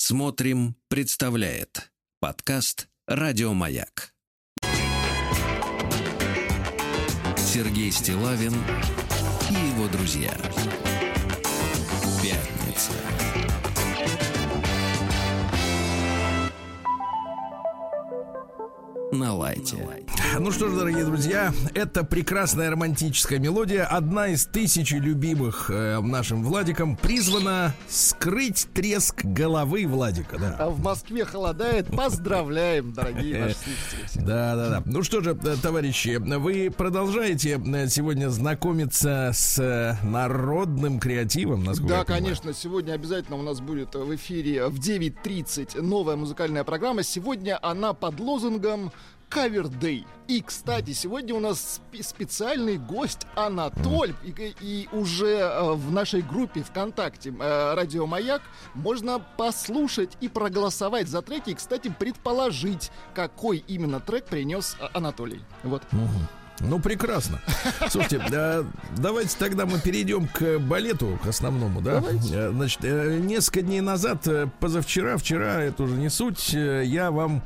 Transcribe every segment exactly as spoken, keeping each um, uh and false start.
Смотрим, представляет подкаст «Радиомаяк». Сергей Стиллавин и его друзья. Пятница. На лайте. Ну что ж, дорогие друзья, это прекрасная романтическая мелодия, одна из тысячи любимых э, нашим Владиком, призвана скрыть треск головы Владика. Да. А в Москве холодает. Поздравляем, дорогие наши слушатели. Да, да, да. Ну что же, товарищи, вы продолжаете сегодня знакомиться с народным креативом, насколько Да, я понимаю. конечно. Сегодня обязательно у нас будет в эфире в девять тридцать новая музыкальная программа. Сегодня она под лозунгом Cover Day. И, кстати, сегодня у нас спе- специальный гость Анатоль. И, и уже э, в нашей группе ВКонтакте э, Радио Маяк можно послушать и проголосовать за треки. И, кстати, предположить, какой именно трек принес э, Анатолий. Вот. Угу. Ну, прекрасно. Слушайте, да, давайте тогда мы перейдем к балету, к основному, да? Давайте. Значит, несколько дней назад, позавчера, вчера, это уже не суть, я вам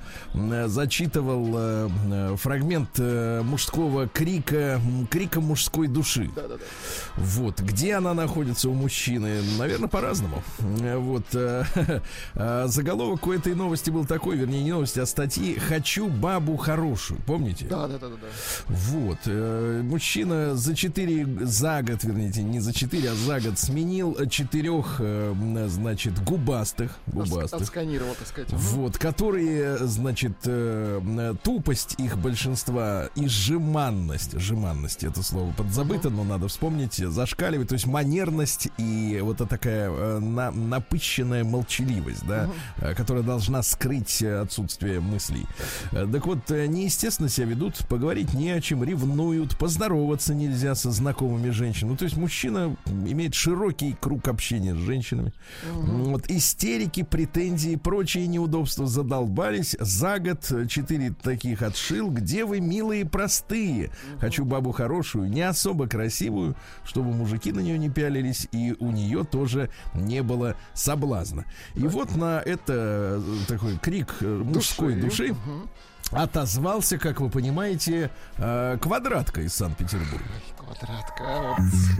зачитывал фрагмент мужского крика, крика мужской души. Да-да-да. Вот, где она находится у мужчины? Наверное, по-разному. Вот, заголовок у этой новости был такой, вернее, не новости, а статьи «Хочу бабу хорошую». Помните? Да-да-да. Вот, э, мужчина за четыре, за год, вернее, не за четыре, а за год сменил четырех, э, значит, губастых, губастых. Отсканировал, так сказать. Вот, которые, значит, э, тупость их большинства и жеманность, жеманность, это слово подзабыто, но надо вспомнить, зашкаливает, то есть манерность и вот эта такая э, на, напыщенная молчаливость, да, э, которая должна скрыть отсутствие мыслей. Э, так вот, э, неестественно себя ведут, поговорить не о чем, ревнуют, поздороваться нельзя со знакомыми женщинами. Ну, то есть мужчина имеет широкий круг общения с женщинами. Uh-huh. Вот, истерики, претензии, прочие неудобства задолбались. За год четыре таких отшил. Где вы, милые, простые? Uh-huh. Хочу бабу хорошую, не особо красивую, чтобы мужики на нее не пялились, и у нее тоже не было соблазна. И uh-huh. вот на это такой крик мужской души, души uh-huh. отозвался, как вы понимаете, Квадратка из Санкт-Петербурга. Квадратка.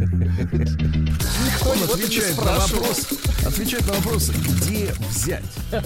Он отвечает на вопрос, отвечает на вопрос, где взять.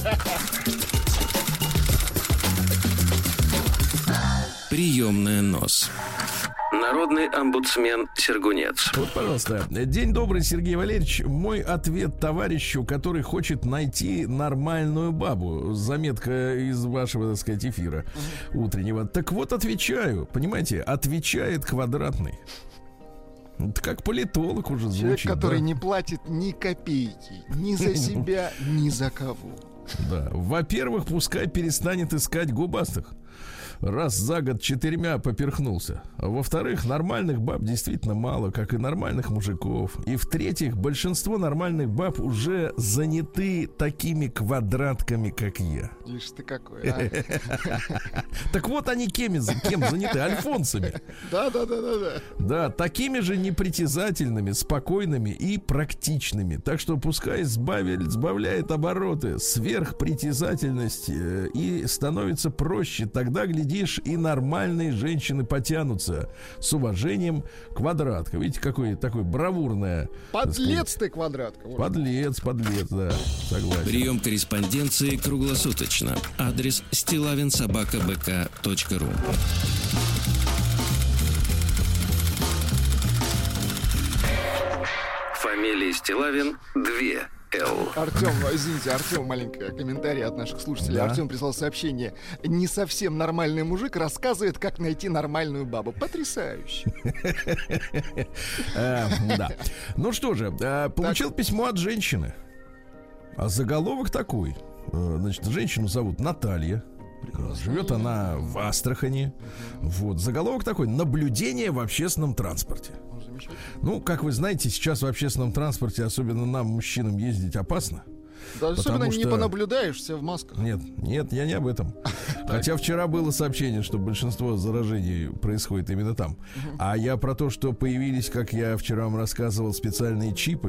Приемная нос. Народный омбудсмен Сергунец. Вот, пожалуйста. День добрый, Сергей Валерьевич. Мой ответ товарищу, который хочет найти нормальную бабу. Заметка из вашего, так сказать, эфира uh-huh. утреннего. Так вот, отвечаю. Понимаете, отвечает Квадратный. Это как политолог уже звучит. Человек, который да? не платит ни копейки ни за себя, ни за кого. Да. Во-первых, пускай перестанет искать губастых. Раз за год четырьмя поперхнулся. А во-вторых, нормальных баб действительно мало, как и нормальных мужиков. И в-третьих, большинство нормальных баб уже заняты такими квадратками, как я. Ишь ты какой, а? Так вот они кем заняты? Альфонсами. Да-да-да-да. Да, такими же непритязательными, спокойными и практичными. Так что пускай сбавляет обороты, сверхпритязательность, и становится проще. Тогда, гляди, и нормальные женщины потянутся. С уважением, Квадратка. Видите, какой такой бравурная. Подлец ты, Квадратка. Подлец, подлец, да. Согласен. Прием корреспонденции круглосуточно. Адрес стиллавин собака бэ ка точка ру. Фамилия Стиллавин две. Артем, извините, Артем, маленький комментарий от наших слушателей. Да? Артем прислал сообщение. Не совсем нормальный мужик рассказывает, как найти нормальную бабу. Потрясающе. Да. Ну что же, получил письмо от женщины. А заголовок такой. Значит, женщину зовут Наталья. Живет она в Астрахани. Вот, заголовок такой: наблюдение в общественном транспорте. Ну, как вы знаете, сейчас в общественном транспорте, особенно нам, мужчинам, ездить опасно. Да, особенно что... не понаблюдаешься в масках. Нет, нет, я не об этом. Хотя вчера было сообщение, что большинство заражений происходит именно там. А я про то, что появились, как я вчера вам рассказывал, специальные чипы,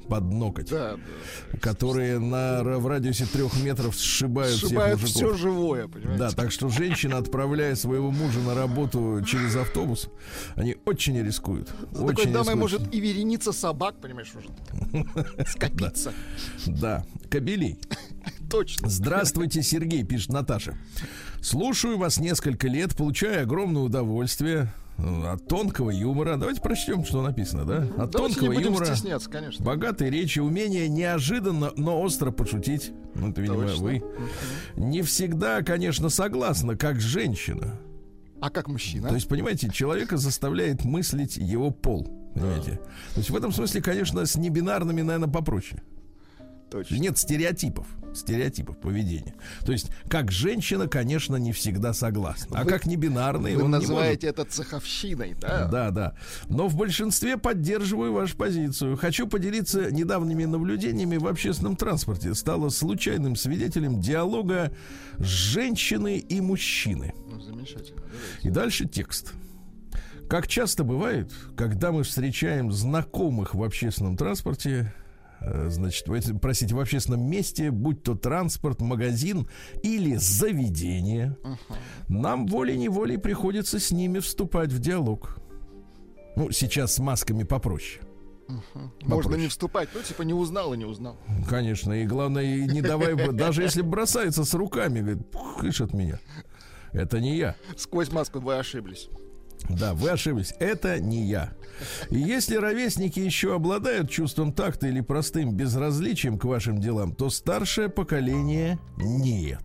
под ноготь, Да, да. которые на, в радиусе трех метров сшибают, Сшибают всех все мужиков. живое, понимаете? Да, так что женщина, отправляя своего мужа на работу через автобус, они очень рискуют. За Очень такой дамой рискуют. может и вереница собак, понимаешь, уже скопиться. Да, кобелей. Точно. Здравствуйте, Сергей, пишет Наташа. Слушаю вас несколько лет, получаю огромное удовольствие от тонкого юмора. Давайте прочтем, что написано, да? От Давайте тонкого не будем юмора, стесняться, конечно. богатой речи, умение неожиданно, но остро пошутить. Ну, это, видимо, Точно. вы. Не всегда, конечно, согласна, как женщина. А как мужчина? То есть, понимаете, человека заставляет мыслить его пол. Понимаете? То есть в этом смысле, конечно, с небинарными, наверное, попроще. Точно. Нет стереотипов, стереотипов поведения. То есть, как женщина, конечно, не всегда согласна. А Вы- как небинарный, Вы он называете это цеховщиной, не да? может. Да, да. Но в большинстве поддерживаю вашу позицию. Хочу поделиться недавними наблюдениями в общественном транспорте. Стала случайным свидетелем диалога женщины и мужчины. Ну, замечательно. Давайте. И дальше текст. Как часто бывает, когда мы встречаем знакомых в общественном транспорте, э, значит, в- простите, в общественном месте, будь то транспорт, магазин или заведение, нам волей-неволей приходится с ними вступать в диалог. Ну, сейчас с масками попроще. Можно Попроще. не вступать, ну, типа, не узнал и не узнал. Конечно, и главное, и не давай, даже если бросается с руками, говорит, кыш от меня. Это не я. Сквозь маску вы ошиблись. Да, вы ошиблись. Это не я. И если ровесники еще обладают чувством такта или простым безразличием к вашим делам, то старшее поколение нет.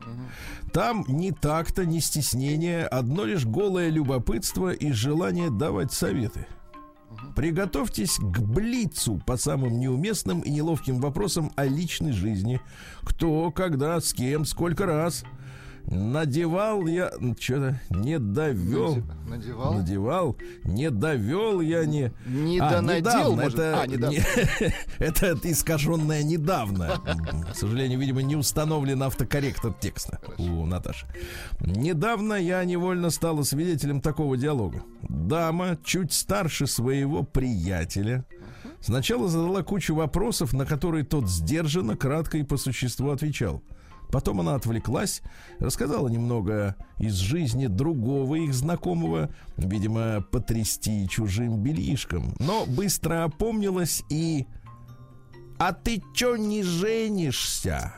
Там ни такта, ни стеснения, одно лишь голое любопытство и желание давать советы. Приготовьтесь к блицу по самым неуместным и неловким вопросам о личной жизни. Кто, когда, с кем, сколько раз. Надевал я... Что-то не довел. Надевал? Надевал. Не довел я не... Не А, донадел, недавно, может? это, А, недавно. не- это искаженное недавно. К сожалению, видимо, не установлен автокорректор текста у Наташи. Недавно я невольно стала свидетелем такого диалога. Дама, чуть старше своего приятеля, сначала задала кучу вопросов, на которые тот сдержанно, кратко и по существу отвечал. Потом она отвлеклась, рассказала немного из жизни другого их знакомого, видимо, потрясти чужим бельишком, но быстро опомнилась и... «А ты чё не женишься?»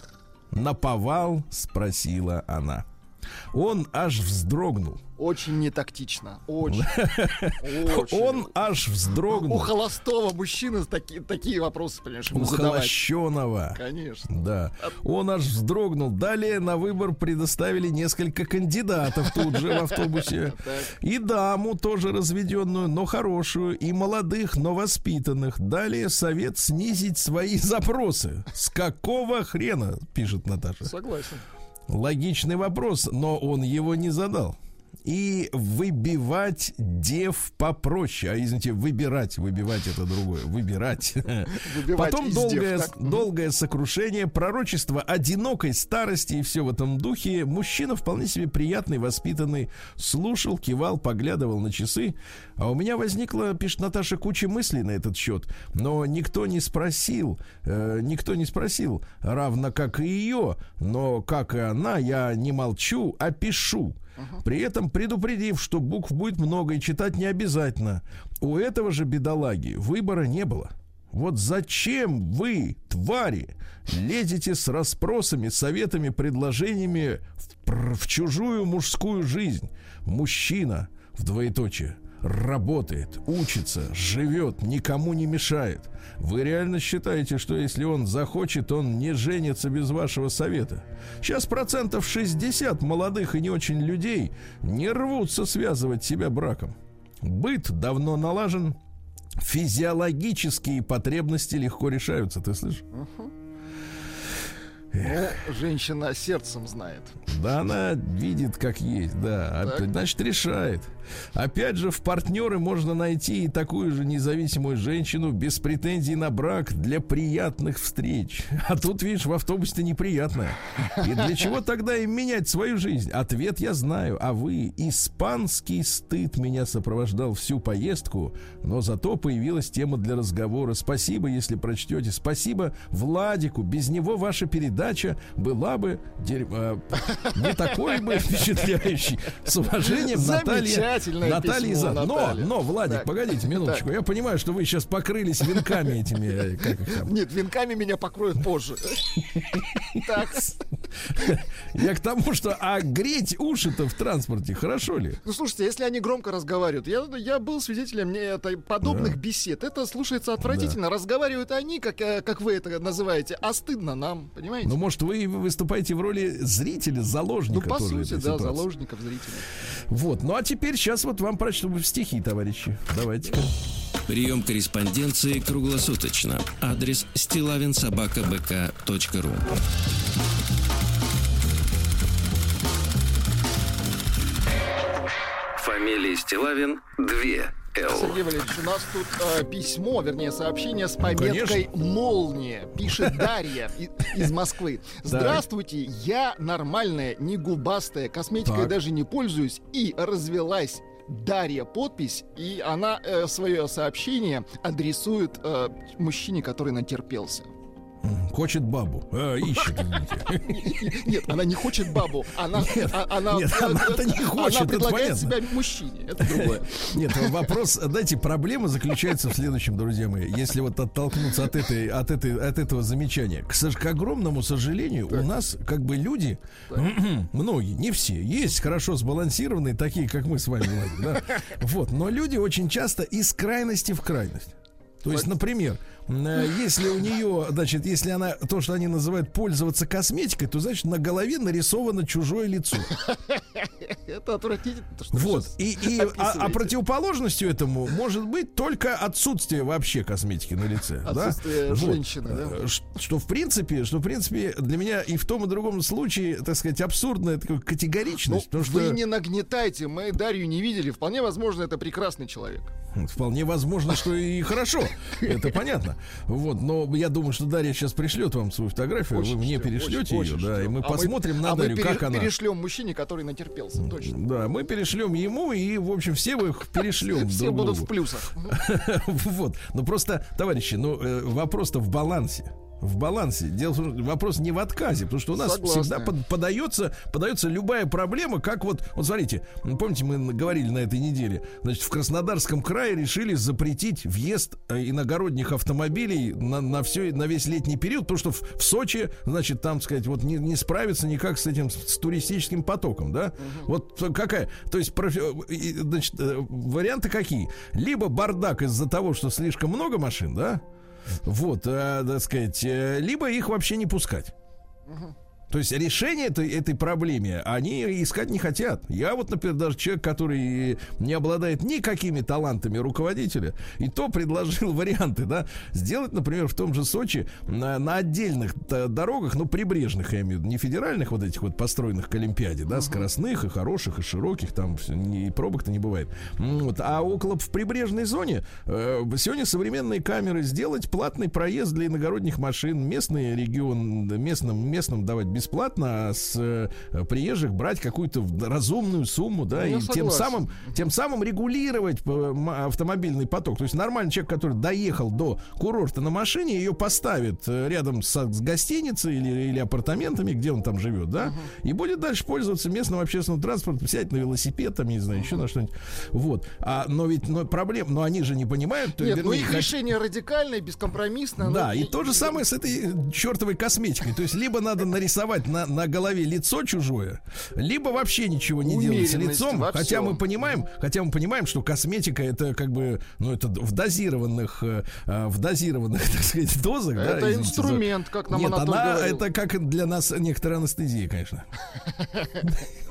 Наповал спросила она. Он аж вздрогнул. Очень нетактично. Очень. Очень. Он аж У вздрогнул. холостого мужчины таки- такие вопросы, понимаешь, ему У задавать. холощеного. Конечно. Да. Он аж вздрогнул. Далее на выбор предоставили несколько кандидатов тут же в автобусе. Так. И даму, тоже разведенную, но хорошую, и молодых, но воспитанных. Далее совет снизить свои запросы. С какого хрена, пишет Наташа. Согласен. Логичный вопрос, но он его не задал. И выбивать дев попроще. А, извините, выбирать, выбивать это другое. Выбирать. Выбивать Потом из долгое, дев, так? долгое сокрушение, пророчество одинокой старости и все в этом духе. Мужчина вполне себе приятный, воспитанный. Слушал, кивал, поглядывал на часы. А у меня возникла, пишет Наташа, куча мыслей на этот счет. Но никто не спросил, э, никто не спросил, равно как и ее. Но, как и она, я не молчу, а пишу. При этом предупредив, что букв будет много и читать не обязательно. У этого же бедолаги выбора не было. Вот зачем вы, твари, лезете с расспросами, советами, предложениями в, пр- в чужую мужскую жизнь? Мужчина, в двоеточие, работает, учится, живет, никому не мешает. Вы реально считаете, что если он захочет, он не женится без вашего совета? Сейчас процентов шестьдесят молодых и не очень людей не рвутся связывать себя браком. Быт давно налажен, физиологические потребности легко решаются, ты слышишь? Ну, женщина сердцем знает. Да, она видит, как есть, да. Так. Значит, решает. Опять же, в партнеры можно найти и такую же независимую женщину без претензий на брак для приятных встреч. А тут, видишь, в автобусе-то неприятное. И для чего тогда им менять свою жизнь? Ответ я знаю. А вы? Испанский стыд меня сопровождал всю поездку, но зато появилась тема для разговора. Спасибо, если прочтете. Спасибо Владику. Без него ваша передача была бы дерьмо... не такой бы впечатляющей. С уважением, Наталья. Наталья за... Но, но, Владик, так. Погодите минуточку. Так. Я понимаю, что вы сейчас покрылись венками этими. Как их там? Нет, венками меня покроют позже. Так. Я к тому, что а греть уши-то в транспорте хорошо ли? Ну, слушайте, если они громко разговаривают, я, я был свидетелем мне это, подобных да. бесед. Это слушается отвратительно. Да. Разговаривают они, как, как вы это называете, а стыдно нам, понимаете? Ну, может, вы выступаете в роли зрителя, заложника. Ну, по тоже сути, да, заложников, зрителей. Вот, ну а теперь сейчас вот вам прочту стихи, товарищи. Давайте-ка. Прием корреспонденции круглосуточно. Адрес стилавин собака бэ ка точка ру. Фамилия Стилавин две Л. Сергей Валерьевич, у нас тут э, письмо, вернее, сообщение с пометкой Конечно. «Молния». Пишет Дарья из Москвы. Здравствуйте, я нормальная, не губастая, косметикой так. даже не пользуюсь и развелась. Дарья подпись, и она э, свое сообщение адресует э, мужчине, который натерпелся. Хочет бабу. А, ищет, извините. Нет, она не хочет бабу. Она, нет, она, нет, она-то не хочет. Она предлагает себя мужчине. Это другое. Нет, вопрос, знаете, проблема заключается в следующем, друзья мои. Если вот оттолкнуться от этой, от этой, от этого замечания, к, к огромному сожалению, так. у нас как бы люди, многие, не все, есть хорошо сбалансированные, такие, как мы с вами, Владимир, да? Вот, но люди очень часто из крайности в крайность. То есть, например, если у нее, значит, если она, то, что они называют пользоваться косметикой, то, значит, на голове нарисовано чужое лицо. Это отвратительно. Вот. И, и, а, а противоположностью этому может быть только отсутствие вообще косметики на лице. Отсутствие да? женщины, вот. да? Что, в принципе, что, в принципе, для меня и в том, и в другом случае, так сказать, абсурдная такая категоричность. Ну, потому вы что... не нагнетайте, мы Дарью не видели. Вполне возможно, это прекрасный человек. Вполне возможно, что и хорошо. Это понятно. Вот, но я думаю, что Дарья сейчас пришлет вам свою фотографию, очень вы мне ждем, перешлете очень, ее, очень да, ждем. И мы а посмотрим мы, на а Дарью, мы как пере, она. Перешлем мужчине, который натерпелся, точно. Да, мы перешлем ему, и, в общем, все вы их перешлем. Все будут в плюсах. Вот, ну просто, товарищи, ну вопрос-то в балансе. В балансе. Дело в том, вопрос не в отказе, потому что у нас Согласна. всегда под, подается, подается любая проблема, как вот, вот смотрите, помните, мы говорили на этой неделе, значит, в Краснодарском крае решили запретить въезд иногородних автомобилей на, на, все, на весь летний период, потому что в, в Сочи, значит, там, так сказать, вот не, не справиться никак с этим, с туристическим потоком, да? Угу. Вот какая, то есть, значит, варианты какие? Либо бардак из-за того, что слишком много машин, да? Вот, э, так сказать, э, либо их вообще не пускать. Угу. То есть решение этой, этой проблемы они искать не хотят. Я вот, например, даже человек, который не обладает никакими талантами руководителя, и то предложил варианты, да, сделать, например, в том же Сочи на, на отдельных дорогах, ну, прибрежных, я имею в виду, не федеральных вот этих вот построенных к Олимпиаде, да, uh-huh. скоростных и хороших, и широких, там и пробок-то не бывает. Вот, а около в прибрежной зоне э, сегодня современные камеры сделать платный проезд для иногородних машин, местный регион, местным, местным давать бесплатно, бесплатно, а с э, приезжих брать какую-то разумную сумму, да, ну, и тем самым, тем самым регулировать автомобильный поток. То есть нормальный человек, который доехал до курорта на машине, ее поставит рядом с, с гостиницей или, или апартаментами, где он там живет, да, uh-huh. и будет дальше пользоваться местным общественным транспортом, сядет на велосипед, там, не знаю, uh-huh. еще на что-нибудь. Вот. А, но ведь но проблем, но они же не понимают. Нет, вернее, ну их как... решение радикальное, бескомпромиссное. Да, но... и то же самое с этой чертовой косметикой. То есть либо надо нарисовать На, на голове лицо чужое, либо вообще ничего не делать с лицом, хотя мы понимаем, хотя мы понимаем, что косметика это как бы, ну это в дозированных, э, в дозированных, так сказать, дозах. Это да, инструмент, за... как нам Нет, Анатолий она, говорил. это как для нас некоторая анестезия, конечно.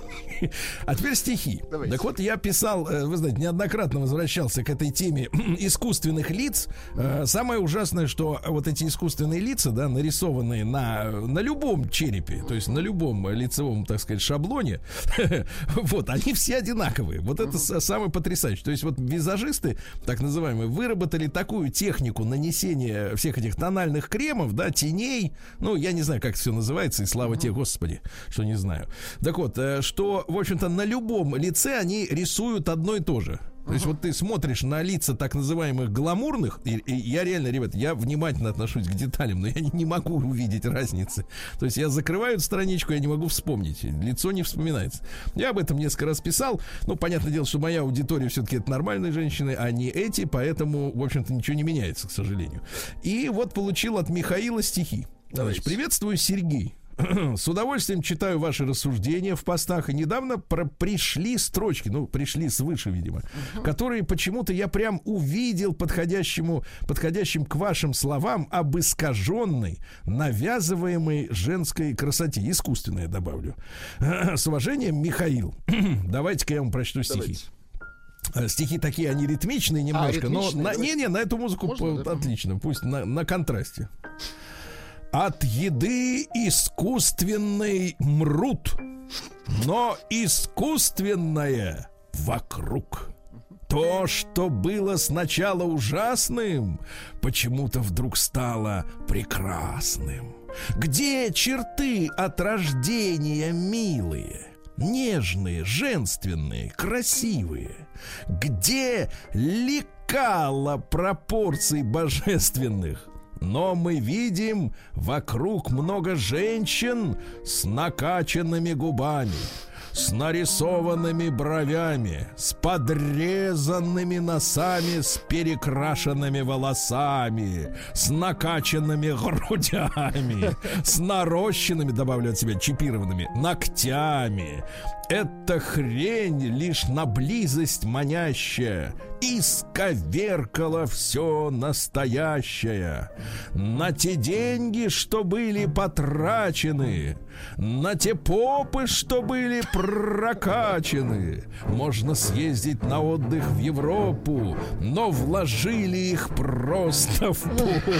А теперь стихи. Давайте. Так вот, я писал, вы знаете, неоднократно возвращался к этой теме искусственных лиц. Самое ужасное, что вот эти искусственные лица, да, нарисованные на, на любом черепе, то есть на любом лицевом, так сказать, шаблоне, вот, они все одинаковые. Вот это самое потрясающее. То есть вот визажисты, так называемые, выработали такую технику нанесения всех этих тональных кремов, да, теней, ну, я не знаю, как это все называется, и слава тебе, Господи, что не знаю. Так вот, что, в общем-то, на любом лице они рисуют одно и то же. То есть uh-huh. вот ты смотришь на лица так называемых гламурных, и, и я реально, ребят, я внимательно отношусь к деталям, но я не, не могу увидеть разницы. То есть я закрываю эту страничку, я не могу вспомнить, лицо не вспоминается. Я об этом несколько раз писал. Ну, понятное дело, что моя аудитория все-таки это нормальные женщины, а не эти, поэтому, в общем-то, ничего не меняется, к сожалению. И вот получил от Михаила стихи. Значит, приветствую, Сергей. С удовольствием читаю ваши рассуждения в постах. И недавно про- пришли строчки, ну, пришли свыше, видимо, uh-huh. которые почему-то я прям увидел подходящему, подходящим к вашим словам об искаженной, навязываемой женской красоте. Искусственное добавлю. С уважением, Михаил. Давайте-ка я вам прочту стихи. Давайте. Стихи такие, они ритмичные немножко, а, ритмичные, но на, не-не, на эту музыку можно, по, отлично, пусть на, на контрасте. От еды искусственной мрут, но искусственное вокруг. То, что было сначала ужасным, почему-то вдруг стало прекрасным. Где черты от рождения милые, нежные, женственные, красивые? Где лекала пропорций божественных? Но мы видим вокруг много женщин с накачанными губами, с нарисованными бровями, с подрезанными носами, с перекрашенными волосами, с накачанными грудями, с нарощенными, добавлю от себя, чипированными ногтями. Эта хрень лишь на близость манящая исковеркала все настоящее. На те деньги, что были потрачены, на те попы, что были прокачаны, можно съездить на отдых в Европу, но вложили их просто в попу.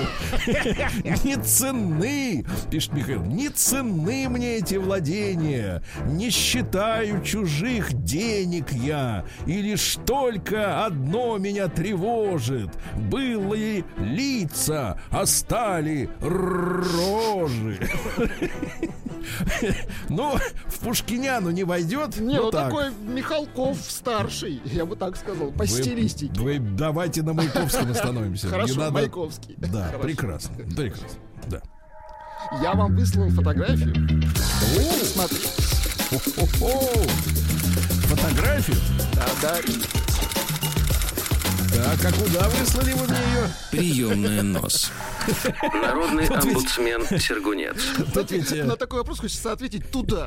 Не ценны, пишет Михаил, не ценны мне эти владения, не считаю чужих денег я, и лишь только одно меня тревожит: были лица, а стали рожи. Ну, в Пушкиняну не войдет. Не, ну такой Михалков старший, я бы так сказал, по стилистике. Вы давайте на Маяковском остановимся. Хорошо, Маяковский. Да, прекрасно, прекрасно, да. Я вам выслал фотографию. Смотрите. Фотографию? Да, да. Так, а куда выслали вы мне ее? Приемная нос. Народный омбудсмен Сергунец. Ведь... На такой вопрос хочется ответить туда.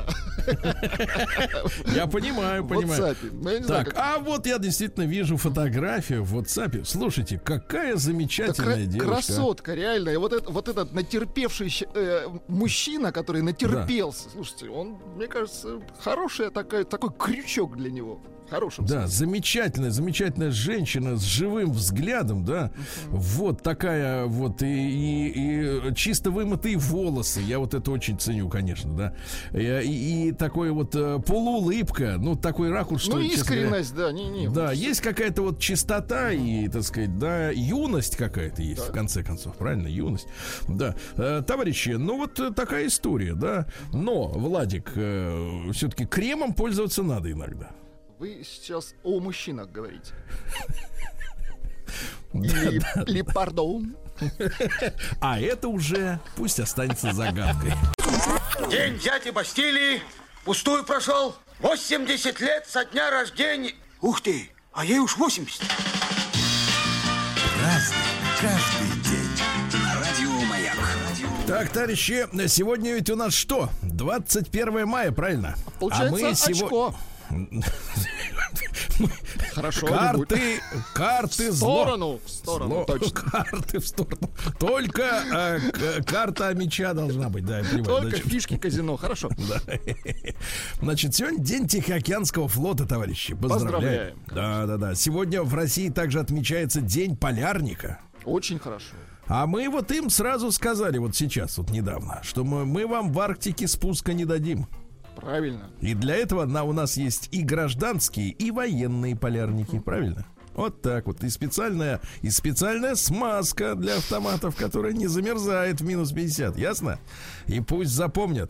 Я понимаю, понимаю. WhatsApp. Так, как... а вот я действительно вижу фотографию в WhatsApp. Слушайте, какая замечательная так, девушка. Красотка, реально. И вот, это, вот этот натерпевший э, мужчина, который натерпелся. Да. Слушайте, он, мне кажется, хороший такой, такой крючок для него. Хорошим да, смысле. замечательная, замечательная женщина с живым взглядом, да, uh-huh. вот такая вот и, и, и чисто вымытые волосы, я вот это очень ценю, конечно, да, и, и такой вот uh, полуулыбка, ну такой ракурс, что, ну искренность, говоря, да, не, не, да, вот есть какая-то вот чистота и, так сказать, да, юность какая-то есть, да. в конце концов, правильно, юность, да, uh, товарищи, ну вот uh, такая история, да, но, Владик, uh, все-таки кремом пользоваться надо иногда. Вы сейчас о мужчинах говорите. Или, или пардон. А это уже пусть останется загадкой. День дяди Бастилии пустую прошел. восемьдесят лет со дня рождения. Ух ты, а ей уж восемьдесят. Разный, каждый день. Радио Маяк. Так, товарищи, сегодня ведь у нас что? двадцать первое мая, правильно? Получается, а мы очко. Сего... Хорошо. Карты, карты в зло. сторону, в сторону, Зло. точно. Карты в сторону. Только э, к- карта мяча должна быть, да, я понимаю. Только Значит, фишки казино, хорошо. да. Значит, сегодня день Тихоокеанского флота, товарищи. Поздравляем. Поздравляем. Да, да, да. Сегодня в России также отмечается День полярника. Очень хорошо. А мы вот им сразу сказали, вот сейчас, вот недавно, что мы, мы вам в Арктике спуска не дадим. Правильно. И для этого на, у нас есть и гражданские, и военные полярники, правильно? Вот так вот. И специальная, и специальная смазка для автоматов, которая не замерзает в минус пятьдесят. Ясно? И пусть запомнят.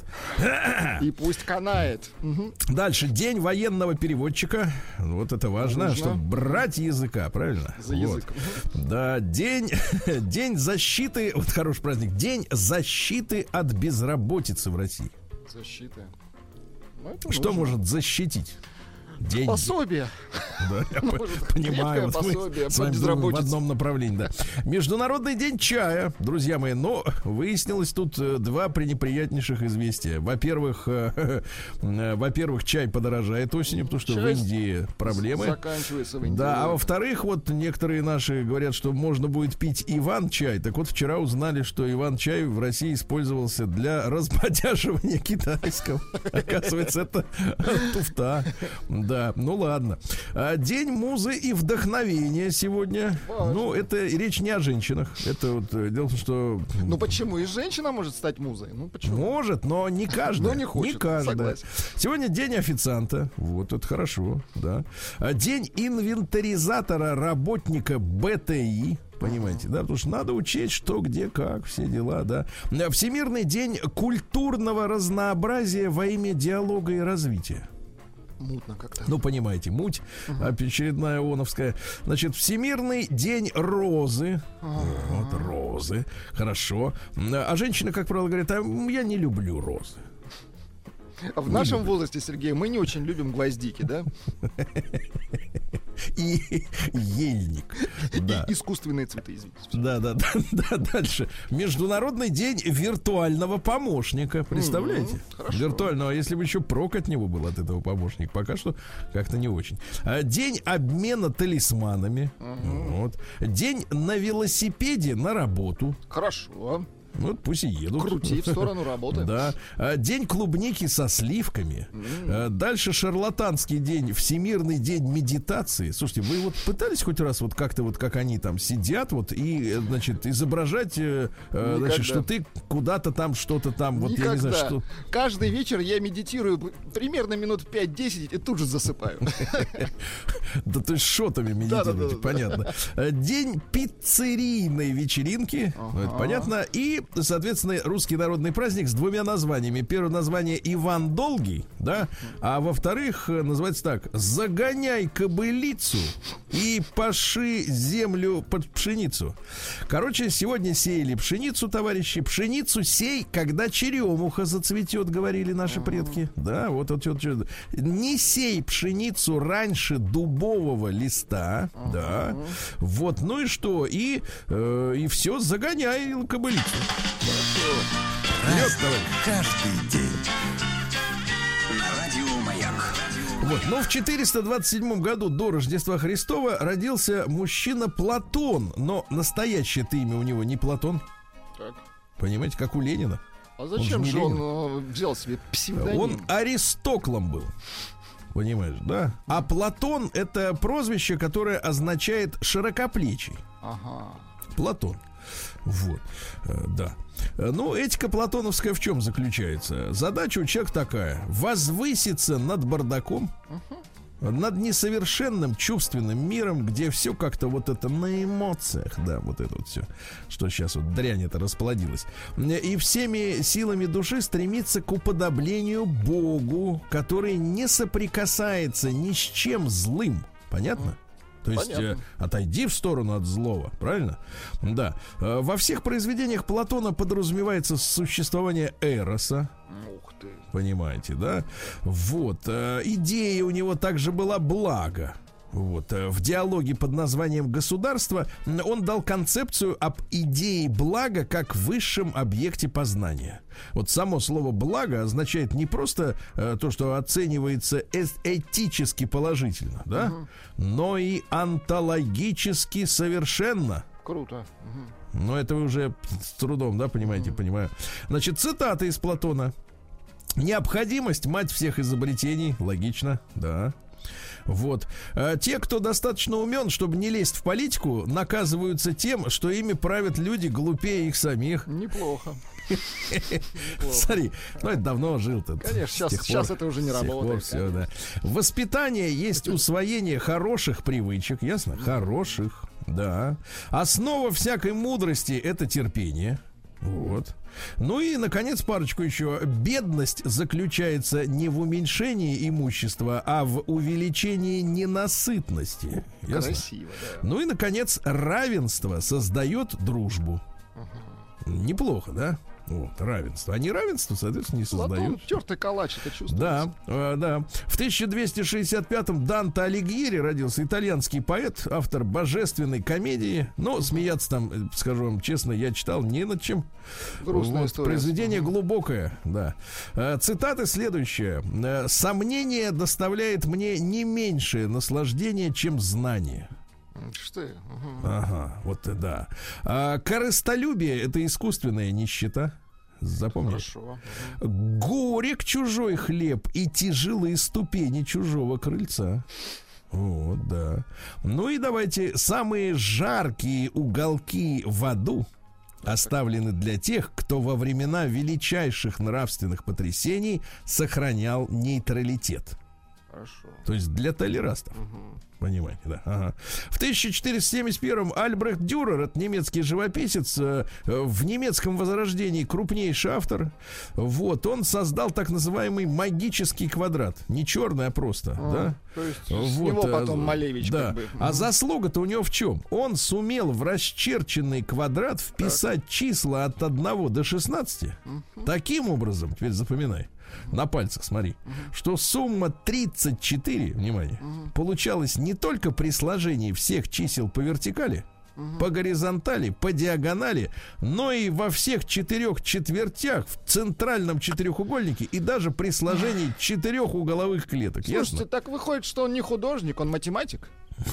И пусть канает. Мгм. Дальше. День военного переводчика. Вот это важно, Нужно. чтобы брать языка, правильно? За Вот. язык. Да, день, день защиты, вот хороший праздник, День защиты от безработицы в России. Защиты. Ну, это Что нужно. может защитить? Деньги. Пособие. Да, я по- Может, понимаю. крепкое Вот мы пособие с по вами думаем в безработице. одном направлении, да. Международный день чая, друзья мои. Но выяснилось тут э, два пренеприятнейших известия. Во-первых, э, э, во-первых, чай подорожает осенью, потому что Чай в Индии проблемы. Заканчивается в Индии. Да, а во-вторых, вот некоторые наши говорят, что можно будет пить Иван-чай. Так вот, вчера узнали, что Иван-чай в России использовался для разбодяживания китайского. Оказывается, это туфта. Да, ну ладно. А, День музы и вдохновения сегодня. Важно. Ну, это речь не о женщинах. Это вот э, дело в том, что Ну почему? И женщина может стать музой. Ну почему? может, но не каждая. Но не хочет, каждая. согласен. Сегодня день официанта. Вот, это хорошо, да. А День инвентаризатора работника БТИ. Понимаете, да? Потому что надо учесть, что, где, как, все дела, да. Всемирный день культурного разнообразия во имя диалога и развития. Мутно как-то. Ну, понимаете, муть очередная ООНовская. Значит, Всемирный день розы. Вот, розы. Хорошо. А женщины, как правило, говорят, а я не люблю розы. А в нашем возрасте, Сергей, мы не очень любим гвоздики, да? И ельник. Да. И искусственные цветы, извините. Да, да, да, да, дальше. Международный день виртуального помощника. Представляете? Мгм, хорошо. Виртуального, если бы еще прок от него был, от этого помощника. Пока что как-то не очень. А, День обмена талисманами. Вот. День на велосипеде на работу. Хорошо. Вот пусть и едут. Крути в сторону работы. Да. А, День клубники со сливками. А, Дальше шарлатанский день, Всемирный день медитации. Слушайте, вы вот пытались хоть раз вот как-то вот как они там сидят вот и, э, значит, изображать, э, э, значит, что ты куда-то там что-то там, вот Никогда. я не знаю, что. Каждый вечер я медитирую б- примерно минут пять-десять и тут же засыпаю. Да то есть шотами медитируете, Да-да-да-да. понятно. Э, День пиццерийной вечеринки. Ну, это Ага. понятно. И, соответственно, русский народный праздник с двумя названиями. Первое название Иван Долгий, да, а во-вторых, э, называется так: загоняй кобылицу и паши землю под пшеницу. Короче, сегодня сеяли пшеницу, товарищи. Пшеницу сей, когда черемуха зацветет, говорили наши предки. Да, вот вот, вот, вот. Не сей пшеницу раньше дубового листа, да. Вот, ну и что? И, э, и все, загоняй кобылицу. Вперед, товарищ. Каждый день. На радио Маяк. Вот. Но в четыреста двадцать седьмом году до Рождества Христова родился мужчина Платон. Но настоящее-то имя у него не Платон. Так. Понимаете, как у Ленина. А зачем же же не он э, взял себе псевдоним? Он Аристоклом был. Понимаешь, да? А Платон — это прозвище, которое означает широкоплечий. Ага. Платон. Вот, э, да. Э, Ну, этика платоновская в чем заключается? Задача у человека такая: возвыситься над бардаком, над несовершенным чувственным миром, где все как-то вот это на эмоциях, да, вот это вот все, что сейчас вот дрянь это расплодилась. И всеми силами души стремиться к уподоблению Богу, который не соприкасается ни с чем злым. Понятно? То есть э, отойди в сторону от злого, правильно? Да. Э, во всех произведениях Платона подразумевается существование эроса. Ух ты. Понимаете, да? Вот. Э, идея у него также была благо. Вот. В диалоге под названием «Государство» он дал концепцию об идее блага как высшем объекте познания. Вот само слово «благо» означает не просто э, то, что оценивается э- этически положительно, да, угу. но и онтологически совершенно. Круто. Угу. Но это вы уже с трудом, да, понимаете, угу. понимаю. Значит, цитата из Платона. «Необходимость — мать всех изобретений». Логично, да. Вот. А те, кто достаточно умен, чтобы не лезть в политику, наказываются тем, что ими правят люди глупее их самих. Неплохо. Смотри, ну это давно жил-то. Конечно, сейчас, сейчас это уже не работает. Все, да. Воспитание есть усвоение хороших привычек, ясно? Хороших, да. Основа всякой мудрости — это терпение. Вот. Ну и, наконец, парочку еще. Бедность заключается не в уменьшении имущества, а в увеличении ненасытности. Ясно? Красиво, да. Ну и, наконец, равенство создает дружбу. Угу. Неплохо, да? Вот, равенство. А неравенство, соответственно, не создают. Тертый калач, это чувствуется. Да, э, да. В тысяча двести шестьдесят пятом Данте Алигьери родился, итальянский поэт, автор божественной комедии. Но смеяться там, скажу вам честно, я читал не над чем. Грустная вот, история. Произведение глубокое, да. Э, цитата следующая. Э, «Сомнение доставляет мне не меньшее наслаждение, чем знание». Что? Угу. Ага, вот да. А, корыстолюбие — это искусственная нищета. Запомни. Хорошо. Горек чужой хлеб и тяжелые ступени чужого крыльца. Вот, да. Ну и давайте. Самые жаркие уголки в аду оставлены для тех, кто во времена величайших нравственных потрясений сохранял нейтралитет. Хорошо. То есть для толерастов. Угу. Понимаете, да. Ага. В тысяча четыреста семьдесят первом Альбрехт Дюрер, это немецкий живописец, в немецком возрождении крупнейший автор. Вот, он создал так называемый магический квадрат. Не черный, а просто. А, да? То есть с вот, него потом Малевич. Да. Как бы. А заслуга-то у него в чем? Он сумел в расчерченный квадрат вписать так. числа от одного до шестнадцати. Угу. Таким образом, теперь запоминай. На пальцах, смотри, uh-huh. что сумма тридцать четыре, внимание, uh-huh. получалась не только при сложении всех чисел по вертикали, uh-huh. по горизонтали, по диагонали, но и во всех четырех четвертях, в центральном четырехугольнике и даже при сложении четырех угловых клеток. Слушайте, ясно? Так выходит, что он не художник, он математик?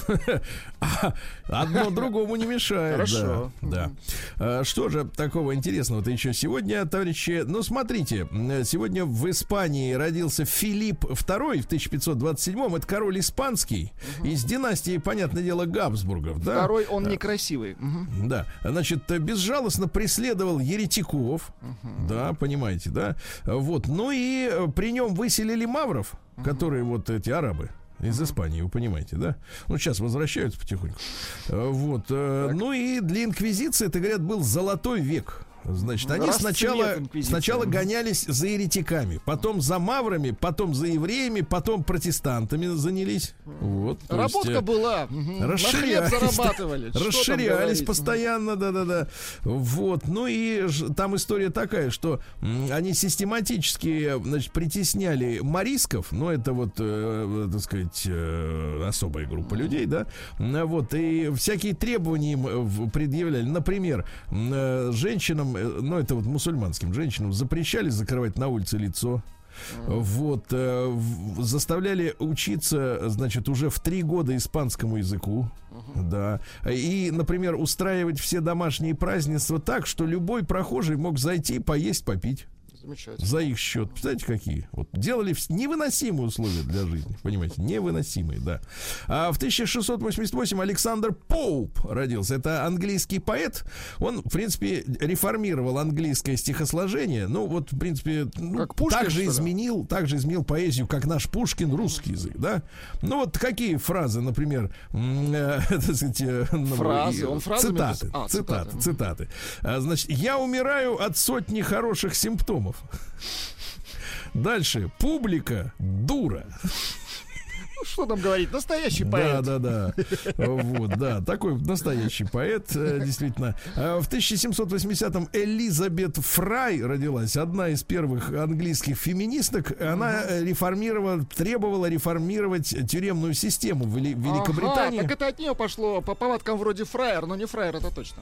Одно другому не мешает. Хорошо. Да, да. Что же такого интересного-то еще сегодня, товарищи? Ну, смотрите, сегодня в Испании родился Филипп второй в тысяча пятьсот двадцать седьмом. Это король испанский угу. из династии, понятное дело, Габсбургов. Да? Второй, он некрасивый. Угу. Да, значит, безжалостно преследовал еретиков. Угу. Да, понимаете, да? Вот, ну и при нем выселили мавров, угу. которые вот эти арабы. Из Испании, вы понимаете, да? Ну, сейчас возвращаются потихоньку. Вот. Так. Ну и для инквизиции, это, говорят, был золотой век. Значит, они сначала, сначала гонялись за еретиками, потом за маврами, потом за евреями, потом протестантами занялись. Вот, работка есть, была. Расширялись, на хлеб зарабатывали. Да, расширялись постоянно, да-да-да. Вот. Ну и там история такая, что они систематически, значит, притесняли марисков, ну это вот, э, так сказать, э, особая группа людей, да. Вот. И всякие требования им предъявляли. Например, э, женщинам, ну, это вот мусульманским женщинам запрещали закрывать на улице лицо. Mm. Вот, э, в, заставляли учиться, значит, уже в три года испанскому языку. Uh-huh. Да. И, например, устраивать все домашние празднества так, что любой прохожий мог зайти, поесть, попить. За их счет. Представляете, какие? Вот делали невыносимые условия для жизни. Понимаете, невыносимые, да. А в тысяча шестьсот восемьдесят восьмом Александр Поуп родился. Это английский поэт. Он, в принципе, реформировал английское стихосложение. Ну, вот, в принципе, ну, Пушкин, также изменил, также изменил поэзию, как наш Пушкин, русский язык, да. Ну, вот какие фразы, например, э, так сказать, э, фразы, он фразами цитаты, а, цитаты, цитаты, цитаты. А, значит, я умираю от сотни хороших симптомов. Дальше. Публика дура. что там говорить, настоящий поэт. Да, да, да. Вот, да, такой настоящий поэт, действительно. В тысяча семьсот восьмидесятом Элизабет Фрай родилась, одна из первых английских феминисток. Она реформировала, требовала реформировать тюремную систему в Великобритании. Ага, так это от нее пошло по повадкам вроде Фраер, но не Фраер, это точно.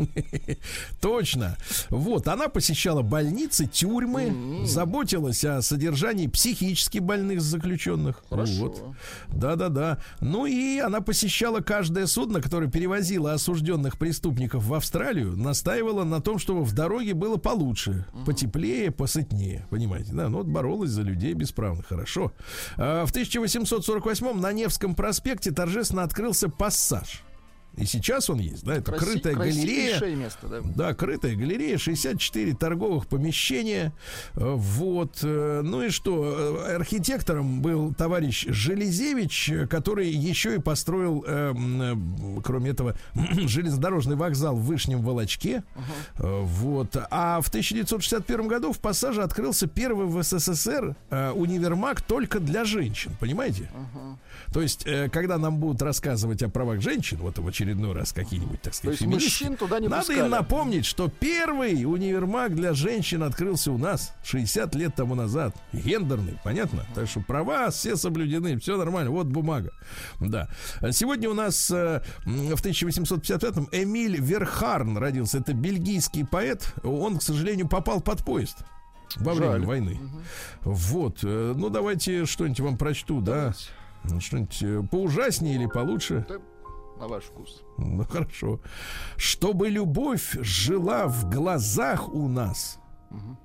Точно. Вот, она посещала больницы, тюрьмы, mm-hmm. заботилась о содержании психически больных заключенных. Хорошо. Вот. Да-да-да. Ну и она посещала каждое судно, которое перевозило осужденных преступников в Австралию, настаивала на том, чтобы в дороге было получше, mm-hmm. потеплее, посытнее. Понимаете, да? Ну вот боролась за людей бесправных. Хорошо. А в тысяча восемьсот сорок восьмом на Невском проспекте торжественно открылся пассаж. И сейчас он есть, да, это Краси, крытая галерея. Место, да. Да, крытая галерея, шестьдесят четыре торговых помещения. Вот. Ну и что? Архитектором был товарищ Железевич, который еще и построил, э, кроме этого, железнодорожный вокзал в Вышнем Волочке. Uh-huh. Вот. А в тысяча девятьсот шестьдесят первом году в Пассаже открылся первый в СССР э, универмаг только для женщин. Понимаете? Uh-huh. То есть, э, когда нам будут рассказывать о правах женщин, вот в очередной раз какие-нибудь, так сказать, феминистки, туда не надо пускали. им напомнить, что первый универмаг для женщин открылся у нас шестьдесят лет тому назад. Гендерный, понятно? Так что права все соблюдены, все нормально. Вот бумага. Да. Сегодня у нас э, в тысяча восемьсот пятьдесят пятом Эмиль Верхарн родился. Это бельгийский поэт. Он, к сожалению, попал под поезд во время Жаль. войны. Угу. Вот. Ну, давайте что-нибудь вам прочту, давайте. Да? Что-нибудь поужаснее или получше? Да, на ваш вкус. Ну, хорошо. Чтобы любовь жила в глазах у нас, угу.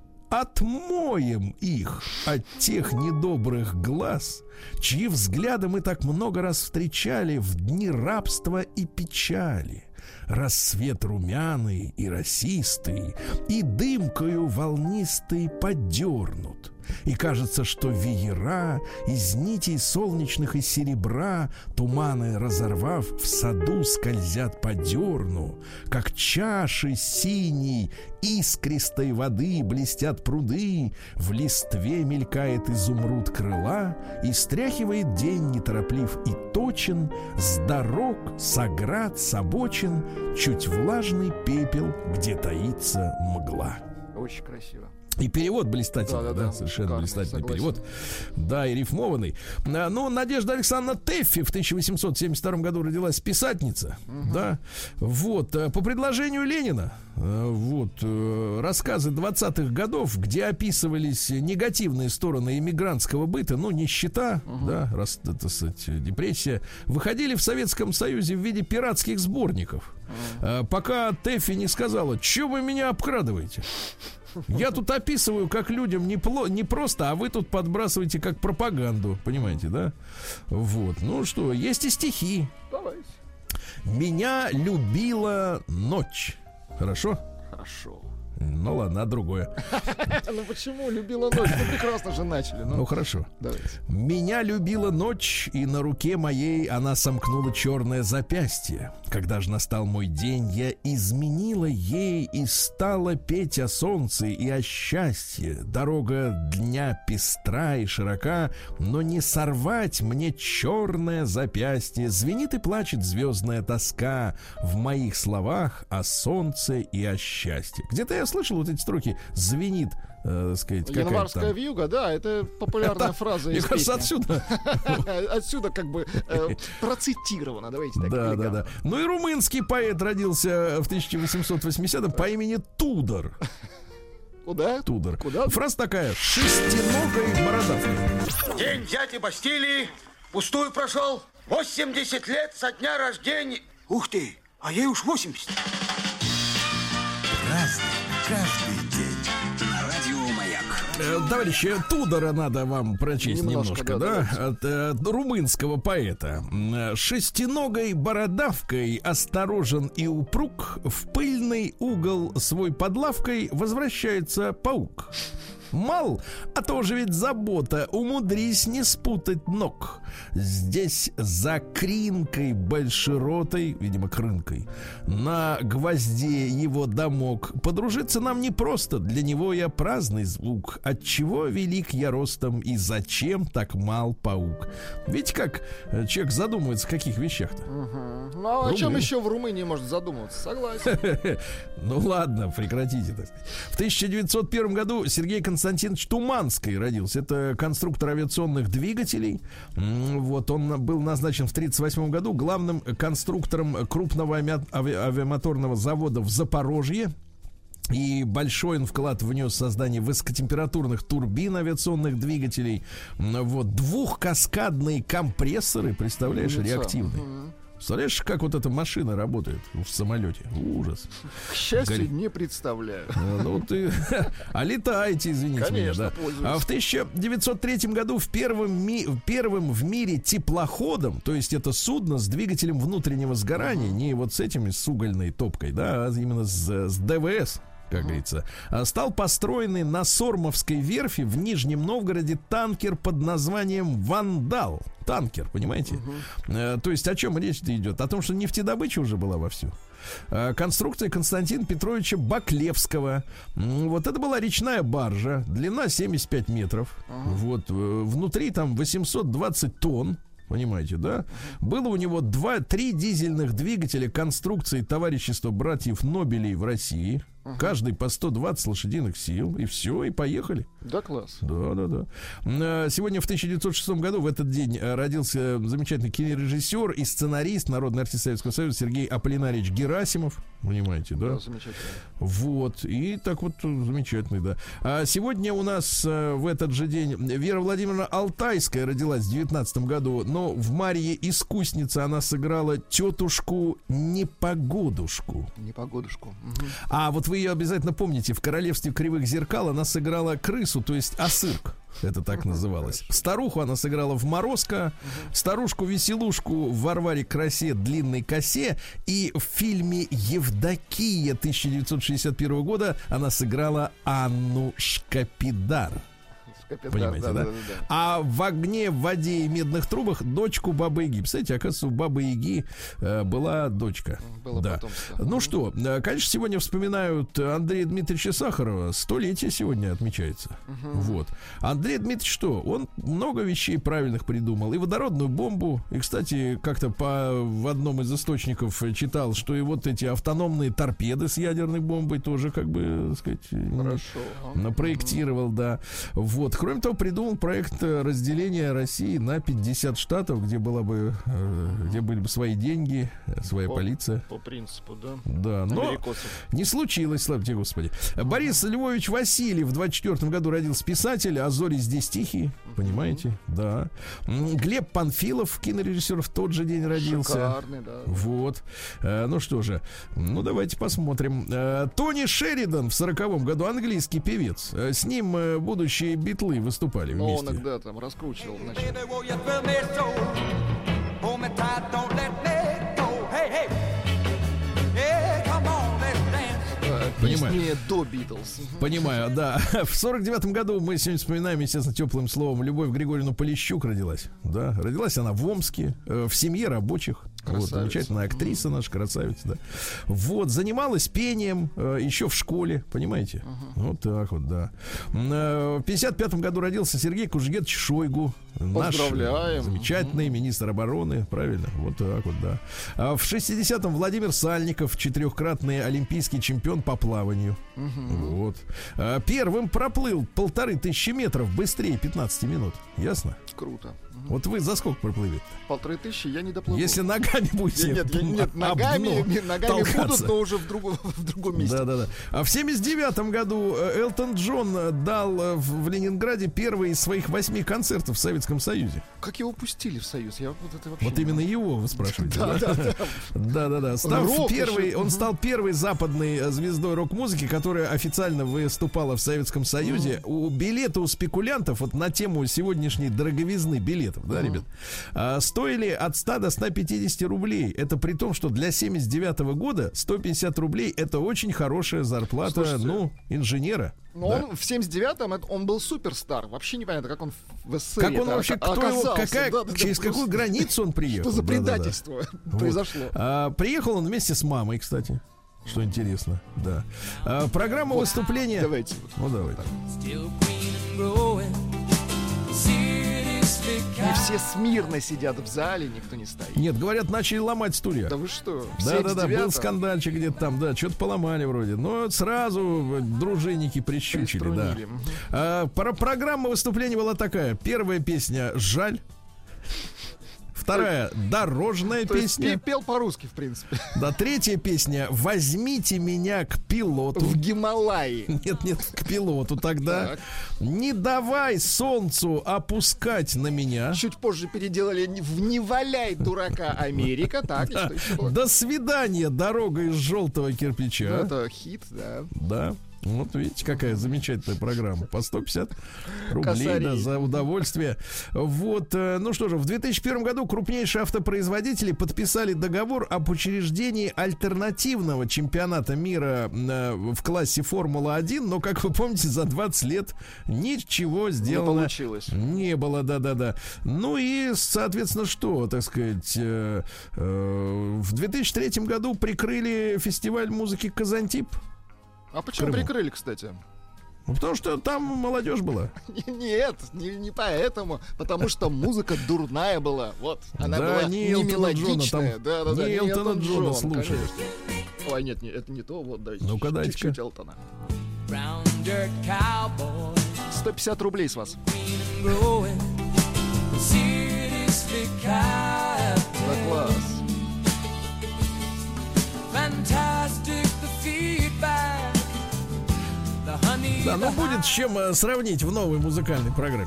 отмоем их от тех недобрых глаз, чьи взгляды мы так много раз встречали в дни рабства и печали. Рассвет румяный и росистый, и дымкою волнистый подернут. И кажется, что веера из нитей солнечных и серебра, туманы разорвав, в саду скользят по дерну, как чаши синей искристой воды блестят пруды, в листве мелькает изумруд крыла, и стряхивает день нетороплив и точен, с дорог, с оград, с обочин чуть влажный пепел, где таится мгла. Очень красиво. И перевод блистательный, да, да, да, да совершенно шикарный, блистательный согласен. перевод. Да, и рифмованный. Ну, Надежда Александровна Тэффи в тысяча восемьсот семьдесят втором году родилась, писательница. Угу. Да. Вот. По предложению Ленина, вот, рассказы двадцатых годов, где описывались негативные стороны эмигрантского быта, ну, нищета, угу. да, раз, так сказать, депрессия, выходили в Советском Союзе в виде пиратских сборников. Угу. Пока Тэффи не сказала: «Чё вы меня обкрадываете? Я тут описываю, как людям не, пло- не просто, а вы тут подбрасываете как пропаганду». Понимаете, да? Вот. Ну что, есть и стихи. Давайте. Меня любила ночь. Хорошо? Хорошо. Ну ладно, а другое. Ну почему любила ночь? Ну прекрасно же начали. Ну хорошо. Давайте. Меня любила ночь, и на руке моей она сомкнула черное запястье. Когда же настал мой день, я изменила ей и стала петь о солнце и о счастье. Дорога дня пестра и широка, но не сорвать мне черное запястье. Звенит и плачет звездная тоска в моих словах о солнце и о счастье. Где-то я слышал вот эти строки. Звенит, э, сказать, какая-то Январская там... вьюга, да, это популярная это, фраза. Мне кажется, отсюда. Отсюда как бы э, процитировано, давайте так. Да, да, да. Ну и румынский поэт родился в тысяча восемьсот восьмидесятом по имени Тудор. Куда? Тудор. Куда? Фраза такая: шестиногой бородавкой. День дяди Бастилии пустую прошел. восемьдесят лет со дня рождения. Ух ты, а ей уж восемьдесят. Разный, каждый день. Радио Маяк. Э, товарищи, Тудора надо вам прочесть немножко, немножко да? да От э, румынского поэта. Шестиногой бородавкой осторожен и упруг, в пыльный угол свой под лавкой возвращается паук. Мал, а тоже ведь забота, умудрись не спутать ног. Здесь за кринкой большеротой, видимо, крынкой, на гвозде его домок. Подружиться нам непросто, для него я праздный звук. Отчего велик я ростом и зачем так мал паук? Видите, как человек задумывается, в каких вещах-то? Угу. Ну, а о чем еще в Румынии может задумываться? Согласен. Ну ладно, прекратите, так сказать. В тысяча девятьсот первом году Сергей Константинович Туманский родился. Это конструктор авиационных двигателей. Вот, он был назначен в тридцать восьмом году главным конструктором крупного ави- ави- авиамоторного завода в Запорожье. И большой он вклад внес в создание высокотемпературных турбин авиационных двигателей. Вот, двухкаскадные компрессоры, представляешь, Лицо. реактивные. Угу. Представляешь, как вот эта машина работает в самолете? Ужас. К счастью, Гори... не представляю. Ну ты... А летаете, извините Конечно, меня, да. пользуюсь. А в тысяча девятьсот третьем году в первым, ми... первым в мире теплоходом, то есть это судно с двигателем внутреннего сгорания, uh-huh. не вот с этими, с угольной топкой, да, а именно с, с ДВС, как uh-huh. говорится, стал построенный на Сормовской верфи в Нижнем Новгороде танкер под названием «Вандал». Танкер, понимаете? Uh-huh. То есть о чем речь-то идет? О том, что нефтедобыча уже была вовсю. Конструкция Константина Петровича Баклевского. Вот это была речная баржа, длина семьдесят пять метров. Uh-huh. Вот, внутри там восемьсот двадцать тонн. Понимаете, да? Было у него два, три дизельных двигателя конструкции товарищества братьев Нобелей в России. Uh-huh. Каждый по сто двадцать лошадиных сил. И все, и поехали. Да, класс. Да, да, да. Сегодня в тысяча девятьсот шестом году в этот день родился замечательный кинорежиссер и сценарист, народный артист Советского Союза Сергей Аполлинарьевич Герасимов. Понимаете, да? Да, замечательно. Вот. И так вот замечательный, да. А сегодня у нас в этот же день Вера Владимировна Алтайская родилась в девятнадцатом году. Но в Марье Искуснице она сыграла тетушку Непогодушку. Непогодушку. Угу. А вот вы ее обязательно помните. В «Королевстве кривых зеркал» она сыграла крысу, то есть осырк. Это так называлось. Старуху она сыграла в «Морозко», старушку-веселушку в «Варваре Красе длинной косе», и в фильме «Евдокия» тысяча девятьсот шестьдесят первого года она сыграла Анну Шкапидар. Понимаете, да, да? Да, да, да. А в «Огне, в воде и медных трубах» дочку Бабы Яги. Представляете, оказывается, у Бабы Яги э, была дочка. Было да. потомство. Ну что, конечно, сегодня вспоминают Андрея Дмитриевича Сахарова. Столетие сегодня отмечается. Uh-huh. Вот. Андрей Дмитриевич что? Он много вещей правильных придумал. И водородную бомбу. И, кстати, как-то по, в одном из источников читал, что и вот эти автономные торпеды с ядерной бомбой тоже, как бы, так сказать, Хорошо. напроектировал, uh-huh. да. Вот. Кроме того, придумал проект разделения России на пятьдесят штатов, где была бы, где были бы свои деньги, своя по, полиция. По принципу, да. Да, но Америкосов. не случилось, слава тебе, Господи. Борис Львович Васильев в двадцать четвёртом году родился, писатель, а зори здесь тихие, понимаете, да. Глеб Панфилов, кинорежиссер, в тот же день родился. Шикарный, да. Вот. Ну что же, ну давайте посмотрим. Тони Шеридан в сороковом году, английский певец. С ним будущие Битлы выступали но вместе. Он иногда там раскручивал. Значит. Понимаю. До Битлз. Понимаю, да. В сорок девятом году мы сегодня вспоминаем, естественно, теплым словом Любовь Григорьевну Полищук родилась. Да, родилась она в Омске, в семье рабочих. Вот, замечательная актриса mm-hmm. наша, красавица, да. Вот, занималась пением э, еще в школе, понимаете? Uh-huh. Вот так вот, да. Э, в пятьдесят пятом году родился Сергей Кужугетович Шойгу. Наш замечательный uh-huh. министр обороны, правильно? Вот так вот, да. А в шестидесятом Владимир Сальников, четырехкратный олимпийский чемпион по плаванию. Uh-huh. Вот. А первым проплыл полторы тысячи метров быстрее пятнадцати минут. Ясно? Круто. Вот вы за сколько проплывете? Полторы тысячи я не доплыву. Если ногами будете... Нет, нет, нет ногами, ногами будут, но уже в другом, в другом месте. Да, да, да. А в семьдесят девятом году Элтон Джон дал в Ленинграде первый из своих восьми концертов в Советском Союзе. Как его пустили в Союз? Я вот это вообще... Вот именно его вы спрашиваете, да? Да, да, да. Да, да, Став первый, он стал первой западной звездой рок-музыки, которая официально выступала в Советском Союзе. У билеты у спекулянтов, вот на тему сегодняшней дороговизны билетов, да, ребят, стоили от ста до ста пятидесяти двести рублей. Это при том, что для семьдесят девятого года сто пятьдесят рублей это очень хорошая зарплата, слушайте, ну, инженера. Но да. он в семьдесят девятом он был суперстар. Вообще непонятно, как он в СССР. Как он вообще, кто его, какая, да, да, через да, какую просто... границу он приехал? Что за предательство да, да, да. произошло? Вот. А, приехал он вместе с мамой, кстати. Что интересно, да. А, программа вот. выступления. Давайте. Ну, давайте. И все смирно сидят в зале, никто не стоит. Нет, говорят, начали ломать стулья. Да вы что? Да-да-да, был скандальчик где-то там, да, что-то поломали вроде. Но сразу дружинники прищучили, да. А, про- программа выступления была такая. Первая песня «Жаль». Вторая дорожная То песня. Есть, пел по-русски, в принципе. Да, третья песня «Возьмите меня к пилоту». В Гималайи. Нет, нет, к пилоту тогда. Так. «Не давай солнцу опускать на меня». Чуть позже переделали в «Не валяй, дурака, Америка». Так, да. «До свидания, дорога из желтого кирпича». Ну, это хит, да. Да. Вот видите, какая замечательная программа. По сто пятьдесят рублей да, за удовольствие. Вот, ну что же, в две тысячи первом году крупнейшие автопроизводители подписали договор об учреждении альтернативного чемпионата мира в классе Формула один. Но, как вы помните, за двадцать лет ничего сделано не получилось. Не было, да-да-да. Ну и, соответственно, что, так сказать, э, э, в две тысячи третьем году прикрыли фестиваль музыки «Казантип». А почему Крыму. Прикрыли, кстати? Ну, потому что там молодежь была. Нет, не, не поэтому. Потому что музыка дурная была. Вот, она да, была не, не мелодичная. Там, да, да, да, не Элтона Джона, слушай. Ой, нет, нет, это не то. Вот, дайте. Ну-ка, дайте. Чуть-чуть Элтона. сто пятьдесят рублей с вас. Да класс. Да, но будет с чем uh, сравнить в новой музыкальной программе.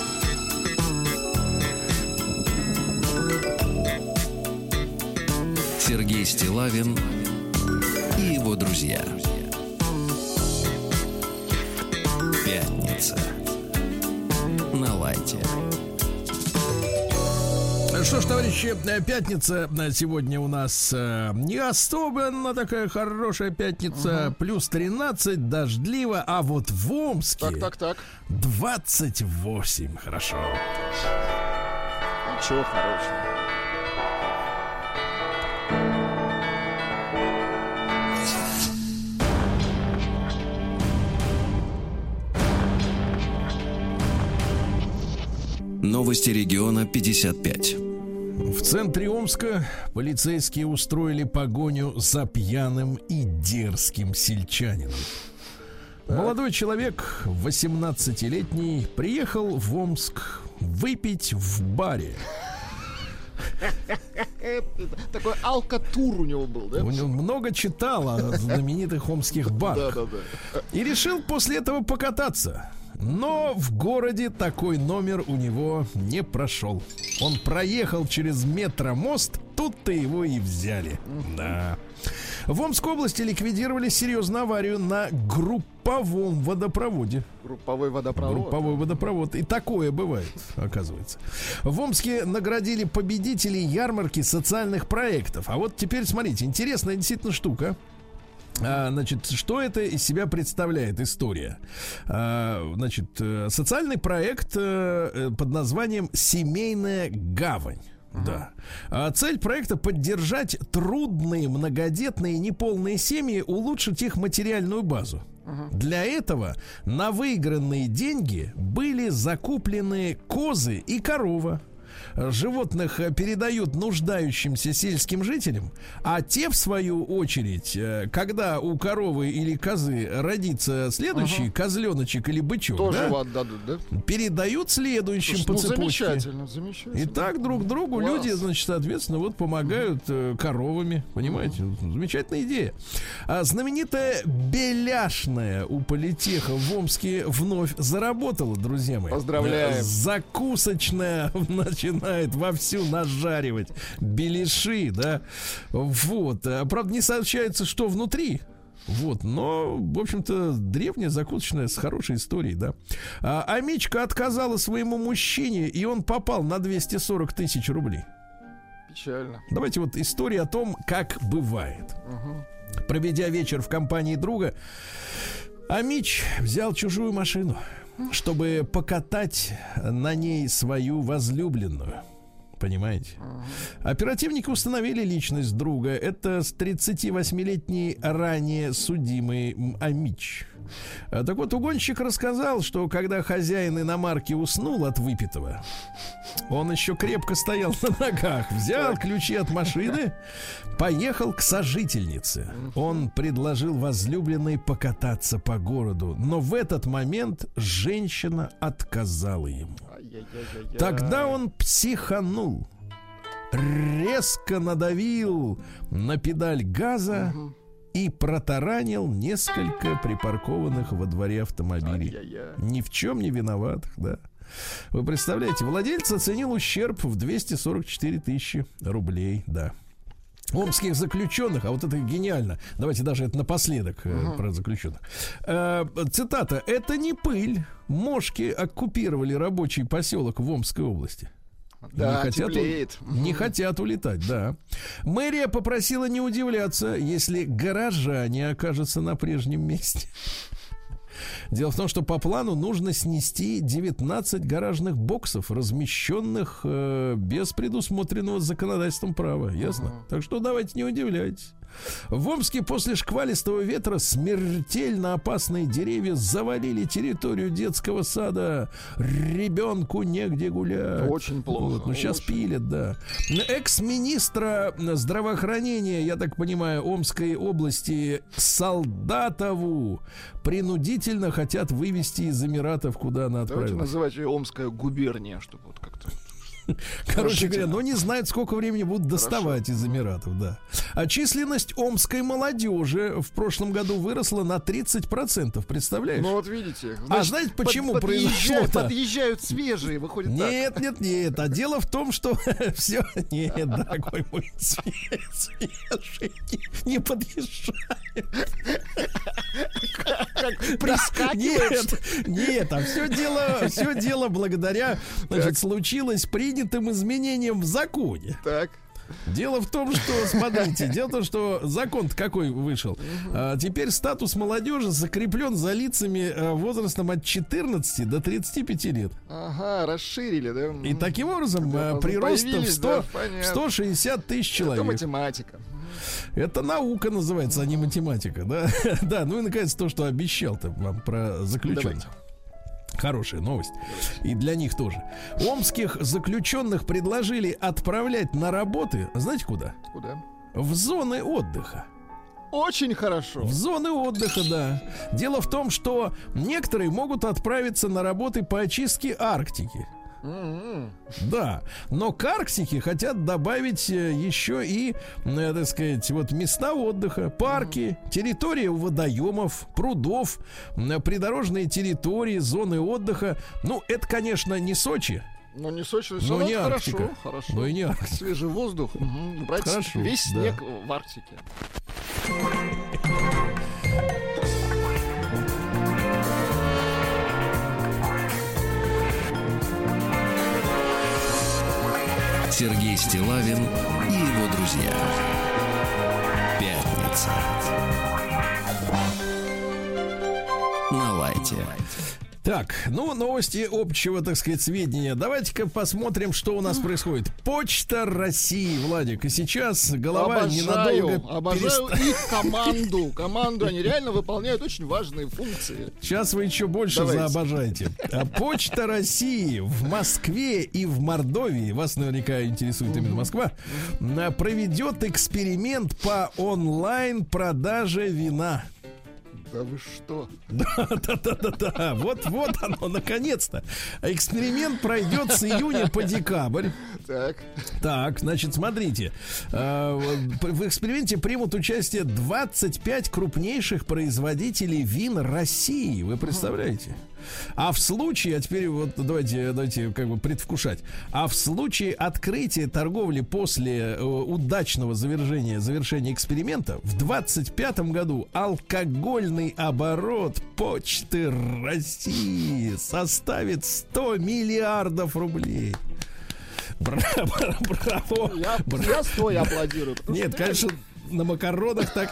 Сергей Стиллавин и его друзья. Пятница. На лайте. Что ж, товарищи, пятница сегодня у нас э, не особенно такая хорошая пятница. Угу. Плюс тринадцать, дождливо. А вот в Омске так, так, так. двадцать восемь. Хорошо. Ничего хорошего. Новости региона пятьдесят пять. В центре Омска полицейские устроили погоню за пьяным и дерзким сельчанином. Так. Молодой человек, восемнадцатилетний, приехал в Омск выпить в баре. Такой алкатур у него был, да? У него много читал о знаменитых омских барах. Да, да, да. И решил после этого покататься. Но в городе такой номер у него не прошел. Он проехал через метромост, тут-то его и взяли. Да. В Омской области ликвидировали серьезную аварию на групповом водопроводе. Групповой водопровод. Групповой водопровод. И такое бывает, оказывается. В Омске наградили победителей ярмарки социальных проектов. А вот теперь, смотрите, интересная действительно штука. А, значит, что это из себя представляет история? А, значит, социальный проект а, под названием «Семейная гавань». Uh-huh. Да. А цель проекта — поддержать трудные, многодетные, неполные семьи, улучшить их материальную базу. Uh-huh. Для этого на выигранные деньги были закуплены козы и корова. Животных передают нуждающимся сельским жителям, а те, в свою очередь, когда у коровы или козы родится следующий, ага, козленочек или бычок, тоже да, его отдадут, да? Передают следующим. Слушай, по ну, цепочке. Замечательно, замечательно. И так друг другу Класс. Люди, значит, соответственно, вот помогают э, коровами, понимаете? Ага. Замечательная идея. А знаменитая беляшная у политеха в Омске вновь заработала, друзья мои. Поздравляем. Закусочная, значит, начинает вовсю нажаривать беляши, да. Вот. Правда, не сообщается, что внутри. Вот, но, в общем-то, древняя закусочная с хорошей историей, да. А, Амичка отказала своему мужчине, и он попал на двести сорок тысяч рублей. Печально. Давайте вот история о том, как бывает. Угу. Проведя вечер в компании друга, Амич взял чужую машину, чтобы покатать на ней свою возлюбленную. Понимаете? Uh-huh. Оперативники установили личность друга. Это тридцативосьмилетний ранее судимый Амич. Так вот, угонщик рассказал, что когда хозяин иномарки уснул от выпитого, он еще крепко стоял на ногах, взял ключи от машины, поехал к сожительнице. Он предложил возлюбленной покататься по городу, но в этот момент женщина отказала ему. Тогда он психанул, резко надавил на педаль газа и протаранил несколько припаркованных во дворе автомобилей. Ни в чем не виноватых, да. Вы представляете, владелец оценил ущерб в двести сорок четыре тысячи рублей, да. Омских заключенных, а вот это гениально. Давайте даже это напоследок uh-huh. про заключенных. Э, цитата: «Это не пыль. Мошки оккупировали рабочий поселок в Омской области». Да, не хотят, теплеет. Не хотят улетать, да. Мэрия попросила не удивляться, если горожане окажутся на прежнем месте. Дело в том, что по плану нужно снести девятнадцать гаражных боксов, размещенных э, без предусмотренного законодательством права. Ясно? Uh-huh. Так что давайте не удивляйтесь. В Омске после шквалистого ветра смертельно опасные деревья завалили территорию детского сада. Ребенку негде гулять. Очень плохо. Вот, ну, сейчас очень. пилят, да. Экс-министра здравоохранения, я так понимаю, Омской области Солдатову принудительно хотят вывести из Эмиратов, куда она отправилась. Давайте называть ее Омская губерния, чтобы вот как-то... Короче говоря, но не знают, сколько времени будут доставать из Эмиратов, да. А численность омской молодежи в прошлом году выросла на тридцать процентов, представляешь? Ну вот видите. Значит, а знаете, почему под, произошло-то? Подъезжают свежие, выходит нет, так. Нет, нет, нет. А дело в том, что все... Нет, дорогой мой, свежие не подъезжают. Как прискакивают. Нет, нет, а все дело, все дело благодаря, значит, случилось при принятым изменениям в законе. Так. Дело в том, что, смотрите, дело в том, что закон-то какой вышел. Угу. А, теперь статус молодежи закреплен за лицами а, возрастом от четырнадцати до тридцати пяти лет. Ага, расширили, да? И таким образом а, прирост в сто, да, сто шестьдесят тысяч человек. Это математика. Это наука называется, а не математика, да? Да, ну и наконец то, что обещал-то вам про заключенных. Давайте. Хорошая новость. И для них тоже. Омских заключенных предложили отправлять на работы, знаете куда? Куда? В зоны отдыха. Очень хорошо. В зоны отдыха, да. Дело в том, что некоторые могут отправиться на работы по очистке Арктики. Mm-hmm. Да, но к Арктике хотят добавить еще и, так сказать, вот места отдыха, парки, mm-hmm. территории водоемов, прудов, придорожные территории, зоны отдыха. Ну, это, конечно, не Сочи. Ну, не Сочи, но не Арктика. Хорошо, хорошо. Но и не Арктика. Свежий воздух. Угу. Брать хорошо, весь да. снег в Арктике. Сергей Стиллавин и его друзья. Пятница. На лайте. Так, ну, новости общего, так сказать, сведения. Давайте-ка посмотрим, что у нас происходит. Почта России, Владик. И сейчас голова обожаю, ненадолго... Обожаю перест... их команду. Команду, они реально выполняют очень важные функции. Сейчас вы еще больше Давайте. заобожаете. Почта России в Москве и в Мордовии, вас наверняка интересует именно Москва, проведет эксперимент по онлайн-продаже вина. Да вы что? Да, да, да, да, да. Вот, вот оно, наконец-то. Эксперимент пройдет с июня по декабрь. Так. Так, значит, смотрите. В эксперименте примут участие двадцать пять крупнейших производителей вин России. Вы представляете? А в случае, а теперь вот давайте, давайте как бы предвкушать. А в случае открытия торговли после э, удачного завершения, завершения эксперимента в двадцать пятом году алкогольный оборот Почты России составит сто миллиардов рублей. Браво, браво. Я, я стоя аплодирую. Нет, конечно, на макаронах так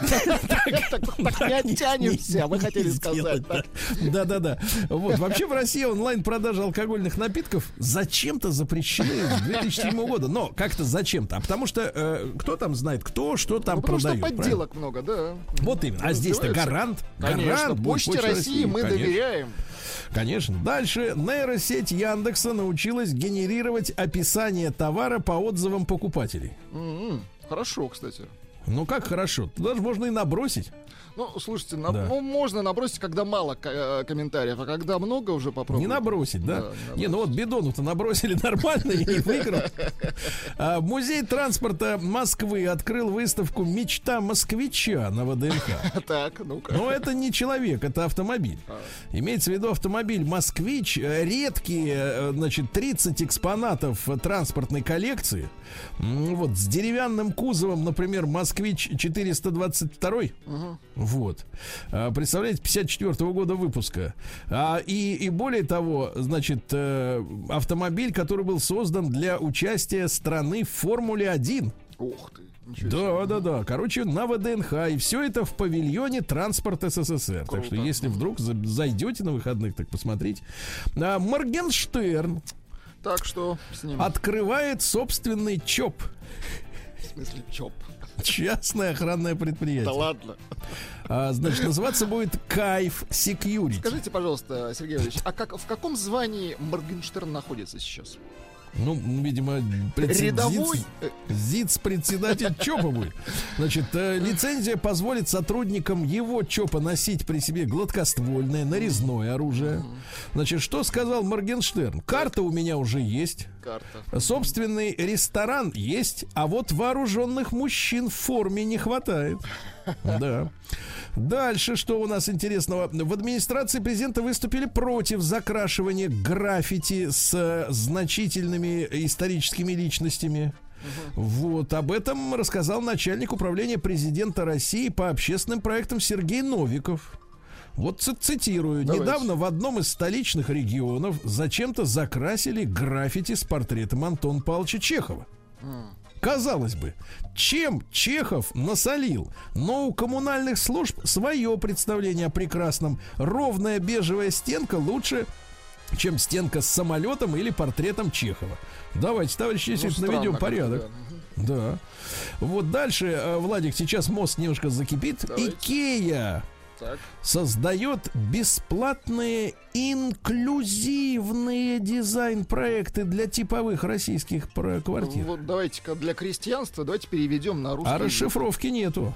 не оттянемся, вы хотели сказать. Да-да-да. Вот, вообще в России онлайн-продажа алкогольных напитков зачем-то запрещены с две тысячи седьмого года. Но как-то зачем-то. А потому что кто там знает, кто что там продает. Потому что подделок много, да. Вот именно. А здесь-то гарант. Конечно, Почте России мы доверяем. Конечно. Дальше. Нейросеть Яндекса научилась генерировать описание товара по отзывам покупателей. Хорошо, кстати. Ну как хорошо? Туда же можно и набросить. Ну, слушайте, на, да. ну, можно набросить, когда мало к- комментариев, а когда много уже попробовать. Не набросить, да? да не, набросить. не, ну вот Бидону-то набросили нормально и выиграл. А, Музей транспорта Москвы открыл выставку «Мечта москвича» на ВДНХ. Так, ну-ка. Но это не человек, это автомобиль. Имеется в виду автомобиль «Москвич». Редкие, значит, тридцать экспонатов транспортной коллекции. Вот, с деревянным кузовом, например, «Москвич четыреста двадцать два». Угу. Вот. Представляете, пятьдесят четвёртого года выпуска. А, и, и более того, значит, автомобиль, который был создан для участия страны в Формуле один. Ух ты. Да, да, да. Короче, на ВДНХ. И все это в павильоне «Транспорт СССР». Круто. Так что, если вдруг зайдете на выходных, так посмотрите. А, Моргенштерн. Так что с ним открывает собственный ЧОП. В смысле ЧОП? Частное охранное предприятие. Да ладно. А, значит, называться будет Кайф Security. Скажите, пожалуйста, Сергей Ильич, а как, в каком звании Моргенштерн находится сейчас? Ну, видимо, рядовой ЗИЦ-председатель ЧОПа будет. Значит, э, лицензия позволит сотрудникам его ЧОПа носить при себе гладкоствольное, нарезное оружие. Значит, что сказал Моргенштерн? Карта у меня уже есть. Карта. Собственный ресторан есть, а вот вооруженных мужчин в форме не хватает. Да. Дальше, что у нас интересного? В администрации президента выступили против закрашивания граффити с значительными историческими личностями. Uh-huh. Вот, об этом рассказал начальник управления президента России по общественным проектам Сергей Новиков. Вот цитирую. Давайте. Недавно в одном из столичных регионов зачем-то закрасили граффити с портретом Антона Павловича Чехова. Uh. Казалось бы, чем Чехов насолил? Но у коммунальных служб свое представление о прекрасном. Ровная бежевая стенка лучше, чем стенка с самолетом или портретом Чехова. Давайте, товарищи, если ну, наведем порядок. Да. да. Вот дальше, Владик, сейчас мозг немножко закипит. Давайте. Икея так. создает бесплатные инклюзивные дизайн-проекты для типовых российских квартир. Вот давайте-ка для крестьянства давайте переведем на русский. А расшифровки нету.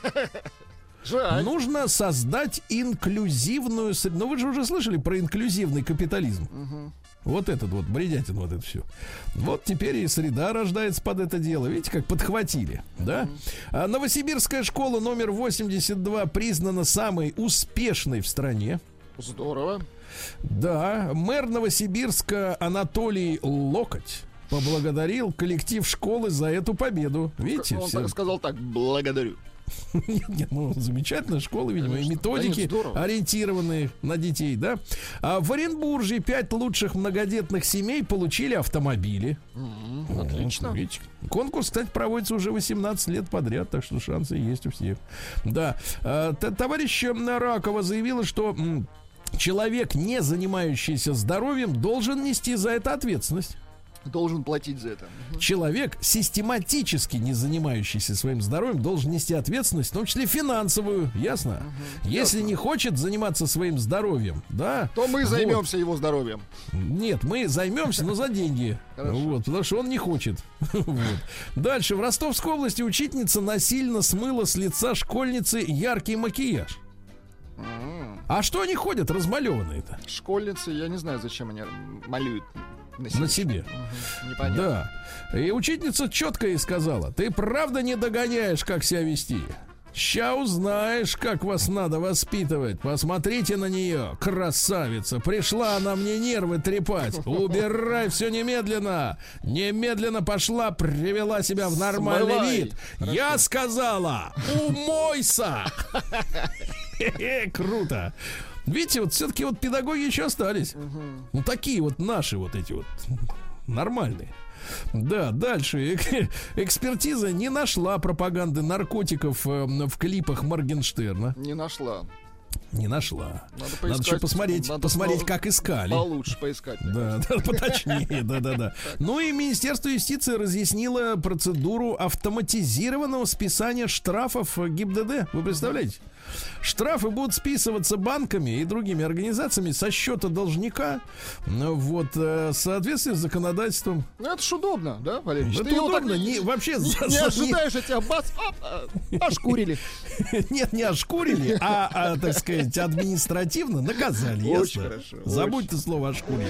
Жаль. Нужно создать инклюзивную... Ну, вы же уже слышали про инклюзивный капитализм. Угу. Вот этот вот, бредятин, вот это все. Вот теперь и среда рождается под это дело. Видите, как подхватили, да? А Новосибирская школа номер восемьдесят два признана самой успешной в стране. Здорово. Да, мэр Новосибирска Анатолий Локоть поблагодарил коллектив школы за эту победу. Видите? Он все... сказал так: благодарю. Нет, нет, ну замечательная школа, видимо, конечно, и методики, конечно, ориентированные на детей, да. А в Оренбурге пять лучших многодетных семей получили автомобили. Mm-hmm, отлично. Видите? Конкурс, кстати, проводится уже восемнадцать лет подряд, так что шансы есть у всех. Да. А, товарищ Ракова заявила, что м, человек, не занимающийся здоровьем, должен нести за это ответственность. Должен платить за это. Человек, систематически не занимающийся своим здоровьем, должен нести ответственность, в том числе финансовую, ясно? Uh-huh. Если ясно. Не хочет заниматься своим здоровьем, да, то мы займемся вот. Его здоровьем. Нет, мы займемся, но за деньги. Вот, потому что он не хочет. Вот. Дальше. В Ростовской области учительница насильно смыла с лица школьницы яркий макияж. Uh-huh. А что они ходят размалеванные-то? Школьницы, я не знаю, зачем они малюют. На себе. На себе. Угу, непонятно. Да. И учительница четко ей сказала: ты правда не догоняешь, как себя вести? Ща узнаешь, как вас надо воспитывать. Посмотрите на нее, красавица. Пришла она мне нервы трепать. Убирай все немедленно. Немедленно пошла, привела себя в нормальный Смывай. Вид. Хорошо. Я сказала: умойся. Круто. Видите, вот все-таки вот педагоги еще остались. Угу. Ну, такие вот наши вот эти вот нормальные. Да, дальше. Экспертиза не нашла пропаганды наркотиков в клипах Моргенштерна. Не нашла. Не нашла. Надо, надо еще посмотреть, надо посмотреть, снова, как искали. Получше поискать. Да, да, поточнее, да, да, да. Ну и Министерство юстиции разъяснило процедуру автоматизированного списания штрафов ГИБДД. Вы представляете? Штрафы будут списываться банками и другими организациями со счета должника, вот, в соответствии с законодательством. Ну, это ж удобно, да, Валерий? Это Ты удобно, так не, вообще... Не, за, не за, ожидаешь, а тебя бац, оп, ошкурили. Нет, не ошкурили, а, а, так сказать, административно наказали. Очень ясно? хорошо. Забудь ты слово ошкурили.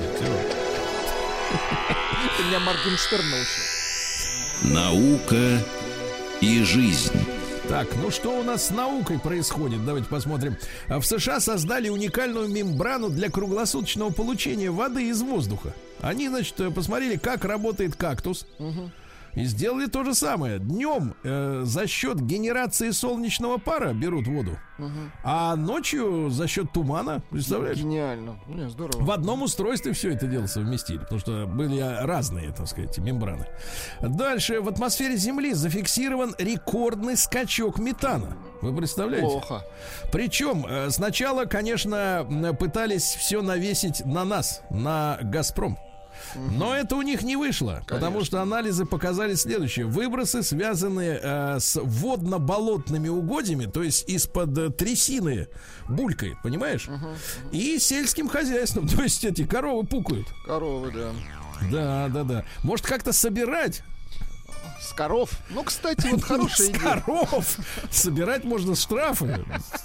Ты меня Моргенштерн научил. Наука и жизнь. Так, ну что у нас с наукой происходит? Давайте посмотрим. В США создали уникальную мембрану для круглосуточного получения воды из воздуха. Они, значит, посмотрели, как работает кактус. Угу. И сделали то же самое. Днем э, за счет генерации солнечного пара берут воду, угу. а ночью за счет тумана. Представляешь? Гениально. Не, здорово. В одном устройстве все это дело совместили, потому что были разные, так сказать, мембраны. Дальше. В атмосфере Земли зафиксирован рекордный скачок метана. Вы представляете? Плохо. Причем э, сначала, конечно, пытались все навесить на нас, на «Газпром». Но это у них не вышло, конечно. Потому что анализы показали следующее. Выбросы, связанные э, с водно-болотными угодьями, то есть из-под э, трясины булькает, понимаешь? Угу. И сельским хозяйством, то есть эти коровы пукают. Коровы, да. Да, да, да. Может, как-то собирать? С коров. Ну, кстати, вот хорошая идея. С коров собирать можно штрафы.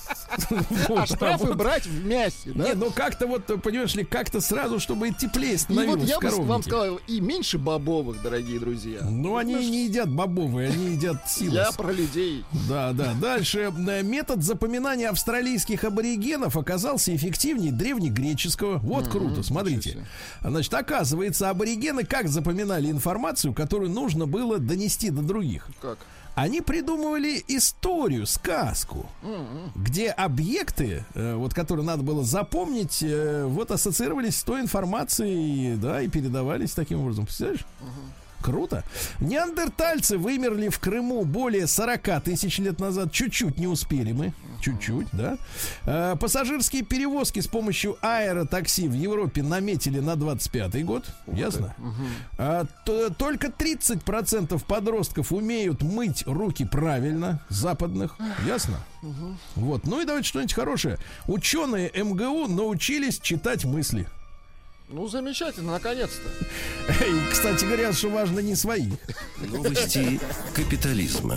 А штрафы брать вместе, да? Не, ну как-то вот, понимаешь ли, как-то сразу, чтобы и теплее становилось. И вот я бы вам сказал, и меньше бобовых, дорогие друзья. Ну, они не едят бобовые, они едят силос. Я про людей. Да, да. Дальше. Метод запоминания австралийских аборигенов оказался эффективнее древнегреческого. Вот круто, смотрите. Значит, оказывается, аборигены как запоминали информацию, которую нужно было донести до других? Как? Они придумывали историю, сказку, mm-hmm. где объекты, э, вот, которые надо было запомнить, э, вот ассоциировались с той информацией, да, и передавались таким образом. Представляешь? Mm-hmm. Круто. Неандертальцы вымерли в Крыму более сорок тысяч лет назад. Чуть-чуть не успели мы. Чуть-чуть, да. Э, пассажирские перевозки с помощью аэротакси в Европе наметили на двадцать пятый год. Ух Ясно? Угу. А, то, только тридцать процентов подростков умеют мыть руки правильно, западных. Ясно? Угу. Вот. Ну и давайте что-нибудь хорошее. Ученые эм гэ у научились читать мысли. Ну, замечательно, наконец-то. И, кстати, говорят, что важно не свои. Новости капитализма.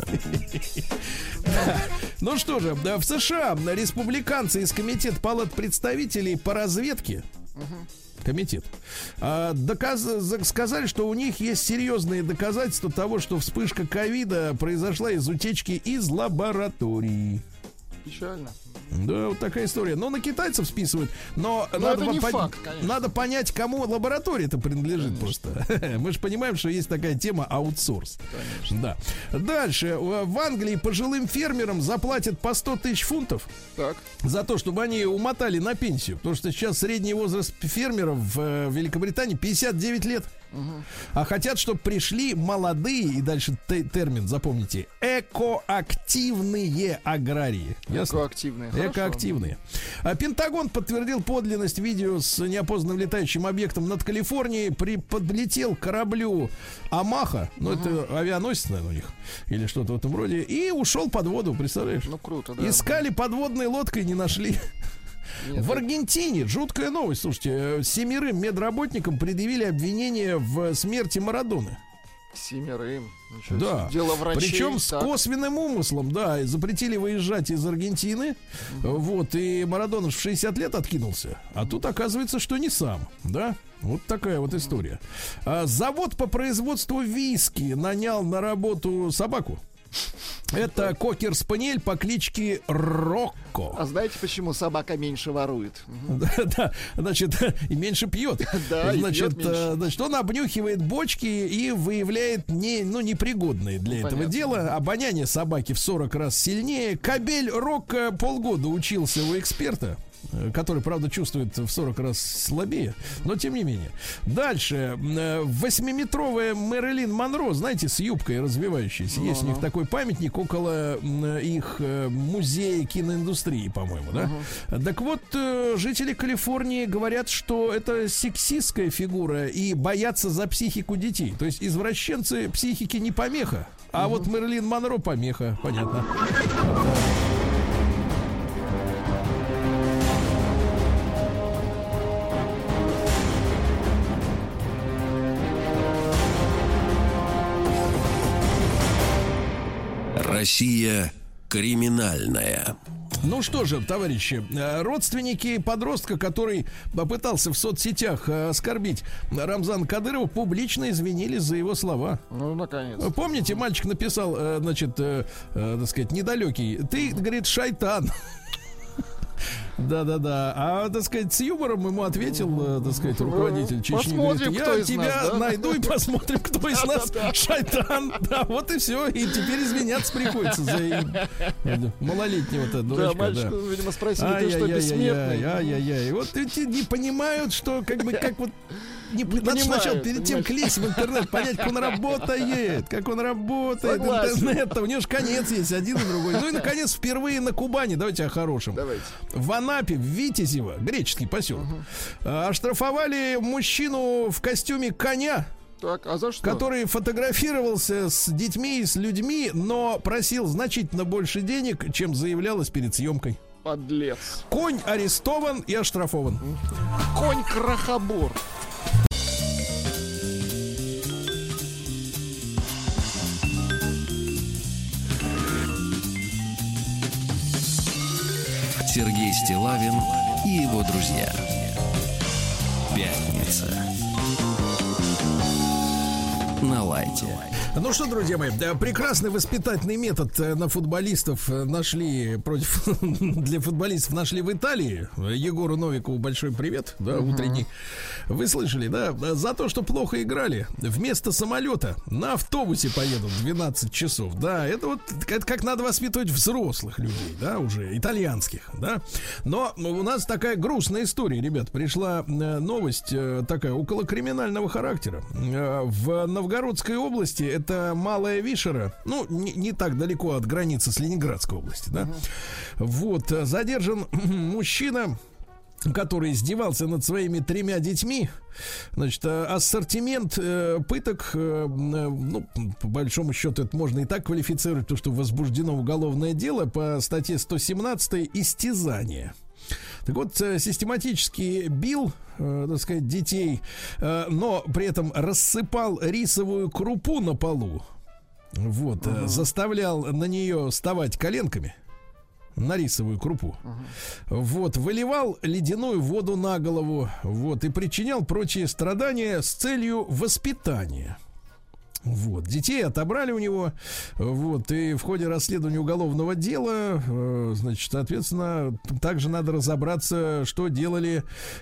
Ну что же, в США республиканцы из Комитета палат представителей по разведке, комитет, доказ... сказали, что у них есть серьезные доказательства того, что вспышка ковида произошла из утечки из лаборатории. Печально. Да, вот такая история. Но на китайцев списывают. Но, но надо, по- факт, надо понять, кому лаборатория-то принадлежит. Конечно. Просто. Мы же понимаем, что есть такая тема аутсорс. Конечно. Да. Дальше. В Англии пожилым фермерам заплатят по сто тысяч фунтов так. за то, чтобы они умотали на пенсию. Потому что сейчас средний возраст фермеров в Великобритании пятьдесят девять лет. Угу. А хотят, чтобы пришли молодые, и дальше т- термин, запомните, экоактивные аграрии. Ясно? Экоактивные. Экоактивные. А Пентагон подтвердил подлинность видео с неопознанным летающим объектом над Калифорнией. При, подлетел к кораблю Амаха, ну угу. это авианосец, наверное, у них, или что-то в этом роде, и ушел под воду, представляешь? Ну круто, да. Искали подводной лодкой, не нашли. Нет, в Аргентине жуткая новость. Слушайте, семерым медработникам предъявили обвинение в смерти Марадоны. Семерым. Да. Дело врачей. Причем с так. косвенным умыслом, да, запретили выезжать из Аргентины. Угу. Вот, и Марадона в шестьдесят лет откинулся. А тут оказывается, что не сам, да? Вот такая вот история. А, завод по производству виски нанял на работу собаку. Это кокер-спаниель по кличке Рокко. А знаете, почему собака меньше ворует? Да, да, значит, и меньше пьет. Да, значит, пьет меньше. значит, он обнюхивает бочки и выявляет не, ну, непригодные для ну, этого понятно. Дела. Обоняние собаки в сорок раз сильнее. Кобель Рокко полгода учился у эксперта. который, правда, чувствует в сорок раз слабее, но тем не менее. Дальше. Восьмиметровая Мэрилин Монро, знаете, с юбкой развивающейся. Есть у них такой памятник около их музея киноиндустрии, по-моему, да? Так вот, жители Калифорнии говорят, что это сексистская фигура и боятся за психику детей. То есть извращенцы психики не помеха, а вот Мэрилин Монро помеха, понятно. Россия криминальная. Ну что же, товарищи, родственники подростка, который попытался в соцсетях оскорбить Рамзана Кадырова, публично извинились за его слова. Ну, наконец. Помните, мальчик написал, значит, так сказать, недалекий: ты, говорит, шайтан. Да-да-да. А, так сказать, с юмором ему ответил, так сказать, руководитель Чечни. Посмотрим, говорит, кто я из тебя нас, да? найду и посмотрим, кто из нас шайтан. Да, вот и все. И теперь извиняться приходится за малолетнего-то дурачка. Да, мальчику, видимо, спросили, ты что, Ай-яй-яй-яй, бессмертный? ай-яй-яй. Вот эти не понимают, что как бы, как вот не, Не надо сначала понимают, перед тем понимаешь. клеить в интернет, понять, как он работает, как он работает. Согласен. Интернет-то, у него же конец есть, один и другой. Ну и, наконец, впервые на Кубани, давайте о хорошем. Давайте. В Анапе, в Витязево, греческий поселок, uh-huh. оштрафовали мужчину в костюме коня, Так, а за что? который фотографировался с детьми и с людьми, но просил значительно больше денег, чем заявлялось перед съемкой. Подлец. Конь арестован и оштрафован. Конь-крохобор. Сергей Стиллавин и его друзья. Пятница. На лайте. Ну что, друзья мои, прекрасный воспитательный метод на футболистов нашли против для футболистов нашли в Италии. Егору Новикову большой привет, да, uh-huh. утренний. Вы слышали, да? За то, что плохо играли, вместо самолета на автобусе поедут двенадцать часов. Да, это вот это как надо воспитывать взрослых людей, да, уже итальянских, да. Но у нас такая грустная история, ребят. Пришла новость такая около криминального характера. В Новгородской области, это Малая Вишера, ну, не, не так далеко от границы с Ленинградской области, да. Uh-huh. Вот, задержан мужчина, который издевался над своими тремя детьми. Значит, ассортимент э, пыток, э, ну, по большому счету, это можно и так квалифицировать, потому что возбуждено уголовное дело по статье сто семнадцать «Истязание». Так вот, систематически бил, э, так сказать, детей, э, но при этом рассыпал рисовую крупу на полу. Вот, uh-huh. э, заставлял на нее вставать коленками, на рисовую крупу. Uh-huh. Вот, выливал ледяную воду на голову, вот, и причинял прочие страдания с целью воспитания. Вот, детей отобрали у него, вот, и в ходе расследования уголовного дела, э, значит, соответственно, также надо разобраться, что делали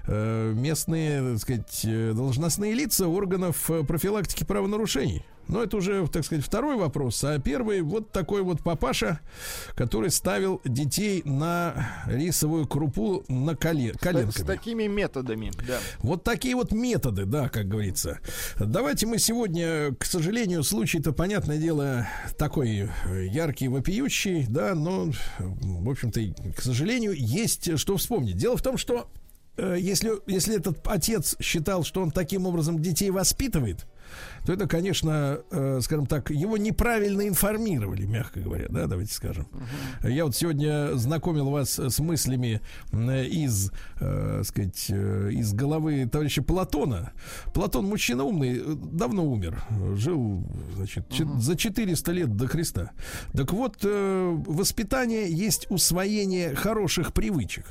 э, местные, так сказать, должностные лица органов профилактики правонарушений. Но это уже, так сказать, второй вопрос. А первый вот такой вот папаша, который ставил детей на рисовую крупу на коле- коленками. С такими методами, да. Вот такие вот методы, да, как говорится. Давайте мы сегодня, к сожалению, случай-то, понятное дело, такой яркий, вопиющий, да, но, в общем-то, к сожалению, есть что вспомнить. Дело в том, что э, если, если этот отец считал, что он таким образом детей воспитывает, то это, конечно, э, скажем так, его неправильно информировали, мягко говоря, да, давайте скажем. Uh-huh. Я вот сегодня знакомил вас с мыслями э, из, э, сказать, э, из головы товарища Платона. Платон мужчина умный, давно умер, жил, значит, uh-huh. за четыреста лет до Христа. Так вот, э, воспитание есть усвоение хороших привычек,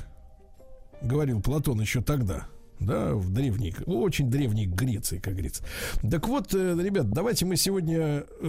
говорил Платон еще тогда. Да, в древней, очень древней Греции, как говорится. Так вот, ребят, давайте мы сегодня э,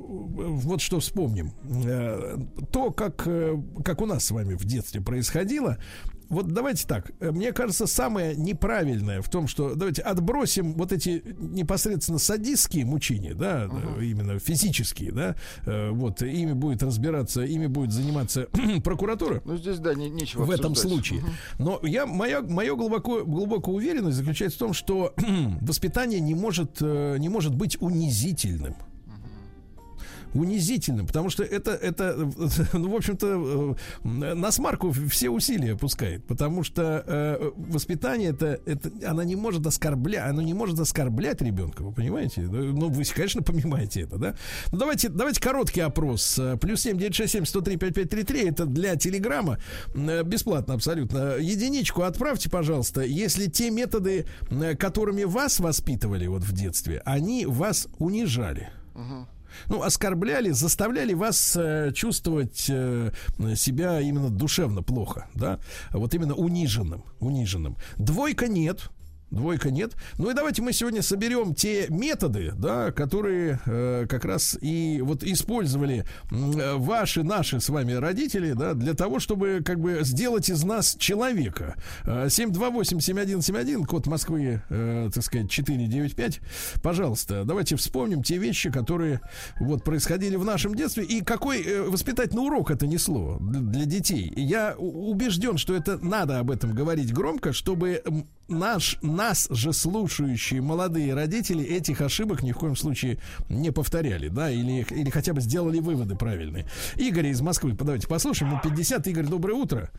вот что вспомним. Э, то, как, э, как у нас с вами в детстве происходило, вот давайте так. Мне кажется, самое неправильное в том, что давайте отбросим вот эти непосредственно садистские мучения, да, uh-huh. именно физические, да, вот, ими будет разбираться, ими будет заниматься прокуратура. Ну, здесь, да, не, нечего в обсуждать. этом случае. Uh-huh. Но я, моя, моя глубоко, глубокая уверенность заключается в том, что воспитание не может, не может быть унизительным. Унизительным, потому что это, это, ну, в общем-то, на смарку все усилия пускает, потому что э, воспитание это, это, она не может оскорблять, оно не может оскорблять ребенка, вы понимаете? Ну, вы, конечно, понимаете это, да? Ну, давайте, давайте короткий опрос. Плюс семь девять шесть семь сто три пять пять три три, это для телеграмма, бесплатно абсолютно. Единичку отправьте, пожалуйста, если те методы, которыми вас воспитывали вот в детстве, они вас унижали. Угу. Ну, оскорбляли, заставляли вас э, чувствовать э, себя именно душевно плохо, да, вот именно униженным, униженным. Двойка нет. Двойка нет. Ну и давайте мы сегодня соберем те методы, да, которые э, как раз и вот использовали э, ваши, наши с вами родители, да, для того, чтобы как бы сделать из нас человека. Э, семь два восемь семь один семь один, код Москвы, э, так сказать, четыре девять пять. Пожалуйста, давайте вспомним те вещи, которые вот происходили в нашем детстве и какой э, воспитательный урок это несло для, для детей. Я убежден, что это надо об этом говорить громко, чтобы наш нас же слушающие молодые родители этих ошибок ни в коем случае не повторяли, да, или, или хотя бы сделали выводы правильные. Игорь из Москвы, давайте послушаем. Ему пятьдесят. Игорь, доброе утро.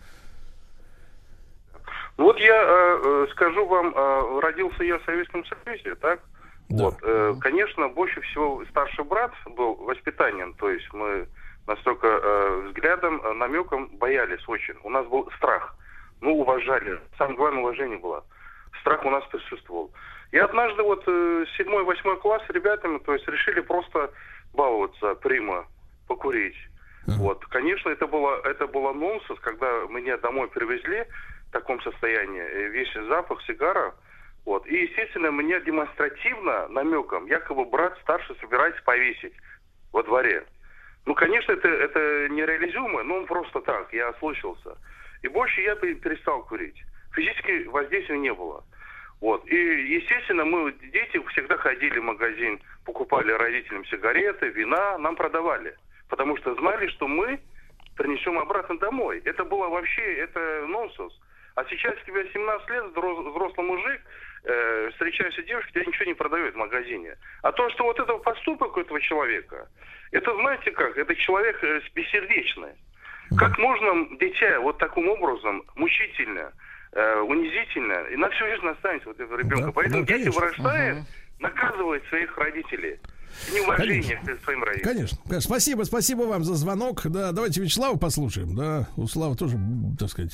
Вот я э, скажу вам, э, родился я в Советском Союзе, так? Да. Вот, э, конечно, больше всего старший брат был воспитанием, то есть мы настолько э, взглядом, э, намеком боялись очень. У нас был страх, ну, уважали, самое главное уважение было. Страх у нас присутствовал. И однажды вот э, седьмой-восьмой класс с ребятами, то есть решили просто баловаться, прямо покурить. Uh-huh. Вот, конечно, это было, это было нонсенс, когда меня домой привезли в таком состоянии, весь запах сигара. Вот, и, естественно, меня демонстративно, намеком, якобы брат старший собирается повесить во дворе. Ну, конечно, это, это нереализуемо, но он просто так, я ослышался. И больше я перестал курить. Физически воздействия не было. Вот. И, естественно, мы, дети, всегда ходили в магазин, покупали родителям сигареты, вина, нам продавали. Потому что знали, что мы принесем обратно домой. Это было вообще, это нонсенс. А сейчас тебе семнадцать лет, взрослый мужик, э, встречаешься девушкой, тебе ничего не продает в магазине. А то, что вот это поступок этого человека, это, знаете как, это человек э, бессердечный. Как можно дитя вот таким образом, мучительно, э, унизительно, и на всю жизнь останется вот этого ребенка. Да, поэтому да, дети, вырастают, угу. наказывают своих родителей. Неуважение к своим родителям. Конечно, конечно. Спасибо, спасибо вам за звонок. Да, давайте Вячеслава послушаем. Да, у Славы тоже, так сказать,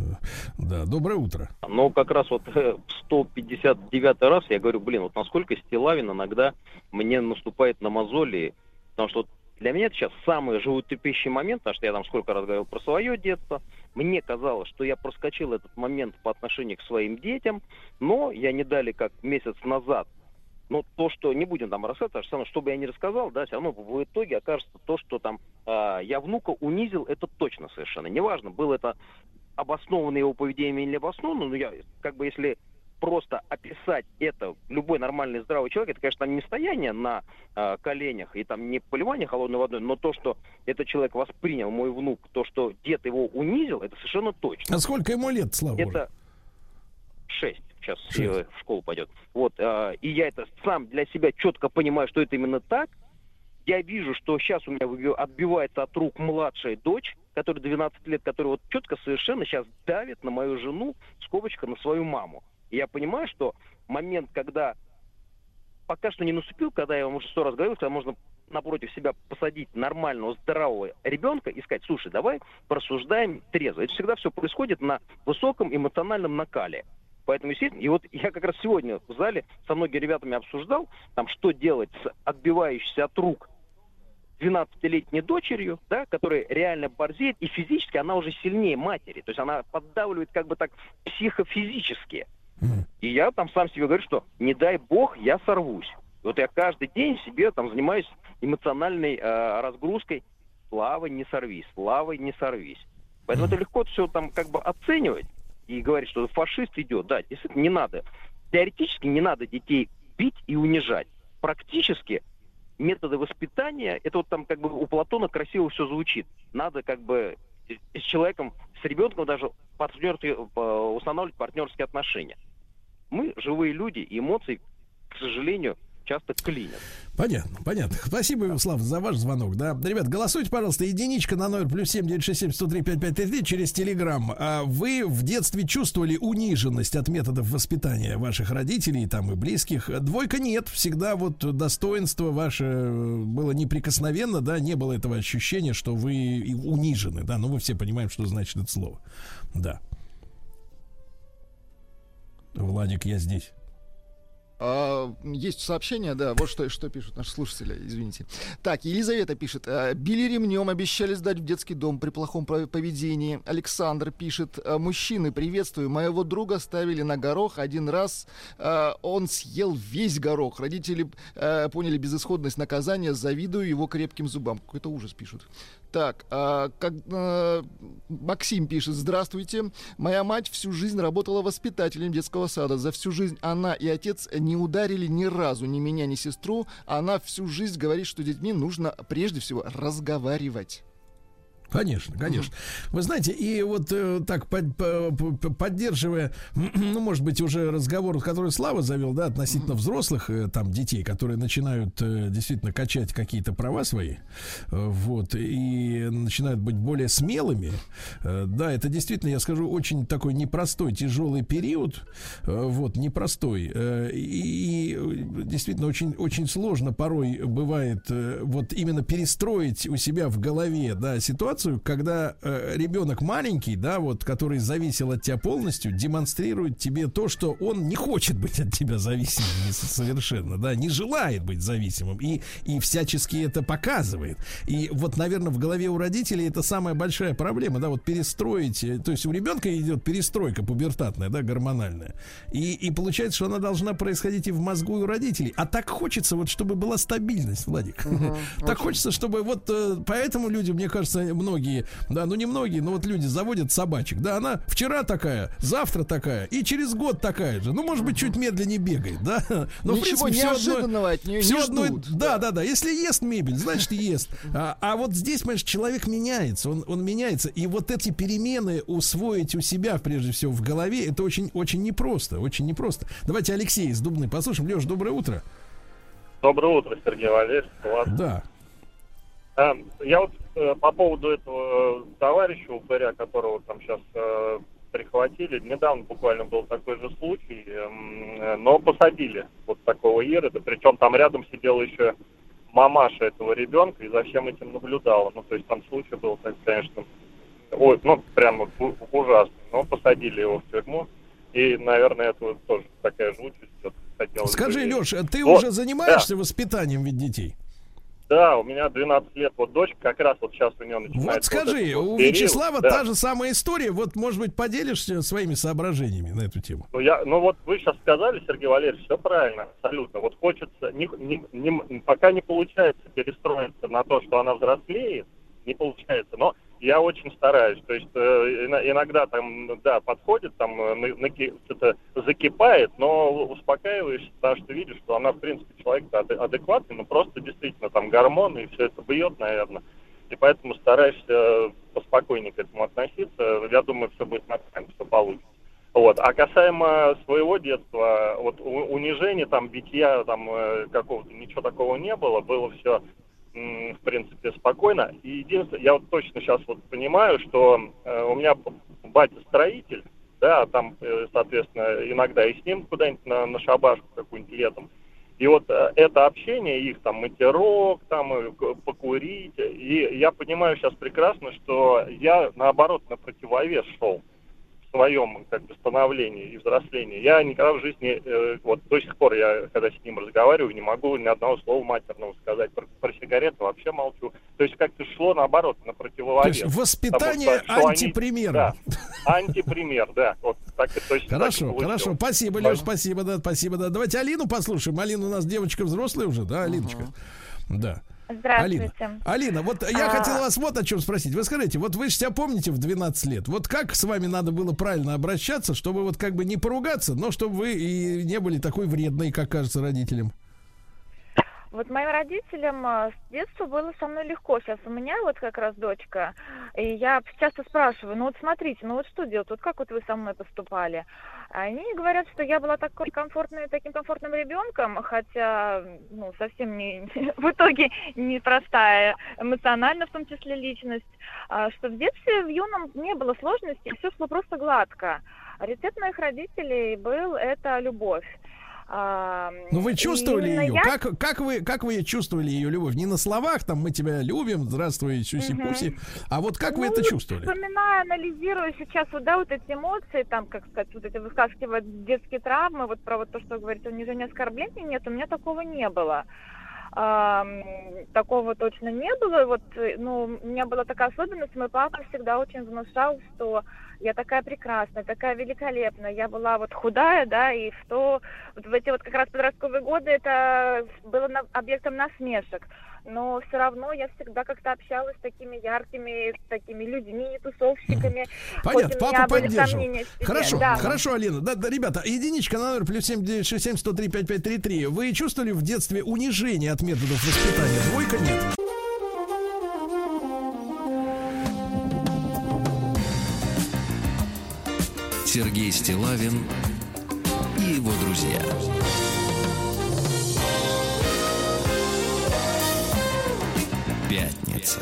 да, доброе утро. Но как раз вот в сто пятьдесят девятый раз я говорю, блин, вот насколько Стилавин иногда мне наступает на мозоли, потому что вот для меня это сейчас самый животрепещущий момент, потому что я там сколько раз говорил про свое детство. Мне казалось, что я проскочил этот момент по отношению к своим детям, но я не далее как месяц назад. Но то, что не будем там рассказывать, все равно, что бы я ни рассказал, да, все равно в итоге окажется то, что там э, я внука унизил, это точно совершенно. Неважно, было это обоснованное его поведение или не обоснованное, но я, как бы, если просто описать это, любой нормальный здравый человек, это, конечно, там не стояние на э, коленях и там не поливание холодной водой, но то, что этот человек воспринял, мой внук, то, что дед его унизил, это совершенно точно. А сколько ему лет, Слава? Это шесть. Сейчас в школу пойдет. Вот, э, и я это сам для себя четко понимаю, что это именно так. Я вижу, что сейчас у меня отбивается от рук младшая дочь, которая двенадцать лет, которая вот четко совершенно сейчас давит на мою жену, скобочка, на свою маму. И я понимаю, что момент, когда пока что не наступил, когда я вам уже сто раз говорил, когда можно напротив себя посадить нормального, здорового ребенка и сказать, слушай, давай порассуждаем трезво. Это всегда все происходит на высоком эмоциональном накале. Поэтому, естественно, и вот я как раз сегодня в зале со многими ребятами обсуждал, там, что делать с отбивающейся от рук двенадцатилетней дочерью, да, которая реально борзеет, и физически она уже сильнее матери. То есть она поддавливает как бы так психофизически. И я там сам себе говорю, что не дай бог я сорвусь. И вот я каждый день себе там занимаюсь эмоциональной э, разгрузкой. Слава, не сорвись, Слава, не сорвись. Поэтому это легко все там как бы оценивать. и говорит, что фашист идет, да, действительно не надо. Теоретически не надо детей бить и унижать. Практически методы воспитания, это вот там как бы у Платона красиво все звучит. Надо как бы с человеком, с ребенком даже партнерские, устанавливать партнерские отношения. Мы живые люди, и эмоции, к сожалению, часто клинят. Понятно, понятно. Спасибо, Слав, за ваш звонок. Да, ребят, голосуйте, пожалуйста, единичка на номер плюс семь девятьсот шестьдесят семь сто три пятьдесят пять тридцать три через Телеграм. А вы в детстве чувствовали униженность от методов воспитания ваших родителей там и близких? Двойка нет. Всегда вот достоинство ваше было неприкосновенно, да, не было этого ощущения, что вы унижены, да, но мы все понимаем, что значит это слово. Да. Владик, я здесь. А, есть сообщение, да, вот что, что пишут наши слушатели, извините. Так, Елизавета пишет: били ремнем, обещали сдать в детский дом при плохом поведении. Александр пишет: мужчины, приветствую, моего друга ставили на горох один раз, он съел весь горох. Родители поняли безысходность наказания, завидую его крепким зубам. Какой-то ужас пишут. Так, а, как, а, Максим пишет: здравствуйте, моя мать всю жизнь работала воспитателем детского сада. За всю жизнь она и отец не ударили ни разу ни меня, ни сестру. Она всю жизнь говорит, что с детьми нужно прежде всего разговаривать. Конечно, конечно. Вы знаете, и вот э, так под, по, по, поддерживая, ну, может быть, уже разговор, который Слава завел, да, относительно взрослых э, там детей, которые начинают э, действительно качать какие-то права свои, э, вот, и начинают быть более смелыми. Э, да, это действительно, я скажу, очень такой непростой, тяжелый период, э, вот, непростой. Э, и, и действительно очень, очень сложно порой бывает э, вот именно перестроить у себя в голове, да, ситуацию, когда э, ребенок маленький, да, вот, который зависел от тебя полностью, демонстрирует тебе то, что он не хочет быть от тебя зависимым совершенно, да, не желает быть зависимым и, и всячески это показывает. И вот, наверное, в голове у родителей это самая большая проблема, да, вот перестроить, то есть у ребенка идет перестройка пубертатная, да, гормональная, и, и получается, что она должна происходить и в мозгу и у родителей. А так хочется, вот, чтобы была стабильность, Владик. Uh-huh, так очень. Хочется, чтобы вот, поэтому люди, мне кажется, многие, да, ну не многие, но вот люди заводят собачек, да, она вчера такая, завтра такая, и через год такая же, ну, может быть, чуть медленнее бегает, да, но, ничего в принципе, неожиданного от нее не одно, ждут. Да, да, да, если ест мебель, значит, ест. А, а вот здесь, понимаешь, человек меняется, он, он меняется, и вот эти перемены усвоить у себя, прежде всего, в голове, это очень, очень непросто, очень непросто. Давайте Алексей из Дубны послушаем. Леш, доброе утро. Доброе утро, Сергей Валерьевич. Да. А, я вот э, по поводу этого товарища упыря, которого там сейчас э, прихватили, недавно буквально был такой же случай, э, но посадили вот такого Ирода, причем там рядом сидела еще мамаша этого ребенка и за всем этим наблюдала. Ну, то есть там случай был, так, конечно, ой, ну, прям вот ужасный, но посадили его в тюрьму, и, наверное, это вот тоже такая же участь. Скажи, Леш, ты вот, уже занимаешься да. воспитанием ведь детей? Да, у меня двенадцать лет, вот дочка как раз вот сейчас у нее начинается. Вот скажи, вот у период, Вячеслава да. та же самая история, вот, может быть, поделишься своими соображениями на эту тему? Ну, я, ну вот вы сейчас сказали, Сергей Валерьевич, все правильно, абсолютно. Вот хочется, не, не, не, пока не получается перестроиться на то, что она взрослеет, не получается, но я очень стараюсь, то есть э, иногда там, да, подходит, там, на, на, что-то закипает, но успокаиваешься, потому что видишь, что она, в принципе, человек-то адекватный, но просто действительно там гормоны и все это бьет, наверное, и поэтому стараешься поспокойнее к этому относиться, я думаю, все будет нормально, все получится. Вот. А касаемо своего детства, вот унижения, там, битья, там, какого-то, ничего такого не было, было все... в принципе, спокойно. И единственное, я вот точно сейчас вот понимаю, что э, у меня батя строитель, да, там, э, соответственно, иногда и с ним куда-нибудь на, на шабашку какую-нибудь летом. И вот э, это общение, их там матерок, там, э, покурить, и я понимаю сейчас прекрасно, что я, наоборот, на противовес шел в своем, как бы, становлении и взрослении. Я никогда в жизни, э, вот до сих пор я, когда с ним разговариваю, не могу ни одного слова матерного сказать. Про, про сигареты вообще молчу. То есть как-то шло, наоборот, на противовес. То есть воспитание потому, антипримера. Они, да, антипример, да. Вот, так, то есть, хорошо, хорошо. Спасибо, Леш, спасибо, да, спасибо, да. Давайте Алину послушаем. Алина у нас девочка взрослая уже, да, Алиночка? Да. Здравствуйте. Алина, Алина, вот я а... хотел вас вот о чем спросить. Вы скажите, вот вы же себя помните в двенадцать лет, вот как с вами надо было правильно обращаться, чтобы вот как бы не поругаться, но чтобы вы и не были такой вредной, как кажется родителям? Вот моим родителям с детства было со мной легко. Сейчас у меня вот как раз дочка, и я часто спрашиваю, ну вот смотрите, ну вот что делать, вот как вот вы со мной поступали? Они говорят, что я была такой комфортной, таким комфортным ребенком, хотя, ну, совсем не, в итоге непростая, эмоционально в том числе личность, что в детстве, в юном не было сложностей, все шло просто гладко. Рецепт моих родителей был это любовь. А, ну вы чувствовали ее? Я... Как, как, вы, как вы чувствовали ее любовь? Не на словах, там мы тебя любим, здравствуй, сюси-пуси, угу. А вот как ну, вы это чувствовали? Вспоминаю, анализирую сейчас вот, да, вот эти эмоции, там, как сказать, вот эти высказывать детские травмы, вот про вот то, что вы говорите, унижение, оскорбления, нет, у меня такого не было. А, такого точно не было. Вот, ну, у меня была такая особенность, мой папа всегда очень внушал, что я такая прекрасная, такая великолепная. Я была вот худая, да, и что вот в эти вот как раз подростковые годы это было на, объектом насмешек. Но все равно я всегда как-то общалась с такими яркими, такими людьми, тусовщиками. Понятно, папа поддерживал. Хорошо, да. хорошо, Алина. Да, да, ребята, единичка на номер плюс семь девять шесть семь сто три пять пять три три. Вы чувствовали в детстве унижение от методов воспитания? Двойка нет. Сергей Стиллавин и его друзья. Пятница.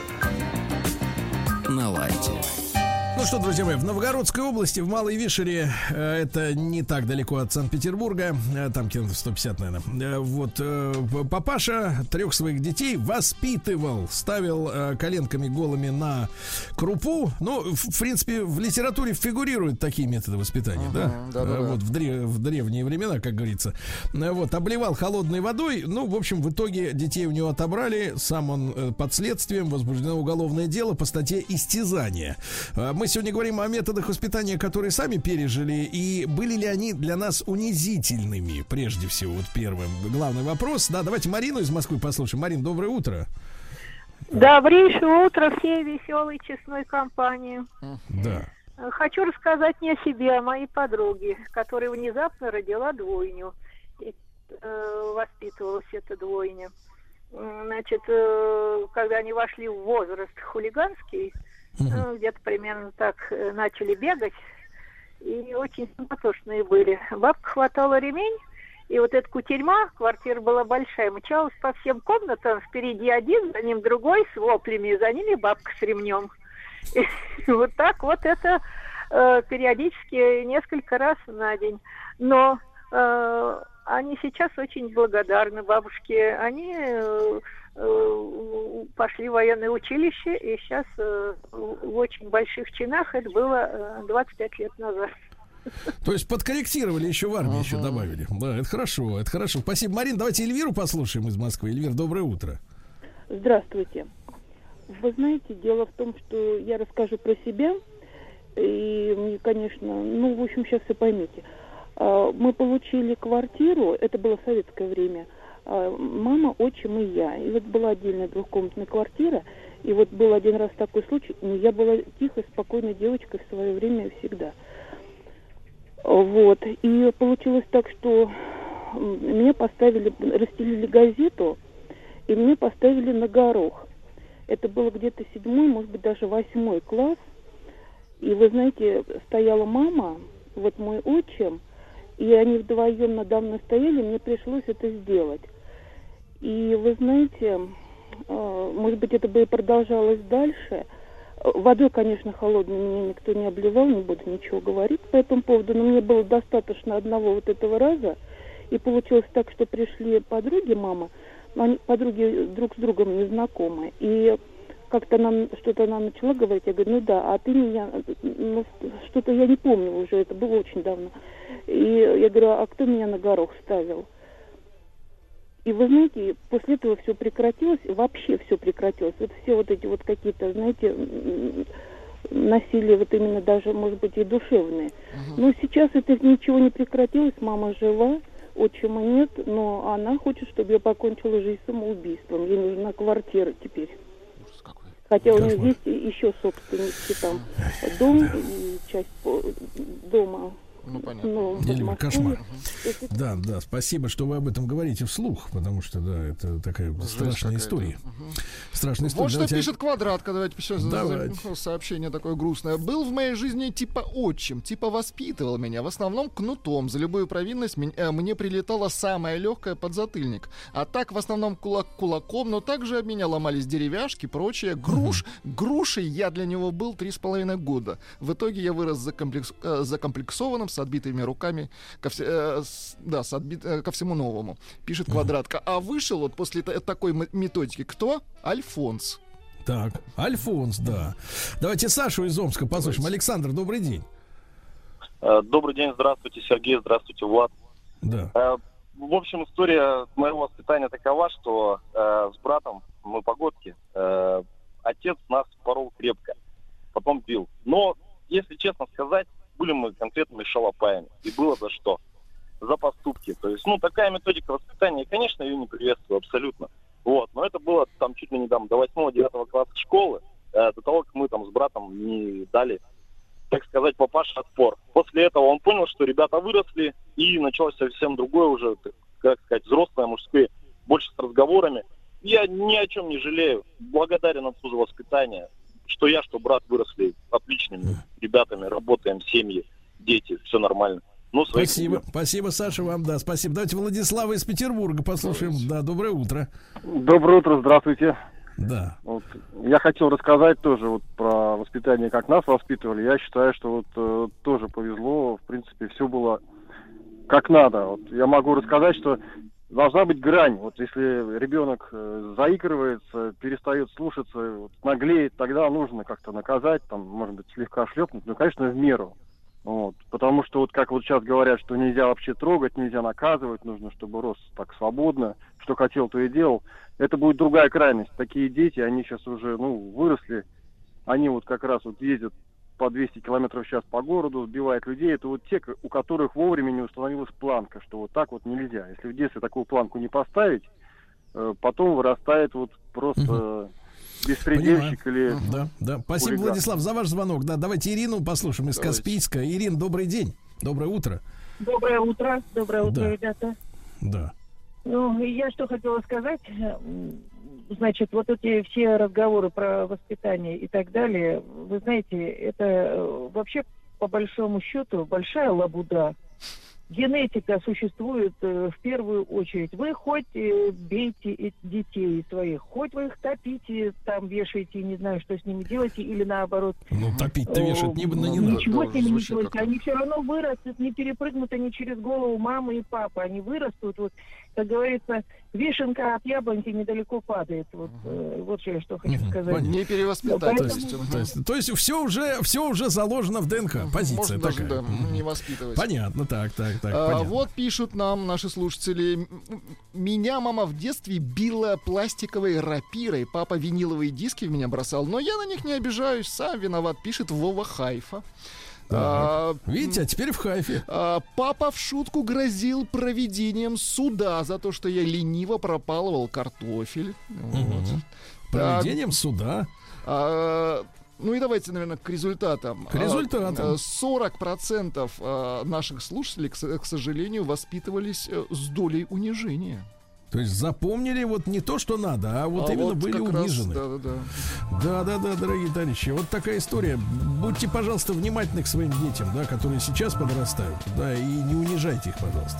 На лайте. Ну что, друзья мои, в Новгородской области, в Малой Вишере, э, это не так далеко от Санкт-Петербурга, э, там километров сто пятьдесят, наверное, э, вот, э, папаша трех своих детей воспитывал, ставил э, коленками голыми на крупу. Ну, в, в принципе, в литературе фигурируют такие методы воспитания, uh-huh, да? Да, да, э, вот, да. В, древ, в древние времена, как говорится. Э, вот, обливал холодной водой, ну, в общем, в итоге детей у него отобрали, сам он э, под следствием, возбуждено уголовное дело по статье «Истязание». Э, мы сегодня говорим о методах воспитания, которые сами пережили, и были ли они для нас унизительными, прежде всего, вот первым, главный вопрос. Да, давайте Марину из Москвы послушаем. Марин, доброе утро. Добрейшее утро всей веселой честной компании. Да. Хочу рассказать не о себе, а о моей подруге, которая внезапно родила двойню. И, э, воспитывалась эта двойня. Значит, э, когда они вошли в возраст хулиганский, Uh-huh. где-то примерно так начали бегать, и очень симпатичные были. Бабка хватала ремень, и вот эта кутерьма, квартира была большая, мчалась по всем комнатам, впереди один, за ним другой с воплями, за ними бабка с ремнем. И вот так вот это э, периодически несколько раз на день. Но э, они сейчас очень благодарны бабушке. Они э, пошли в военное училище, и сейчас э, в очень больших чинах. Это было э, двадцать пять лет назад. То есть подкорректировали еще в армии, uh-huh. еще добавили. Да, это хорошо, это хорошо. Спасибо. Марин, давайте Эльвиру послушаем из Москвы. Эльвир, доброе утро. Здравствуйте. Вы знаете, дело в том, что я расскажу про себя. И мне, конечно, ну, в общем, сейчас все поймете. Мы получили квартиру, это было в советское время. Мама, отчим и я. И вот была отдельная двухкомнатная квартира. И вот был один раз такой случай. Я была тихой, спокойной девочкой в свое время всегда. Вот. И получилось так, что мне поставили, расстелили газету, и мне поставили на горох. Это было где-то седьмой, может быть, даже восьмой класс. И вы знаете, стояла мама, вот мой отчим, и они вдвоем надо мной стояли, мне пришлось это сделать. И вы знаете, может быть, это бы и продолжалось дальше. Водой, конечно, холодной меня никто не обливал, не буду ничего говорить по этому поводу, но мне было достаточно одного вот этого раза. И получилось так, что пришли подруги, мама, они, подруги друг с другом незнакомые, и как-то нам что-то она начала говорить, я говорю, ну да, а ты меня, ну, что-то я не помню уже, это было очень давно. И я говорю, а кто меня на горох ставил? И вы знаете, после этого все прекратилось, вообще все прекратилось. Вот все вот эти вот какие-то, знаете, насилия, вот именно даже, может быть, и душевные. Uh-huh. Но сейчас это ничего не прекратилось, мама жива, отчима нет, но она хочет, чтобы я покончила жизнь самоубийством. Ей нужна квартира теперь. Хотя у нее есть еще собственности там. Дом и часть дома. Ну, понятно. Ну, Дима, кошмар. Да, да, спасибо, что вы об этом говорите вслух, потому что, да, это такая Жесть страшная история. Угу. Страшная история. Вот что давайте... пишет Квадратка, давайте сейчас давайте. сообщение такое грустное. Был в моей жизни типа отчим, типа воспитывал меня, в основном кнутом. За любую провинность мне прилетало самое легкое подзатыльник. А так в основном кулак кулаком, но также об меня ломались деревяшки, прочее. Груш, угу. Грушей я для него был три с половиной года. В итоге я вырос закомплекс... закомплексованным, с отбитыми руками ко, вс... э, с... да, с отбит... э, ко всему новому. Пишет Квадратка. А вышел вот после т- такой методики кто? Альфонс. Так, Альфонс, да. Давайте Сашу из Омска послушаем. Давайте. Александр, добрый день. Добрый день, здравствуйте, Сергей, здравствуйте, Влад. Да. В общем, история моего воспитания такова, что э, с братом мы погодки. Э, отец нас порол крепко, потом бил. Но, если честно сказать, были мы конкретными шалопаями. И было за что. За поступки. То есть, ну, такая методика воспитания, и, конечно, ее не приветствую абсолютно. Вот. Но это было там чуть ли не там, до восьмого-девятого класса школы, э, до того, как мы там с братом не дали, так сказать, папаше отпор. После этого он понял, что ребята выросли, и началось совсем другое уже, как сказать, взрослое, мужское, больше с разговорами. Я ни о чем не жалею. Благодарен отцу за воспитание. Что я, что брат выросли отличными ребятами, работаем, семьи, дети, все нормально. Ну, спасибо, семьи. Спасибо, Саша, вам, да, спасибо. Давайте Владислава из Петербурга послушаем. Давайте. Да, доброе утро. Доброе утро, здравствуйте. Да. Вот, я хотел рассказать тоже вот про воспитание, как нас воспитывали. Я считаю, что вот э, тоже повезло, в принципе, все было как надо. Вот, я могу рассказать, что должна быть грань. Вот если ребенок э, заигрывается, перестает слушаться, вот, наглеет, тогда нужно как-то наказать, там, может быть, слегка шлепнуть, но, конечно, в меру. Вот. Потому что, вот как вот сейчас говорят, что нельзя вообще трогать, нельзя наказывать, нужно, чтобы рос так свободно, что хотел, то и делал. Это будет другая крайность. Такие дети, они сейчас уже, ну, выросли, они вот как раз вот ездят по двести километров в час по городу, сбивают людей. Это вот те, у которых вовремя не установилась планка, что вот так вот нельзя. Если в детстве такую планку не поставить, потом вырастает вот просто угу. беспредельщик. Или да, да. Спасибо, хулиган. Владислав, за ваш звонок. Да, давайте Ирину послушаем из давайте. Каспийска. Ирин, добрый день. Доброе утро. Доброе утро. Доброе утро, да. ребята. Да. Ну, я что хотела сказать. Значит, вот эти все разговоры про воспитание и так далее, вы знаете, это вообще, по большому счету, большая лабуда. Генетика существует э, в первую очередь. Вы хоть э, бейте детей своих, хоть вы их топите, там вешаете, не знаю, что с ними делаете, или наоборот. Ну, топить-то вешать не, не надо. Ничего с ними не делайте. Они все равно вырастут, не перепрыгнут они через голову мамы и папы. Они вырастут, вот, как говорится, вишенка от яблоньки недалеко падает. Вот, э, вот что я что хочу сказать. Не перевоспитать. То есть, то, есть, то есть все уже, все уже заложено в ДНК. Позиция можно такая. Даже, да, не воспитывать. Понятно, так, так, так. А, вот пишут нам наши слушатели. Меня мама в детстве била пластиковой рапирой. Папа виниловые диски в меня бросал, но я на них не обижаюсь. Сам виноват, пишет Вова Хайфа. А, видите, а теперь в Хайфе. А, папа в шутку грозил проведением суда за то, что я лениво пропалывал картофель. Угу. Вот. Проведением а, суда. А, ну и давайте, наверное, к результатам. К результатам. сорок процентов наших слушателей, к сожалению, воспитывались с долей унижения. То есть запомнили вот не то, что надо, а вот а именно вот были унижены. Раз, да, да, да. да, да, да, дорогие товарищи. Вот такая история. Будьте, пожалуйста, внимательны к своим детям, да, которые сейчас подрастают, да, и не унижайте их, пожалуйста.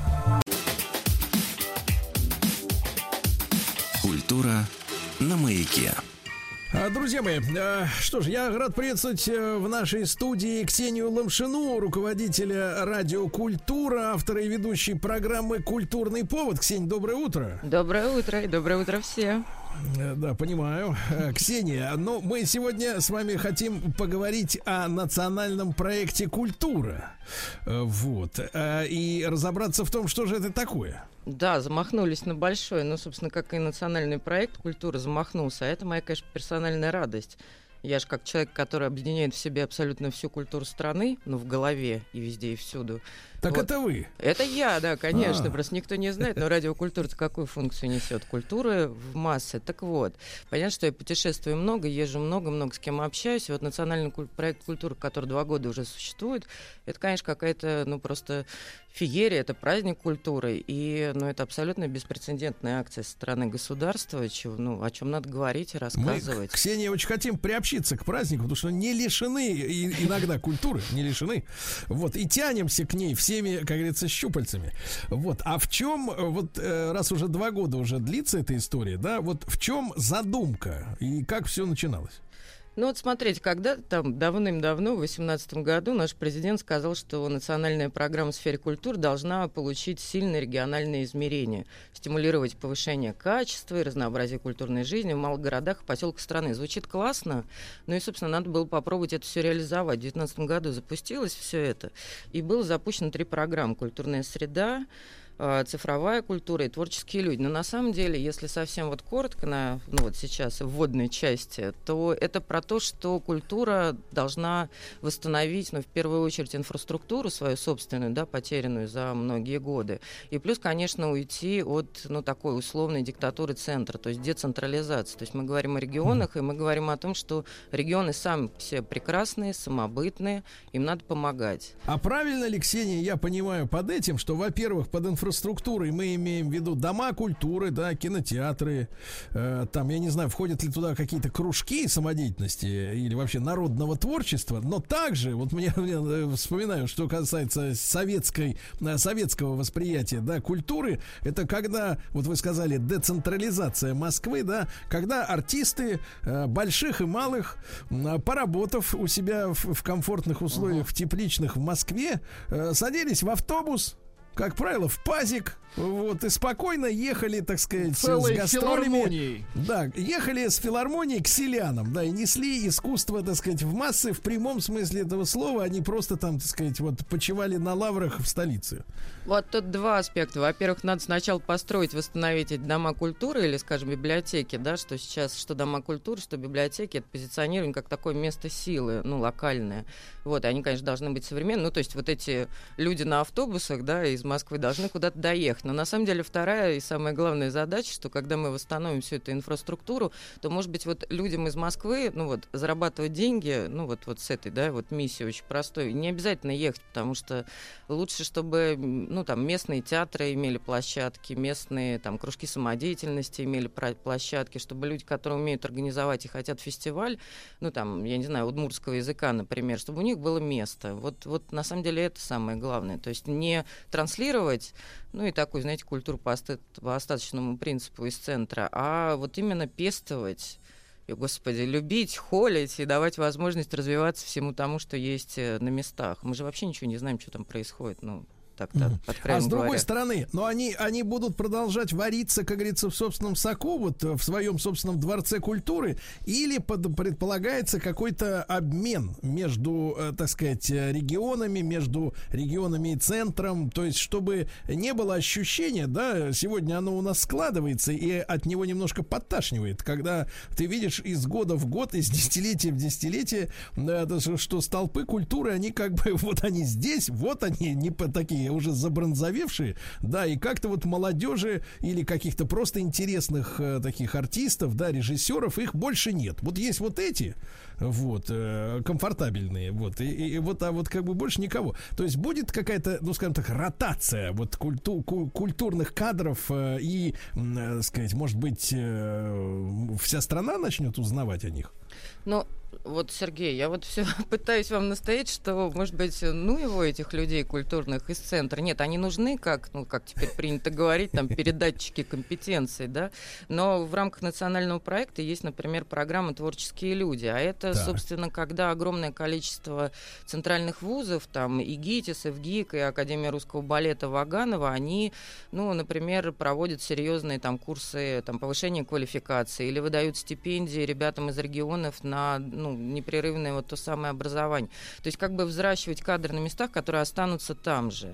Культура на маяке. Друзья мои, что ж, я рад приветствовать в нашей студии Ксению Ломшину, руководителя радио «Культура», автора и ведущей программы «Культурный повод». Ксения, доброе утро. Доброе утро и доброе утро всем. Да, понимаю. Ксения, ну, мы сегодня с вами хотим поговорить о национальном проекте «Культура». Вот. И разобраться в том, что же это такое. Да, замахнулись на большой, ну, собственно, как и национальный проект «Культура» замахнулся. А это моя, конечно, персональная радость. Я же как человек, который объединяет в себе абсолютно всю культуру страны, ну, в голове и везде и всюду, Так вот. Это вы? Это я, да, конечно, А. просто никто не знает, но радиокультура какую функцию несет? Культура в массы. Так вот, понятно, что я путешествую много, езжу много, много с кем общаюсь. И вот национальный куль- проект культуры, который два года уже существует, это, конечно, какая-то, ну, просто феерия, это праздник культуры. И, ну, это абсолютно беспрецедентная акция со стороны государства, чего, ну, о чем надо говорить и рассказывать. Мы, Ксения, очень хотим приобщиться к празднику, потому что не лишены и, иногда культуры, не лишены. Вот, и тянемся к ней всеми, как говорится, щупальцами. Вот, а в чем, вот, раз уже два года уже длится эта история, да, вот в чем задумка и как все начиналось? Ну вот смотрите, когда там давным-давно, в две тысячи восемнадцатом году, наш президент сказал, что национальная программа в сфере культуры должна получить сильное региональное измерение, стимулировать повышение качества и разнообразия культурной жизни в малых городах и поселках страны. Звучит классно, ну и, собственно, надо было попробовать это все реализовать. В две тысячи девятнадцатом году запустилось все это, и было запущено три программы: «Культурная среда», «Цифровая культура» и «Творческие люди». Но на самом деле, если совсем вот коротко, на, ну вот сейчас в вводной части, то это про то, что культура должна восстановить, ну, в первую очередь, инфраструктуру свою собственную, да, потерянную за многие годы. И плюс, конечно, уйти от, ну, такой условной диктатуры центра, то есть децентрализации. То есть мы говорим о регионах, и мы говорим о том, что регионы сами все прекрасные, самобытные, им надо помогать. А правильно ли, Ксения, я понимаю под этим, что, во-первых, под инфраструктурой инфраструктурой мы имеем в виду дома культуры, да, кинотеатры, э, там, я не знаю, входят ли туда какие-то кружки самодеятельности или вообще народного творчества, но также, вот мне, мне вспоминаю, что касается советской, советского восприятия, да, культуры, это когда, вот вы сказали, децентрализация Москвы, да, когда артисты э, больших и малых, э, поработав у себя в, в комфортных условиях, uh-huh. в тепличных в Москве, э, садились в автобус, как правило, в пазик, вот, и спокойно ехали, так сказать, целой с гастролями. Филармонией. Да, ехали с филармонией к селянам, да, и несли искусство, так сказать, в массы, в прямом смысле этого слова, они просто там, так сказать, вот, почивали на лаврах в столице. Вот тут два аспекта. Во-первых, надо сначала построить, восстановить эти дома культуры или, скажем, библиотеки, да, что сейчас, что дома культуры, что библиотеки, это позиционирование как такое место силы, ну, локальное. Вот, и они, конечно, должны быть современные. Ну, то есть вот эти люди на автобусах, да, из Москвы должны куда-то доехать. Но на самом деле вторая и самая главная задача, что когда мы восстановим всю эту инфраструктуру, то, может быть, вот людям из Москвы, ну вот, зарабатывать деньги, ну вот, вот с этой, да, вот миссией очень простой, не обязательно ехать, потому что лучше, чтобы, ну, там, местные театры имели площадки, местные, там, кружки самодеятельности имели площадки, чтобы люди, которые умеют организовать и хотят фестиваль, ну, там, я не знаю, удмуртского языка, например, чтобы у них было место. Вот, вот на самом деле это самое главное. То есть не транслировать, ну, и такую, знаете, культуру по, оста- по остаточному принципу из центра, а вот именно пестовать, и, господи, любить, холить и давать возможность развиваться всему тому, что есть на местах. Мы же вообще ничего не знаем, что там происходит, ну, так-то, а с другой говоря. стороны, но они, они будут продолжать вариться, как говорится, в собственном соку, вот в своем собственном дворце культуры, или под, предполагается какой-то обмен между, э, так сказать, регионами, между регионами и центром, то есть чтобы не было ощущения, да, сегодня оно у нас складывается и от него немножко подташнивает, когда ты видишь из года в год, из десятилетия в десятилетие, э, что столпы культуры, они как бы, вот они здесь, вот они, не по такие уже забронзовевшие, да, и как-то вот молодежи или каких-то просто интересных э, таких артистов, да, режиссеров, их больше нет. Вот есть вот эти, вот, э, комфортабельные, вот, и, и вот, а вот как бы больше никого. То есть будет какая-то, ну, скажем так, ротация вот культу, ку, культурных кадров э, и, э, сказать, может быть, э, вся страна начнет узнавать о них? Ну, вот, Сергей, я вот все пытаюсь вам настоять, что, может быть, ну его, этих людей культурных из центра. Нет, они нужны, как, ну, как теперь принято говорить, там, передатчики компетенций, да, но в рамках национального проекта есть, например, программа «Творческие люди», а это, да. собственно, когда огромное количество центральных вузов, там, и ГИТИС, и ВГИК, и Академия русского балета Ваганова, они, ну, например, проводят серьезные, там, курсы, там, повышения квалификации или выдают стипендии ребятам из регионов на, ну, непрерывное вот то самое образование. То есть как бы взращивать кадры на местах, которые останутся там же.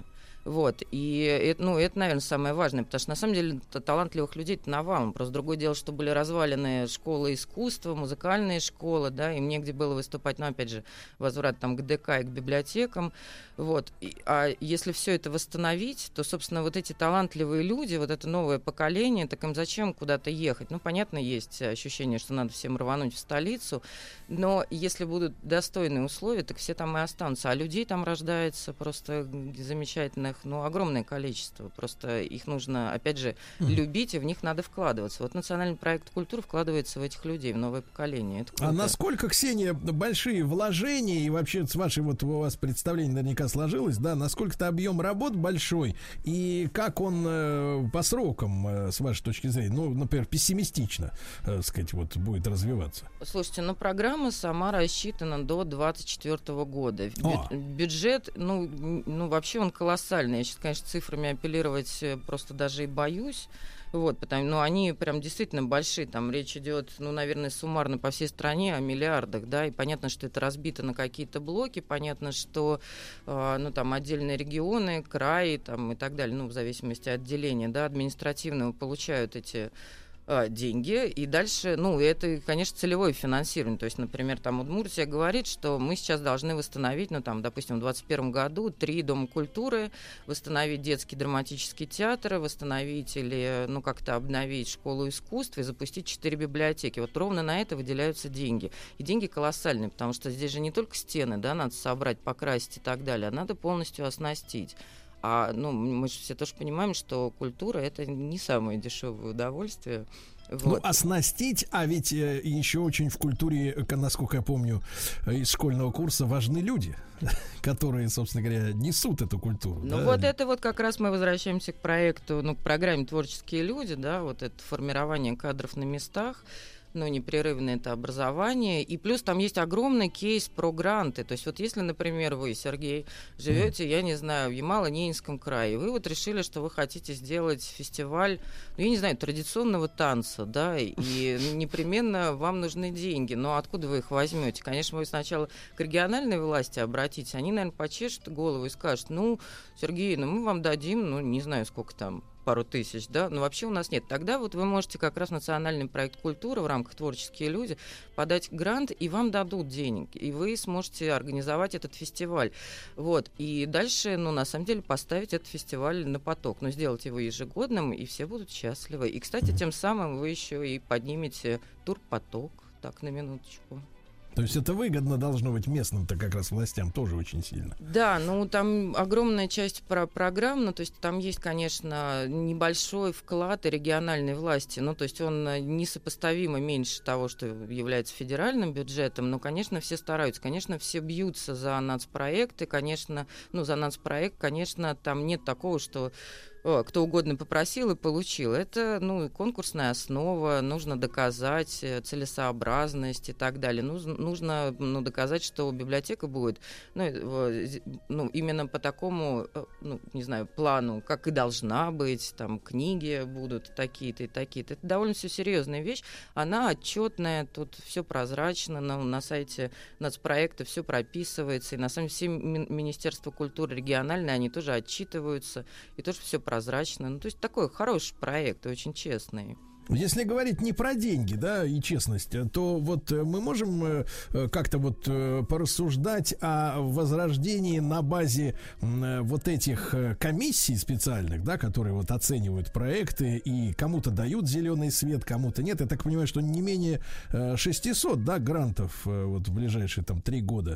Вот, и это, ну, это, наверное, самое важное, потому что, на самом деле, талантливых людей навалом. Просто другое дело, что были развалены школы искусства, музыкальные школы, да, им негде было выступать, но, опять же, возврат там к ДК и к библиотекам. Вот. И, а если все это восстановить, то, собственно, вот эти талантливые люди, вот это новое поколение, так им зачем куда-то ехать? Ну, понятно, есть ощущение, что надо всем рвануть в столицу, но если будут достойные условия, так все там и останутся. А людей там рождается просто замечательных, ну, огромное количество. Просто их нужно, опять же, mm. любить, и в них надо вкладываться. Вот национальный проект культуры вкладывается в этих людей, в новое поколение. Это круто. А насколько, Ксения, большие вложения, и вообще с вашей, вот у вас представление наверняка сложилось, да, насколько-то объем работ большой, и как он э, по срокам, э, с вашей точки зрения, ну, например, пессимистично, э, сказать, вот, будет развиваться? Слушайте, ну, программа сама рассчитана до двадцать четвёртого года. Бю- бюджет, ну, ну, вообще он колоссальный. Я сейчас, конечно, цифрами апеллировать просто даже и боюсь. Вот, потому, ну, они прям действительно большие. Там речь идет, ну, наверное, суммарно по всей стране о миллиардах, да, и понятно, что это разбито на какие-то блоки, понятно, что, э, ну, там, отдельные регионы, краи, там, и так далее, ну, в зависимости от деления, да, административного получают эти деньги, и дальше, ну, это, конечно, целевое финансирование, то есть, например, там Удмуртия говорит, что мы сейчас должны восстановить, ну, там, допустим, в двадцать первом году три дома культуры, восстановить детский драматический театр, восстановить или, ну, как-то обновить школу искусств и запустить четыре библиотеки. Вот ровно на это выделяются деньги. И деньги колоссальные, потому что здесь же не только стены, да, надо собрать, покрасить и так далее, а надо полностью оснастить. А, ну, мы же все тоже понимаем, что культура — это не самое дешевое удовольствие. Вот. Ну, оснастить, а ведь э, еще очень в культуре, насколько я помню, из школьного курса важны люди, которые, собственно говоря, несут эту культуру. Ну, да? Вот это вот как раз мы возвращаемся к проекту, ну, к программе «Творческие люди», да, вот это формирование кадров на местах. Ну, непрерывное это образование. И плюс там есть огромный кейс про гранты. То есть вот если, например, вы, Сергей, живете, я не знаю, в Ямало-Ненецком крае, вы вот решили, что вы хотите сделать фестиваль, ну, я не знаю, традиционного танца, да, и непременно вам нужны деньги. Но откуда вы их возьмете? Конечно, вы сначала к региональной власти обратитесь, они, наверное, почешут голову и скажут, ну, Сергей, ну, мы вам дадим, ну, не знаю, сколько там, пару тысяч, да, но вообще у нас нет. Тогда вот вы можете как раз национальный проект культуры в рамках «Творческие люди» подать грант, и вам дадут денег, и вы сможете организовать этот фестиваль. Вот. И дальше, ну, на самом деле, поставить этот фестиваль на поток, но сделать его ежегодным, и все будут счастливы. И, кстати, тем самым вы еще и поднимете турпоток, так, на минуточку. То есть это выгодно должно быть местным-то как раз властям тоже очень сильно. Да, ну там огромная часть про программ, ну то есть там есть, конечно, небольшой вклад и региональной власти, ну то есть он несопоставимо меньше того, что является федеральным бюджетом, но, конечно, все стараются, конечно, все бьются за нацпроекты, конечно, ну за нацпроект, конечно, там нет такого, что О, кто угодно попросил и получил. Это, ну, конкурсная основа, нужно доказать целесообразность и так далее. Нужно, нужно ну, доказать, что библиотека будет, ну, ну, именно по такому, ну, не знаю, плану, как и должна быть, там, книги будут такие-то и такие-то. Это довольно все серьезная вещь, она отчетная, тут все прозрачно, на, на сайте нацпроекта все прописывается, и на самом деле все ми- Министерства культуры региональные, они тоже отчитываются, и тоже все прозрачно. Ну, то есть такой хороший проект, очень честный. Если говорить не про деньги, да, и честность, то вот мы можем как-то вот порассуждать о возрождении на базе вот этих комиссий специальных, да, которые вот оценивают проекты и кому-то дают зеленый свет, кому-то нет. Я так понимаю, что не менее шестисот, да, грантов вот в ближайшие там три года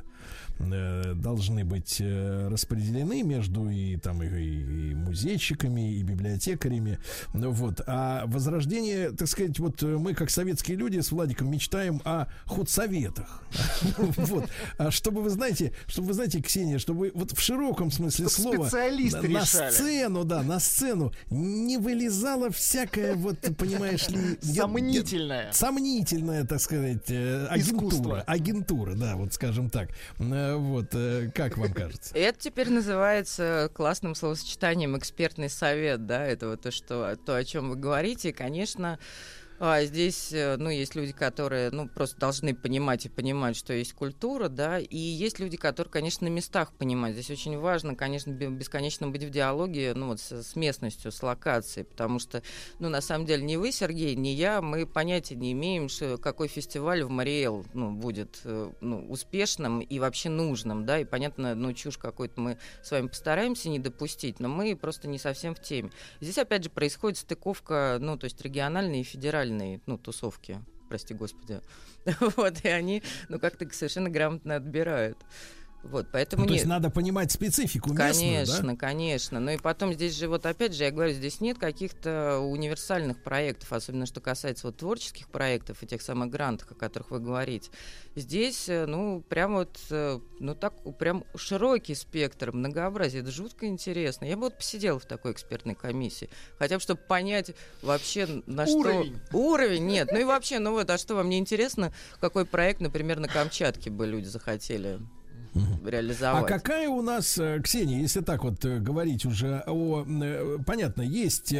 должны быть распределены между и там и, и музейщиками, и библиотекарями. Вот. А возрождение, так сказать, вот мы, как советские люди, с Владиком мечтаем о худсоветах. Вот. А чтобы вы знаете, чтобы вы знаете, Ксения, чтобы вот в широком смысле слова на сцену, да, на сцену не вылезала всякая, вот, понимаешь ли, сомнительная. Сомнительная, так сказать, агентура. Агентура, да, вот скажем так. Вот, как вам кажется? Это теперь называется классным словосочетанием экспертный совет, да, это вот то, что, то, о чем вы говорите. И, конечно, А здесь, ну, есть люди, которые, ну, просто должны понимать и понимать, что есть культура, да, и есть люди, которые, конечно, на местах понимают. Здесь очень важно, конечно, бесконечно быть в диалоге, ну, вот с, с местностью, с локацией, потому что, ну, на самом деле, ни вы, Сергей, ни я, мы понятия не имеем, что, какой фестиваль в Мариэл, ну, будет, ну, успешным и вообще нужным, да, и, понятно, ну, чушь какой-то мы с вами постараемся не допустить, но мы просто не совсем в теме. Здесь, опять же, происходит стыковка, ну, то есть региональной и федеральной, ну, тусовки, прости господи. Вот, и они, ну, как-то совершенно грамотно отбирают. Вот, поэтому ну, то нет. есть надо понимать специфику местную, конечно, да? Конечно. Ну и потом здесь же, вот опять же, я говорю, здесь нет каких-то универсальных проектов, особенно что касается вот творческих проектов и тех самых грантов, о которых вы говорите. Здесь, ну, прям вот, ну, так, прям широкий спектр, многообразие. Это жутко интересно. Я бы вот посидела в такой экспертной комиссии, хотя бы, чтобы понять вообще, на Уровень. что... Уровень. Нет, ну и вообще, ну вот, а что вам не интересно, какой проект, например, на Камчатке бы люди захотели реализовать. А какая у нас, Ксения, если так вот говорить уже о... Понятно, есть,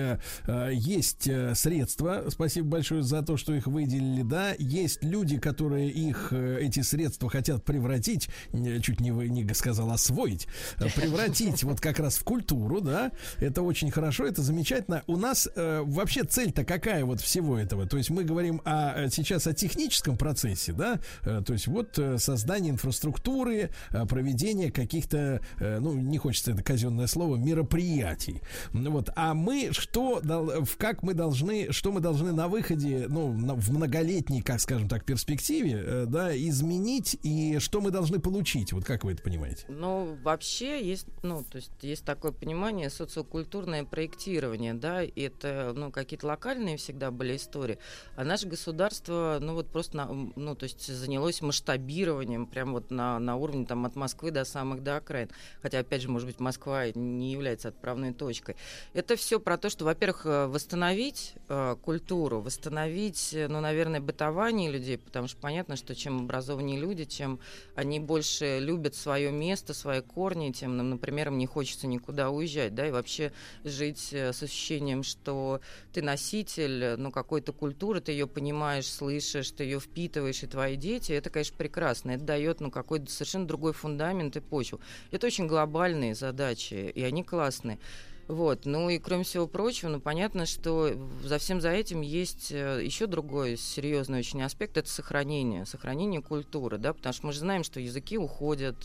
есть средства, спасибо большое за то, что их выделили, да, есть люди, которые их, эти средства хотят превратить, чуть не, не сказал, освоить, превратить вот как раз в культуру, да, это очень хорошо, это замечательно. У нас вообще цель-то какая вот всего этого? То есть мы говорим о, сейчас о техническом процессе, да, то есть вот создание инфраструктуры, проведение каких-то, ну, не хочется это казенное слово, мероприятий. Вот. А мы что, как мы должны, что мы должны на выходе, ну, в многолетней, как скажем так, перспективе, да, изменить, и что мы должны получить? Вот как вы это понимаете? Ну, вообще есть, ну, то есть есть такое понимание социокультурное проектирование, да, и это, ну, какие-то локальные всегда были истории, а наше государство, ну, вот просто, на, ну, то есть занялось масштабированием прям вот на, на уровне там от Москвы до самых до окраин. Хотя, опять же, может быть, Москва не является отправной точкой. Это все про то, что, во-первых, восстановить э, культуру, восстановить, ну, наверное, бытование людей, потому что понятно, что чем образованнее люди, чем они больше любят свое место, свои корни, тем, например, им не хочется никуда уезжать, да, и вообще жить с ощущением, что ты носитель, ну, какой-то культуры, ты ее понимаешь, слышишь, ты ее впитываешь, и твои дети, это, конечно, прекрасно. Это дает, ну, какой-то совершенно другой фундамент и почву. Это очень глобальные задачи, и они классные. Вот. Ну и кроме всего прочего, ну понятно, что за всем за этим есть еще другой серьезный очень аспект, это сохранение, сохранение культуры, да, потому что мы же знаем, что языки уходят,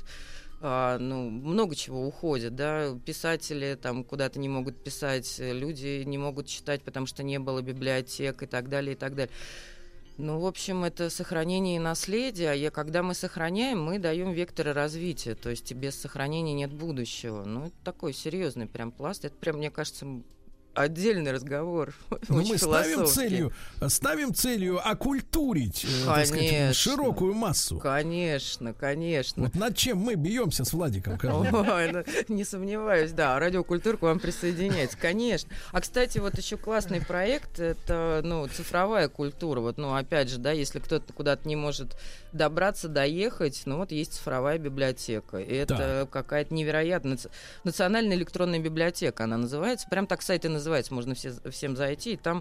а, ну, много чего уходит, да, писатели там куда-то не могут писать, люди не могут читать, потому что не было библиотек и так далее, и так далее. Ну, в общем, это сохранение и наследие, а когда мы сохраняем, мы даем векторы развития, то есть без сохранения нет будущего. Ну, это такой серьезный прям пласт, это прям, мне кажется, отдельный разговор. Но мы ставим целью, ставим целью окультурить, так сказать, широкую массу. Конечно, конечно. Вот над чем мы бьемся с Владиком. Ой, ну, не сомневаюсь, да. Радиокультура к вам присоединяется, конечно. А, кстати, вот еще классный проект, это, ну, цифровая культура. Вот, ну, опять же, да, если кто-то куда-то не может добраться, доехать, ну, вот есть цифровая библиотека. И это так. Какая-то невероятная национальная электронная библиотека, она называется. Прям так сайт и называется. Можно все, всем зайти, и там,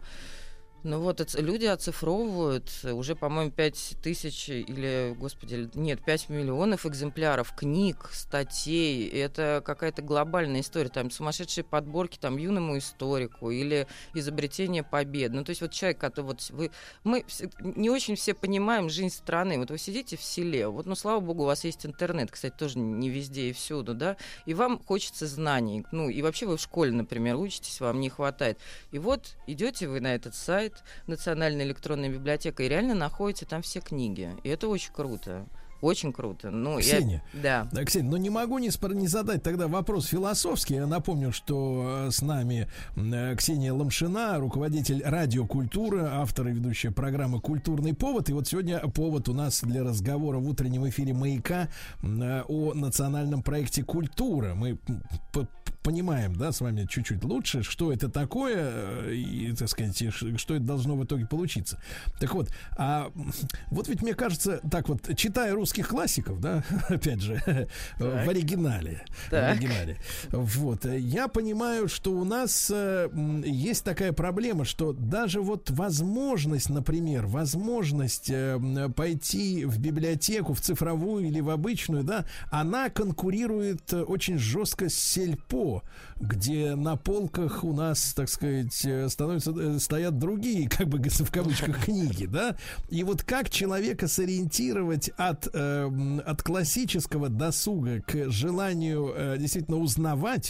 ну вот, люди оцифровывают уже, по-моему, пять тысяч или, господи, нет, пять миллионов экземпляров книг, статей. Это какая-то глобальная история. Там сумасшедшие подборки там юному историку или изобретение побед. Ну, то есть вот человек, который вот вы... Мы не очень все понимаем жизнь страны. Вот вы сидите в селе, вот, ну, слава богу, у вас есть интернет, кстати, тоже не везде и всюду, да, и вам хочется знаний. Ну, и вообще вы в школе, например, учитесь, вам не хватает. И вот идете вы на этот сайт, Национальная электронная библиотека, и реально находите там все книги. И это очень круто. Очень круто. Ну, Ксения, я... да. Ксения, но не могу не, спор- не задать тогда вопрос философский. Я напомню, что с нами Ксения Ломшина, руководитель радиокультуры, автор и ведущая программы «Культурный повод». И вот сегодня повод у нас для разговора в утреннем эфире «Маяка» о национальном проекте «Культура». Мы понимаем, да, с вами чуть-чуть лучше, что это такое и, так сказать, что это должно в итоге получиться. Так вот, а вот ведь мне кажется, так вот, читая русских классиков, да, опять же, так. в оригинале, так. в оригинале, вот, я понимаю, что у нас есть такая проблема, что даже вот возможность, например, возможность пойти в библиотеку, в цифровую или в обычную, да, она конкурирует очень жестко с сельпо, где на полках у нас, так сказать, становятся, стоят другие, как бы в кавычках, книги, да, и вот как человека сориентировать от, э, от классического досуга к желанию э, действительно узнавать,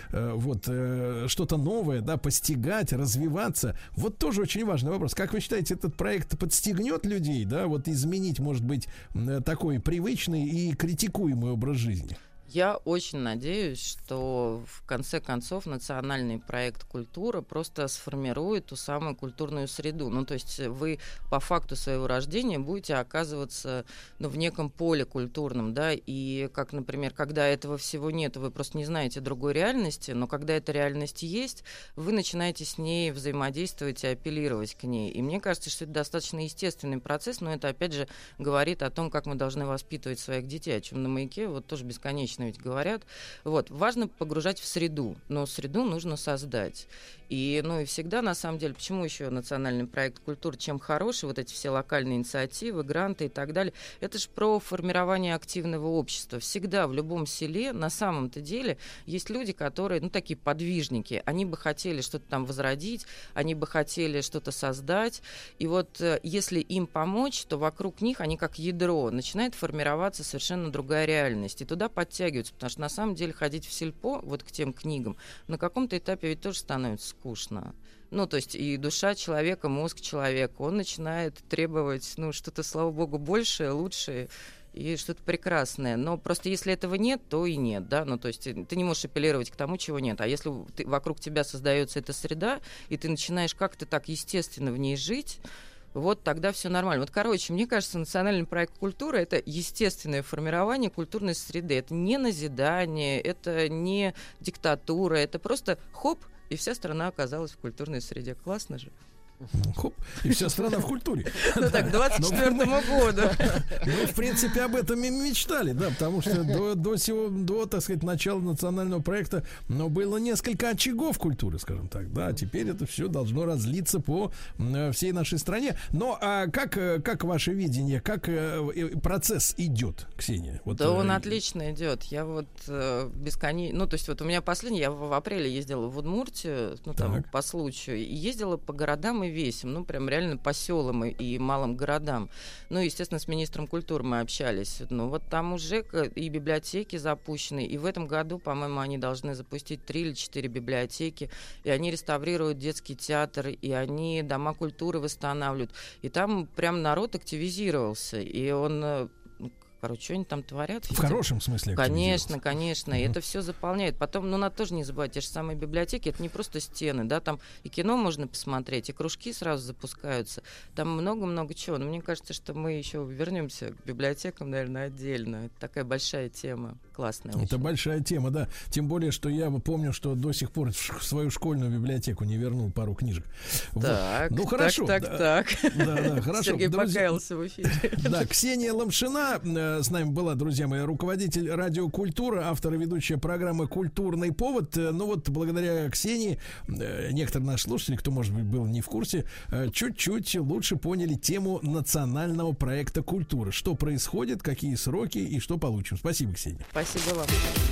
вот что-то новое, да, постигать, развиваться. Вот тоже очень важный вопрос. Как вы считаете, этот проект подстегнет людей, да, вот изменить, может быть, такой привычный и критикуемый образ жизни? Я очень надеюсь, что в конце концов национальный проект «Культура» просто сформирует ту самую культурную среду. Ну, то есть вы по факту своего рождения будете оказываться, ну, в неком поле культурном, да, и как, например, когда этого всего нет, вы просто не знаете другой реальности, но когда эта реальность есть, вы начинаете с ней взаимодействовать и апеллировать к ней. И мне кажется, что это достаточно естественный процесс, но это, опять же, говорит о том, как мы должны воспитывать своих детей, о чем на «Маяке» вот тоже бесконечно ведь говорят. Вот. Важно погружать в среду, но среду нужно создать. И, ну, и всегда, на самом деле, почему еще национальный проект «Культура» чем хороший, вот эти все локальные инициативы, гранты и так далее, это же про формирование активного общества. Всегда в любом селе на самом-то деле есть люди, которые, ну, такие подвижники, они бы хотели что-то там возродить, они бы хотели что-то создать, и вот если им помочь, то вокруг них они как ядро, начинает формироваться совершенно другая реальность, и туда подтягиваются, потому что на самом деле ходить в сельпо, вот к тем книгам, на каком-то этапе ведь тоже становится скучно. Ну, то есть и душа человека, мозг человека, он начинает требовать, ну, что-то, слава богу, большее, лучшее и что-то прекрасное. Но просто если этого нет, то и нет, да, ну, то есть ты не можешь апеллировать к тому, чего нет. А если ты, вокруг тебя создается эта среда, и ты начинаешь как-то так естественно в ней жить, вот тогда все нормально. Вот, короче, мне кажется, национальный проект «Культура» — это естественное формирование культурной среды. Это не назидание, это не диктатура, это просто хоп, и вся страна оказалась в культурной среде. Классно же. Хоп, и вся страна в культуре. Ну так, к двадцать четвёртому году. Мы, в принципе, об этом и мечтали, да, потому что до, до сего, до, так сказать, начала национального проекта, но было несколько очагов культуры, скажем так, да, теперь это все должно разлиться по всей нашей стране. Но а как, как ваше видение, как процесс идет, Ксения? Вот, да, он отлично идет. Я вот бесконечно, ну, то есть вот у меня последний, я в апреле ездила в Удмуртию, ну, там, так. по случаю, и ездила по городам и весим, ну, прям реально по селам и, и малым городам. Ну, естественно, с министром культуры мы общались. Ну, вот там уже и библиотеки запущены, и в этом году, по-моему, они должны запустить три или четыре библиотеки, и они реставрируют детский театр, и они дома культуры восстанавливают. И там прям народ активизировался, и он... Короче, что они там творят? В хорошем смысле. Конечно, конечно. Uh-huh. И это все заполняет. Потом, ну, надо тоже не забывать, те же самые библиотеки, это не просто стены, да, там и кино можно посмотреть, и кружки сразу запускаются. Там много-много чего. Но мне кажется, что мы еще вернемся к библиотекам, наверное, отдельно. Это такая большая тема. Классная. Это очень большая тема, да. Тем более, что я помню, что до сих пор в свою школьную библиотеку не вернул пару книжек. Так, вот. Ну, хорошо. Так, так, да, так. Да, да, хорошо. Сергей Друзья... покаялся в эфире. Да, Ксения Ломшина с нами была, друзья мои, руководитель радио «Культура», автор и ведущая программы «Культурный повод». Ну вот, благодаря Ксении, некоторые наши слушатели, кто, может быть, был не в курсе, чуть-чуть лучше поняли тему национального проекта «Культура». Что происходит, какие сроки и что получим. Спасибо, Ксения. Спасибо вам.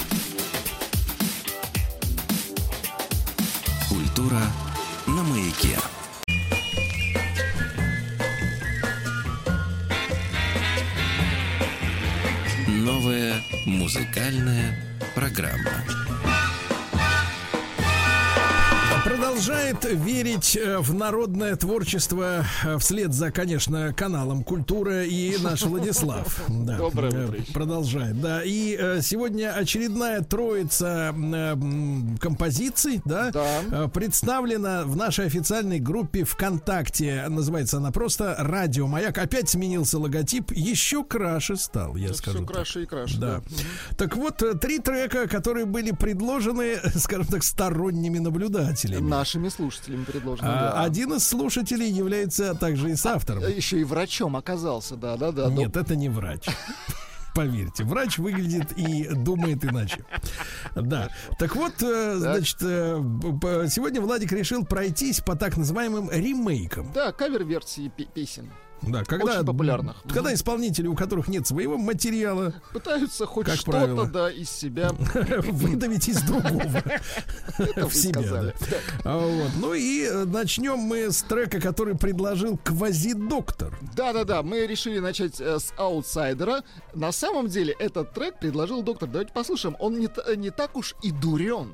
Культура на маяке. Новая музыкальная программа. продолжает верить в народное творчество вслед за, конечно, каналом «Культура» и наш Владислав. Да, доброе утро. Продолжает, да. И сегодня очередная троица композиций, да, да, представлена в нашей официальной группе ВКонтакте. Называется она просто «Радио Маяк». Опять сменился логотип, еще краше стал, я это скажу. Все краше и краше. Да. Да. Так вот, три трека, которые были предложены, скажем так, сторонними наблюдателями. Нашими слушателями предложены, а, да. Один из слушателей является также и соавтором. А, еще и врачом оказался, да-да-да. Нет, но... это не врач. Поверьте, врач выглядит и думает иначе. Да. Так вот, так. значит, сегодня Владик решил пройтись по так называемым ремейкам. Да, кавер-версии песен. Да, когда, очень популярных. Когда исполнители, у которых нет своего материала, пытаются хоть что-то, да, из себя выдавить из другого в себя. Ну и начнем мы с трека, который предложил Квазидоктор. Да-да-да, мы решили начать с аутсайдера. На самом деле этот трек предложил доктор. Давайте послушаем. Он не, не так уж и дурен.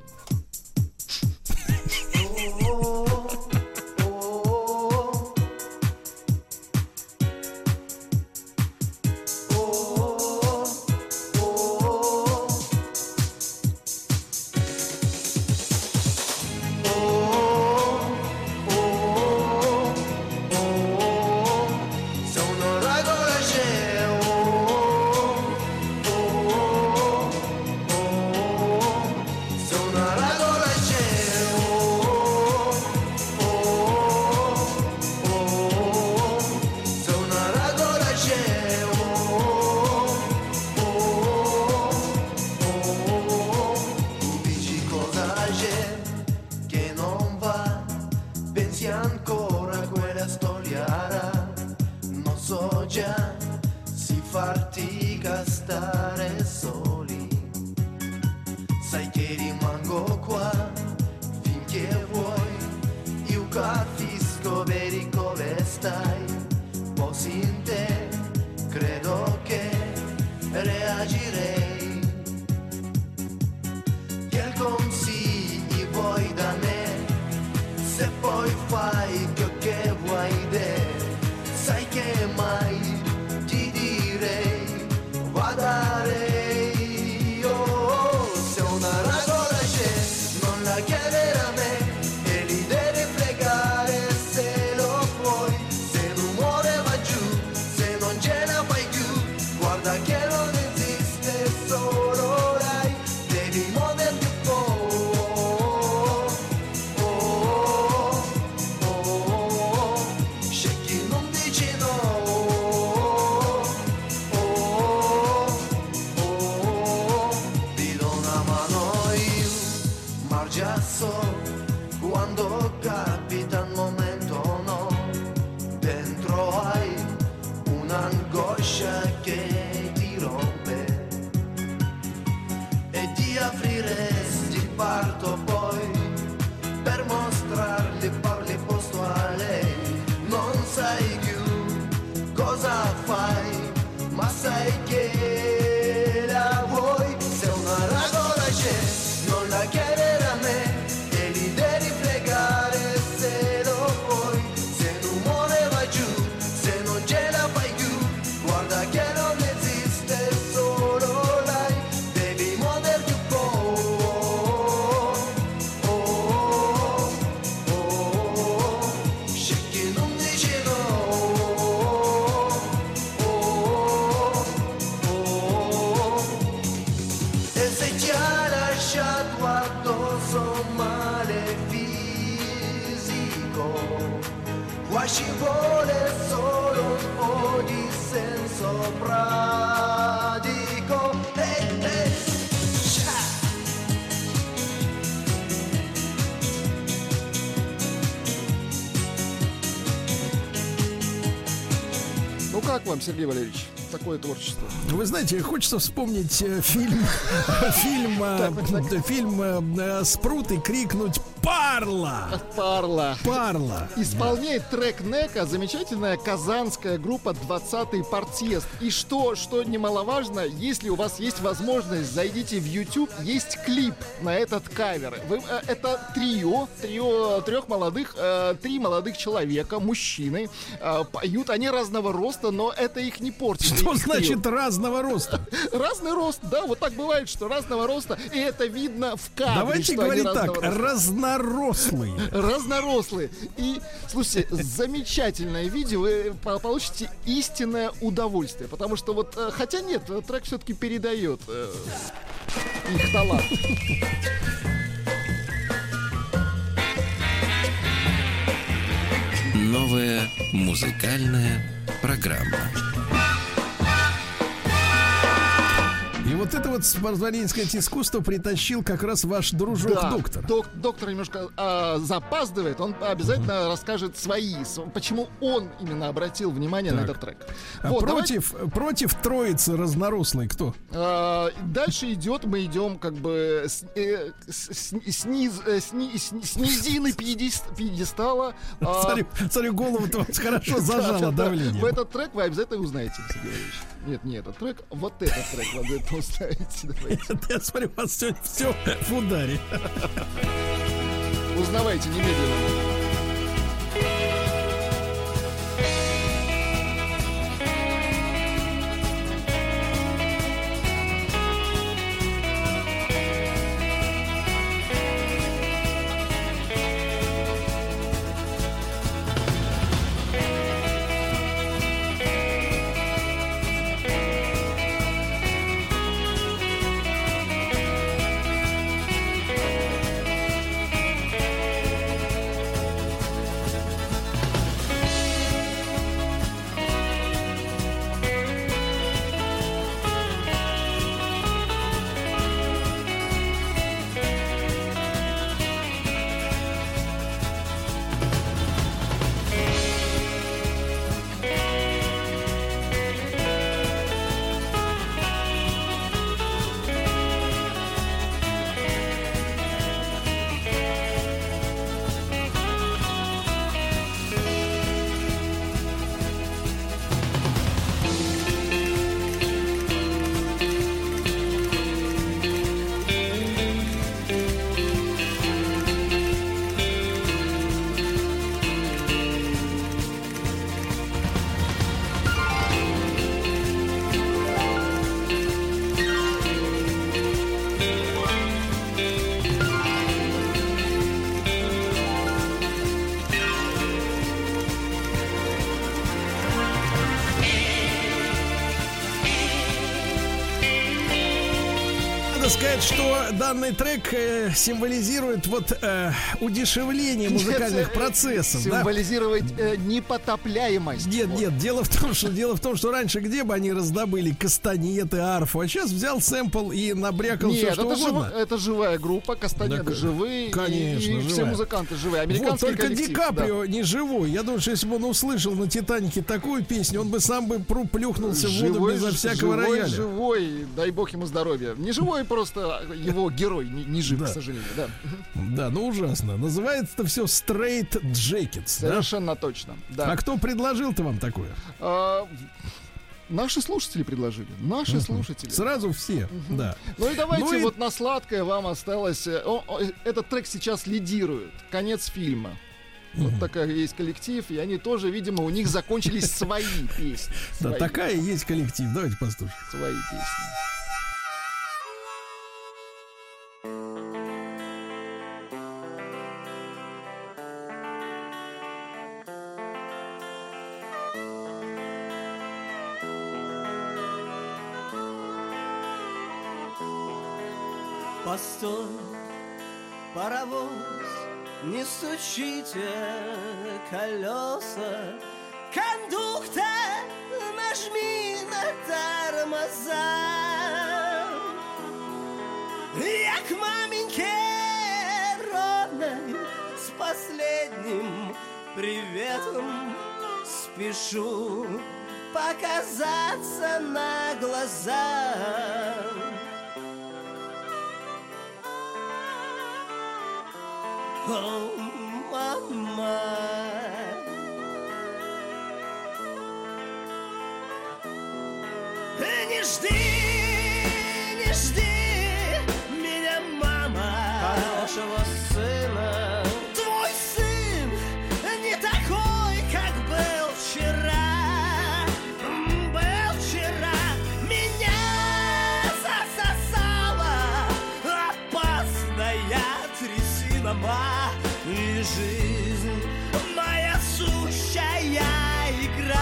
Как вам, Сергей Валерьевич, такое творчество? Вы знаете, хочется вспомнить фильм фильм, фильм «Спрут» и крикнуть Парла. Парла. Парла. Исполняет трек Нека замечательная казанская группа двадцатый партсъезд. И что, что немаловажно, если у вас есть возможность, зайдите в YouTube, есть клип на этот кавер. Вы, э, это трио, трио трех молодых, э, три молодых человека, мужчины, э, поют. Они разного роста, но это их не портит. Что значит разного роста? Разный рост, да, вот так бывает, что разного роста, и это видно в кадре. Давайте говорить так, разнорослые. Разнорослые. И, слушайте, замечательное видео, вы получите истинное удовольствие, потому что вот, хотя нет, трек все-таки передает э, их талант. Новая музыкальная программа. И вот это вот, позволение сказать, искусство притащил как раз ваш дружок да, доктор. Док, доктор немножко а, запаздывает, он обязательно uh-huh. расскажет свои, почему он именно обратил внимание так. на этот трек. А вот, против, давайте... против троицы разнорослой кто? А, дальше идет, мы идем как бы с, э, с, сниз, э, сни, с, с низины пьедестала. А... Смотри, смотри, голову-то хорошо зажало давление. В этот трек вы обязательно узнаете, Сергей Валерьевич. Нет, не этот трек, вот этот трек вы обязательно узнаете. Давайте. Я смотрю, у вас сегодня все в ударе. Узнавайте немедленно. Сказать, что данный трек э, символизирует вот э, удешевление музыкальных нет, процессов. Символизировать да? э, непотопляемость. Нет, вот. нет, дело в том, что дело в том, что раньше где бы они раздобыли кастанеты, арфу, а сейчас взял сэмпл и набрякал нет, все, что это угодно. Жив, это живая группа, кастанеты да, живые, конечно, и, и все музыканты живые. Американский вот, только коллектив, Ди Каприо да. не живой. Я думаю, что если бы он услышал на Титанике такую песню, он бы сам бы плюхнулся живой, в воду безо всякого живой, рояля. Живой, дай бог ему здоровья. Не живой, просто его герой не, не жив, да. к сожалению. Да. да, ну ужасно. Называется это все Straight Jackets. Совершенно да? точно. Да. А кто предложил-то вам такое? А, наши слушатели предложили. Наши uh-huh. слушатели. Сразу все, uh-huh. да. Ну и давайте ну и... вот на сладкое вам осталось. О, о, этот трек сейчас лидирует. Конец фильма. Вот mm-hmm. такая есть коллектив, и они тоже, видимо, у них закончились свои песни. Да, такая есть коллектив. Давайте послушаем. Свои песни. Постой, паровоз, не стучите колеса. Кондуктор, нажми на тормоза. Я к маменьке родной с последним приветом спешу показаться на глаза. О, мама. Не жди, не жди меня, мама, хорошего сына. Твой сын не такой, как был вчера. Был вчера. Меня засосала опасная трясина, ма. И жизнь моя сущая игра.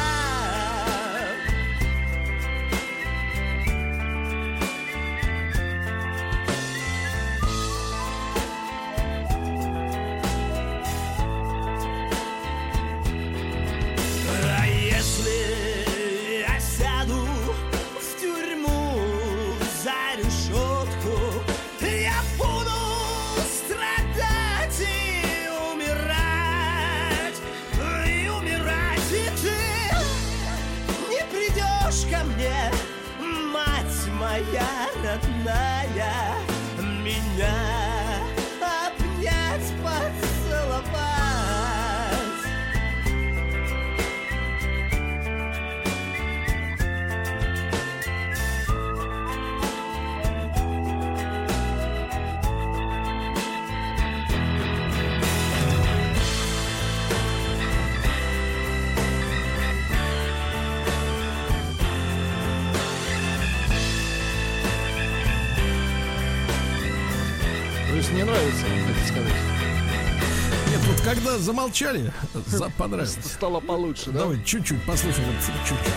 Моя родная, меня обнять, поцеловать. Не нравится, хотите сказать? Нет, вот когда замолчали, за, понравилось. Стало получше, да? Давай чуть-чуть послушаем, вот, чуть-чуть.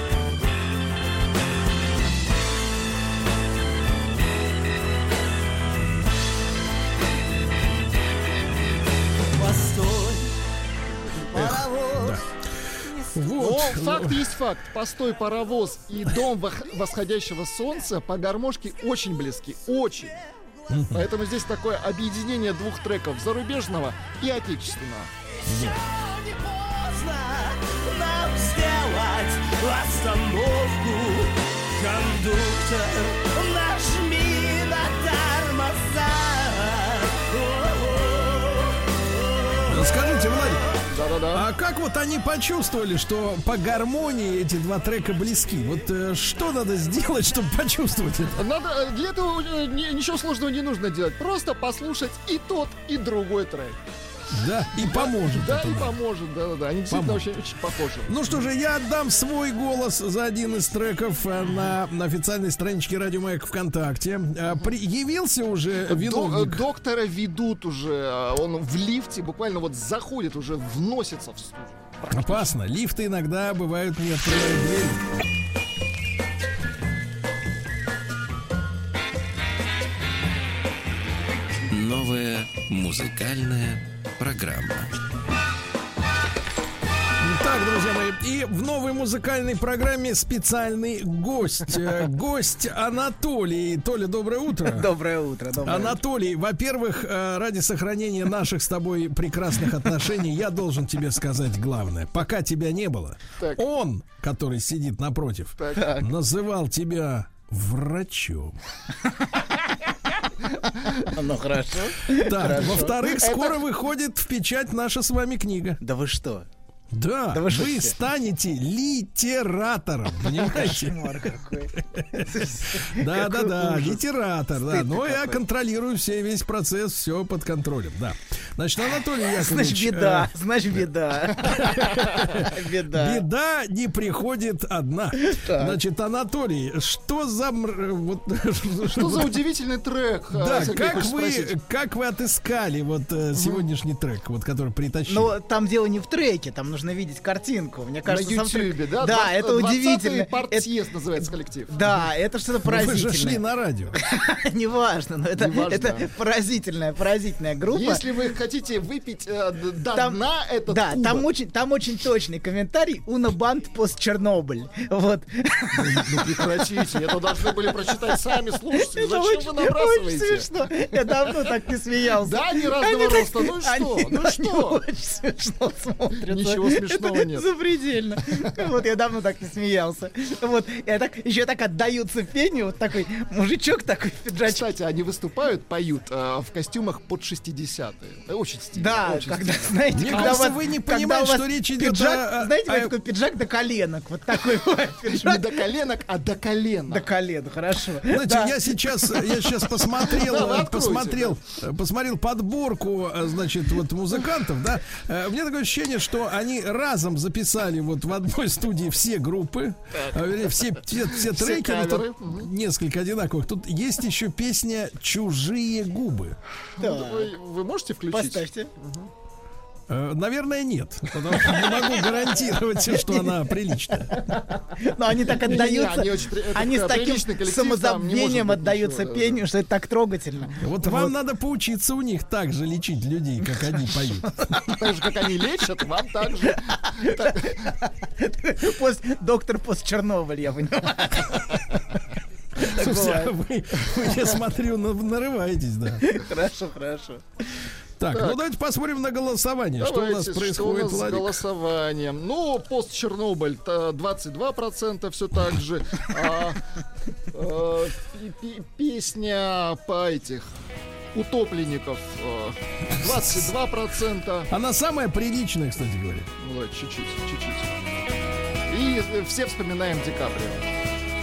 Постой, паровоз. Вот. Но факт есть факт. Постой, паровоз и дом восходящего солнца по гармошке очень близки. Очень. Поэтому здесь такое объединение двух треков, зарубежного и отечественного. Еще не поздно нам сделать остановку. Кондуктор, нажми на тормоза. Скажите, Владик, да-да-да. А как вот они почувствовали, что по гармонии эти два трека близки? Вот э, что надо сделать, чтобы почувствовать это? Надо, для этого э, ничего сложного не нужно делать. Просто послушать и тот, и другой трек. Да, и поможет. Да, это, и да. поможет, да-да-да. Они действительно очень, очень похожи. Ну что же, я отдам свой голос за один из треков на, на официальной страничке Радио Маяк ВКонтакте. При, явился уже виновник. До, доктора ведут уже, он в лифте буквально вот заходит, уже вносится в студию. Опасно, лифты иногда бывают не открывают дверь. Новая музыкальная программа. Так, друзья мои, и в новой музыкальной программе специальный гость. Гость Анатолий. Толя, доброе утро. Доброе утро. Доброе Анатолий, утро. Во-первых, ради сохранения наших с тобой прекрасных отношений, я должен тебе сказать главное. Пока тебя не было, так. он, который сидит напротив, так. называл тебя врачом. Ну хорошо. Так, во-вторых, скоро выходит в печать наша с вами книга. Да вы что? Да, да вы, вы станете литератором, понимаете? Кошмар какой. Да, да, да, литератор, да. Но я контролирую все, весь процесс, все под контролем, да. Значит, Анатолий Яковлевич... Значит, беда, значит, беда. Беда. Беда не приходит одна. Значит, Анатолий, что за... Что за удивительный трек? Да, как вы, как вы отыскали вот сегодняшний трек, вот который притащили? Ну, там дело не в треке, там нужно видеть картинку. Мне кажется, на Ютубе, да? Да, это удивительно. Партсъезд называется коллектив. Да, это что-то поразительное. Вы же шли на радио. Неважно, но это поразительная, поразительная группа. Если вы хотите выпить до дна этот Да, там очень, там очень точный комментарий. Уна Банд пост Чернобыль. Вот. Ну прекратите, это должны были прочитать сами слушатели. Зачем вы набрасываете? Очень смешно. Я давно так не смеялся. Да, они разного роста. Ну что? Ну что? Очень смешно смотрятся. Ничего смешного нет. Запредельно. Вот я давно так не смеялся. Вот, я так, еще так отдаются пению, вот такой мужичок такой в пиджачке. Кстати, они выступают, поют э, в костюмах под шестидесятые. Очень стильно. Да, очень когда, стильно. знаете, Мне когда кажется, вас, вы не когда понимаете, у вас что речь идет пиджак, о- знаете, о- такой пиджак до коленок. Вот такой бывает пиджак. Не до коленок, а до колена. До колена, хорошо. Знаете, Да. я сейчас, я сейчас посмотрел, Да, вы откройте, посмотрел, посмотрел подборку, значит, вот музыкантов, да. Э, У меня такое ощущение, что они разом записали вот в одной студии все группы, э, вернее, все, все, все Все треки, ну, каверы. тут несколько одинаковых. Тут есть еще песня «Чужие губы». Ну, Вы, вы можете включить? Поставьте. Э, Наверное, нет, потому что не могу гарантировать, что она приличная. Но они так Не-не-не, отдаются, они очень при- это они с такой таким приличный коллектив, там не самозабвением может быть отдаются ничего, да, пению, что это так трогательно. Вот вам надо поучиться у них так же лечить людей, как они поют. Так же, как они лечат, вам так же. Пост- Доктор пост Чернобыль, я понимаю. Слушайте, а вы, вы, я смотрю, на- нарываетесь, да. Хорошо, хорошо. Так, Так. ну давайте посмотрим на голосование. Что у Давайте, нас происходит, что у нас с Владик? голосованием? Ну, пост Чернобыль двадцать два процента все так же. А, э, пи- пи- Песня по этих утопленников э, двадцать два процента. Она самая приличная, кстати говоря. Ну, да, чуть-чуть, чуть-чуть. И э, все вспоминаем Ди Каприо.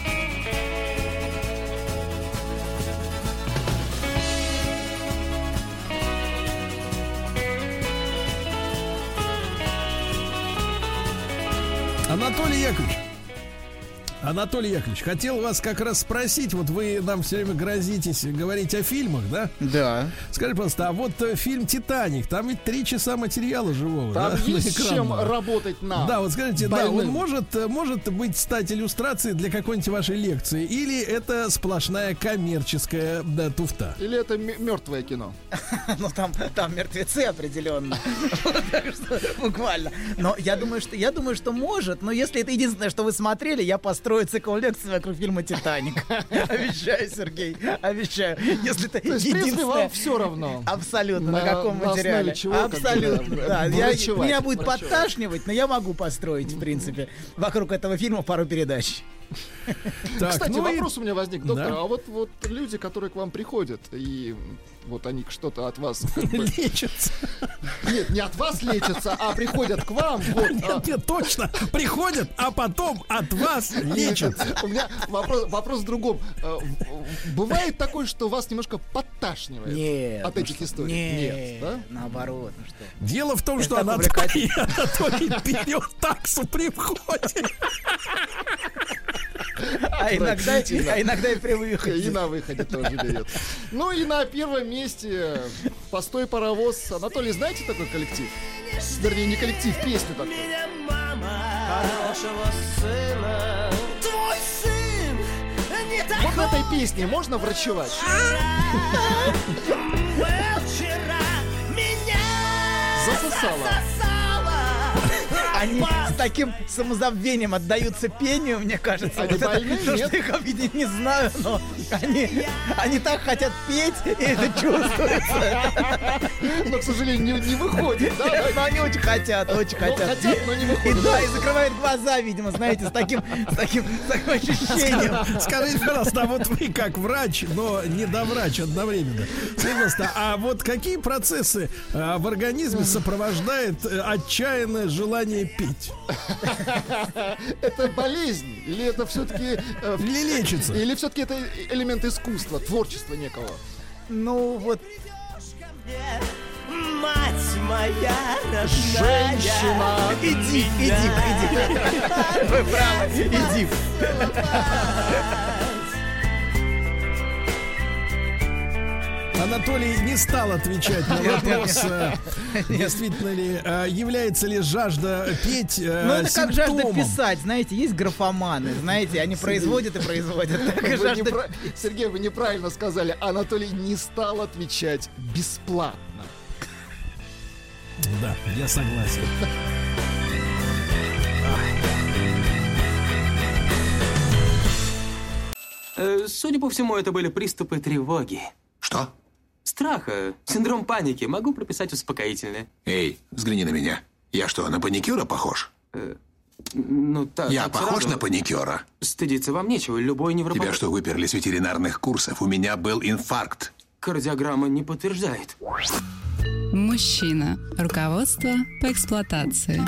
Анатолий Яковлевич. Анатолий Яковлевич, хотел вас как раз спросить, вот вы нам все время грозитесь говорить о фильмах, да? Да. Скажи, пожалуйста, а вот э, фильм «Титаник», там ведь три часа материала живого, Там да, на есть с чем экранного. работать нам. Да, вот скажите, да, он больным. может, э, может быть стать иллюстрацией для какой-нибудь вашей лекции, или это сплошная коммерческая, да, туфта? Или это мертвое кино? Ну там, там мертвецы определенно. Так что буквально. Но я думаю, что я думаю, что может. Но если это единственное, что вы смотрели, я построю цикл лекций вокруг фильма «Титаник». Обещаю, Сергей, обещаю. Если это То есть, в принципе, единственное... вам все равно. Абсолютно, на, На- каком на основе материале. чего, как бы, Абсолютно, да, да. Я- врачевать, меня будет врачевать. подташнивать, но я могу построить, в принципе, вокруг этого фильма пару передач. Так, Кстати, ну и- вопрос у меня возник, доктор. Да. А вот, вот люди, которые к вам приходят, и вот они что-то от вас как бы... Лечатся. Нет, не от вас лечатся, а приходят к вам. Вот, а- Нет, нет, точно, приходят, а потом от вас лечат. У меня вопрос, вопрос в другом. Э, в- Бывает такое, что вас немножко подташнивает Нет. от ну этих что, историй? Нет, да? наоборот, ну что. Дело в том, Это что так Анатолий, Анатолий берет таксу при входе. А иногда, Отвратительно. а иногда и при выходе. И на выходе тоже берет. Ну и на первом месте «Постой, паровоз». Анатолий, знаете такой коллектив? Вернее, не коллектив, песню такую. Хорошего сына. Твой сын не такой. Вот в этой песне можно врачевать? Вчера меня Засосало. Они с таким самозабвением отдаются пению, мне кажется. Они Вот это, больны, то, нет? что их объединить, не знаю, но они, они так хотят петь, и это чувствуется. Но, к сожалению, не, не выходит, да? да? Но они очень хотят, очень Ну, хотят. хотят, но не И выходит. да, и закрывают глаза, видимо, знаете, с таким, с таким, с таким ощущением. Скажите, пожалуйста, а вот вы как врач, но не доврач одновременно. Скажите, пожалуйста, а вот какие процессы а, в организме сопровождает э, отчаянное желание петь? Это болезнь? Или это все-таки... Или лечится? Или все-таки это элемент искусства, творчества некого? Ну, вот Мать моя родная. Женщина. иди, иди, иди. Вы правы, иди. Анатолий не стал отвечать на вопрос, э, действительно ли, э, является ли жажда петь э, Ну, это как жажда симптомом. писать, знаете, есть графоманы, знаете, они производят и производят. Так и Вы жажда- непра- Сергей, вы неправильно сказали. Анатолий не стал отвечать бесплатно. Да, я согласен. Э, Судя по всему, это были приступы тревоги. Что? Страха, синдром паники. Могу прописать успокоительное. Эй, взгляни на меня. Я что, на паникюра похож? Э, ну, так, Я так похож сразу. на паникюра? Стыдиться вам нечего, любой невропатолог... Тебя что, выперли с ветеринарных курсов? У меня был инфаркт. Кардиограмма не подтверждает. Мужчина. Руководство по эксплуатации.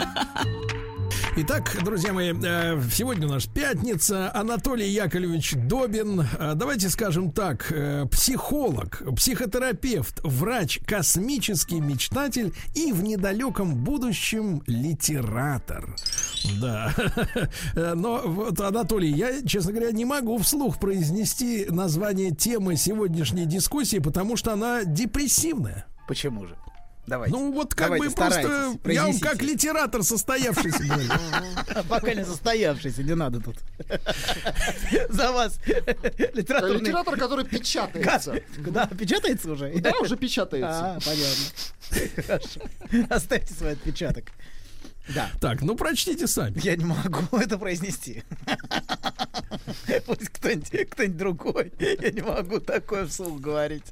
Итак, друзья мои, сегодня у нас пятница. Анатолий Яковлевич Добин, давайте скажем так, психолог, психотерапевт, врач, космический мечтатель и в недалеком будущем литератор. Да. Но вот, Анатолий, я, честно говоря, не могу вслух произнести название темы сегодняшней дискуссии, потому что она депрессивная. Почему же? Давайте. Ну вот как Давайте, бы просто я вам как литератор состоявшийся говорю. Пока не состоявшийся, не надо тут. За вас литературный... Литератор, который печатается. Да, печатается уже? Да, уже печатается. А, понятно. Хорошо. Оставьте свой отпечаток. Да. Так, ну прочтите сами. Я не могу это произнести. Пусть кто-нибудь, кто-нибудь другой. Я не могу такое вслух говорить.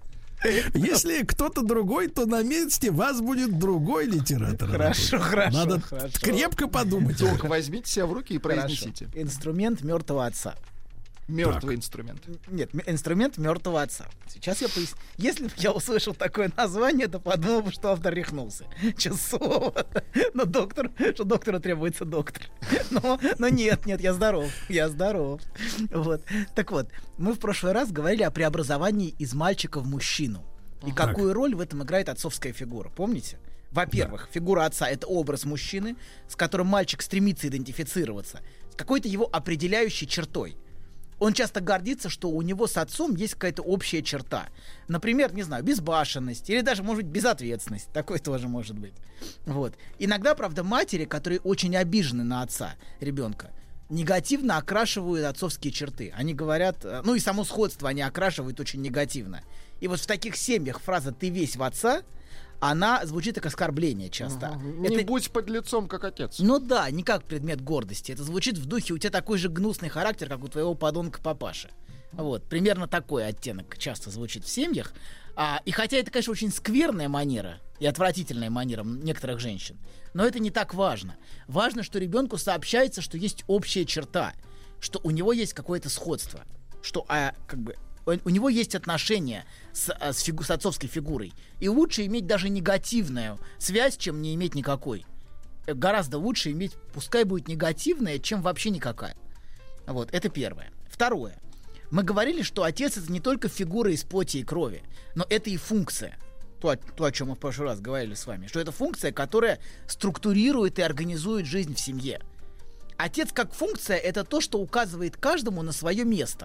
Если кто-то другой, то на месте вас будет другой литератор. Хорошо, хорошо. Надо хорошо. крепко подумать. Только возьмите себя в руки и произнесите. Хорошо. Инструмент мертвого отца. Мертвый инструмент. Нет, инструмент мертвого отца. Сейчас я поясню. Если бы я услышал такое название, то подумал бы, что автор рехнулся. Честное слово. Но доктор, что доктору требуется доктор. Но, но нет, нет, я здоров. Я здоров. Вот. Так вот, мы в прошлый раз говорили о преобразовании из мальчика в мужчину. И так. Какую роль в этом играет отцовская фигура. Помните? Во-первых, да. Фигура отца — это образ мужчины, с которым мальчик стремится идентифицироваться, с какой-то его определяющей чертой. Он часто гордится, что у него с отцом есть какая-то общая черта. Например, не знаю, безбашенность или даже, может быть, безответственность. Такое тоже может быть. Вот. Иногда, правда, матери, которые очень обижены на отца ребенка, негативно окрашивают отцовские черты. Они говорят, ну и само сходство они окрашивают очень негативно. И вот в таких семьях фраза «ты весь в отца», она звучит как оскорбление часто. Ага. Не это... будь подлецом, как отец. Ну да, не как предмет гордости. Это звучит в духе: у тебя такой же гнусный характер, как у твоего подонка папаши. Вот, примерно такой оттенок часто звучит в семьях. А, и хотя это, конечно, очень скверная манера и отвратительная манера некоторых женщин, но это не так важно. Важно, что ребенку сообщается, что есть общая черта, что у него есть какое-то сходство, что а, как бы у него есть отношения с, с, фигу, с отцовской фигурой. И лучше иметь даже негативную связь, чем не иметь никакой. Гораздо лучше иметь, пускай будет негативная, чем вообще никакая. Вот, это первое. Второе. Мы говорили, что отец — это не только фигура из плоти и крови, но это и функция. То, то, о чем мы в прошлый раз говорили с вами. Что это функция, которая структурирует и организует жизнь в семье. Отец как функция — это то, что указывает каждому на свое место.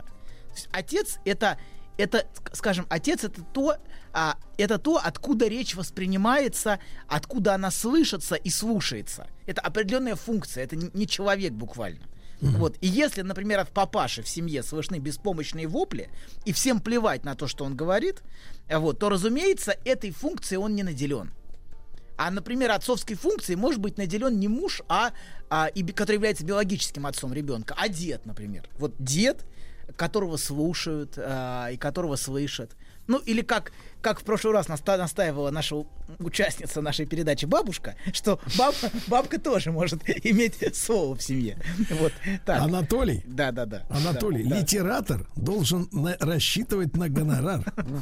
Отец это, это, скажем, отец это то, а, это то, откуда речь воспринимается, откуда она слышится и слушается. Это определенная функция, это не человек буквально. Mm-hmm. Вот. И если, например, от папаши в семье слышны беспомощные вопли, и всем плевать на то, что он говорит, вот, то, разумеется, этой функцией он не наделен. А, например, отцовской функцией может быть наделен не муж, а, а и, который является биологическим отцом ребенка, а дед, например. Вот дед, которого слушают э, и которого слышат. Ну, или как, как в прошлый раз наста- настаивала наша участница нашей передачи бабушка, что баб, бабка тоже может иметь слово в семье. Вот, так. Анатолий, да, да, да, Анатолий, да, литератор да. должен на- рассчитывать на гонорар.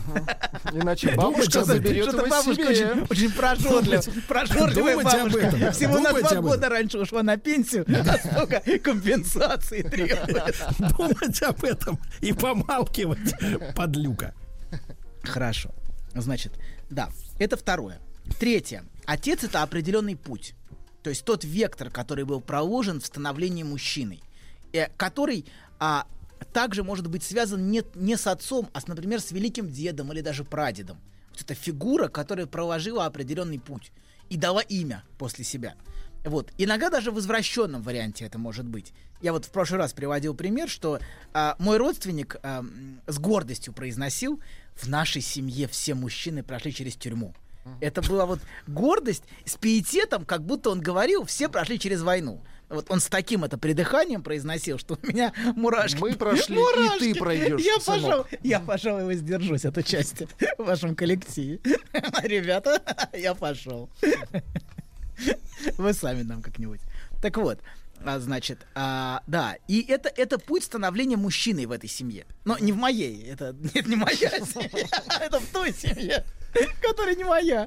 Иначе бабушка заберет его себе. Очень прожорливая бабушка. Всего на два года раньше ушла на пенсию, а столько компенсации требует. Думать об этом и помалкивать, подлюка. Хорошо. Значит, да, это второе. Третье. Отец — это определенный путь. То есть тот вектор, который был проложен в становлении мужчиной, э, который а, также может быть связан не, не с отцом, а, с, например, с великим дедом или даже прадедом. Вот это фигура, которая проложила определенный путь и дала имя после себя. Вот. Иногда даже в извращенном варианте это может быть. Я вот в прошлый раз приводил пример, что а, мой родственник а, с гордостью произносил: в нашей семье все мужчины прошли через тюрьму. Это была вот гордость с пиететом, как будто он говорил: все прошли через войну. Вот он с таким это придыханием произносил, что у меня мурашки. Мы прошли, мурашки. И ты пройдешь, я сынок. пошел, я, пожалуй, воздержусь от участия в вашем коллективе. Ребята, я пошел. Вы сами нам как-нибудь. Так вот, а, значит, а, да, и это, это путь становления мужчиной в этой семье. Но не в моей, это нет, не моя семья, это в той семье, которая не моя.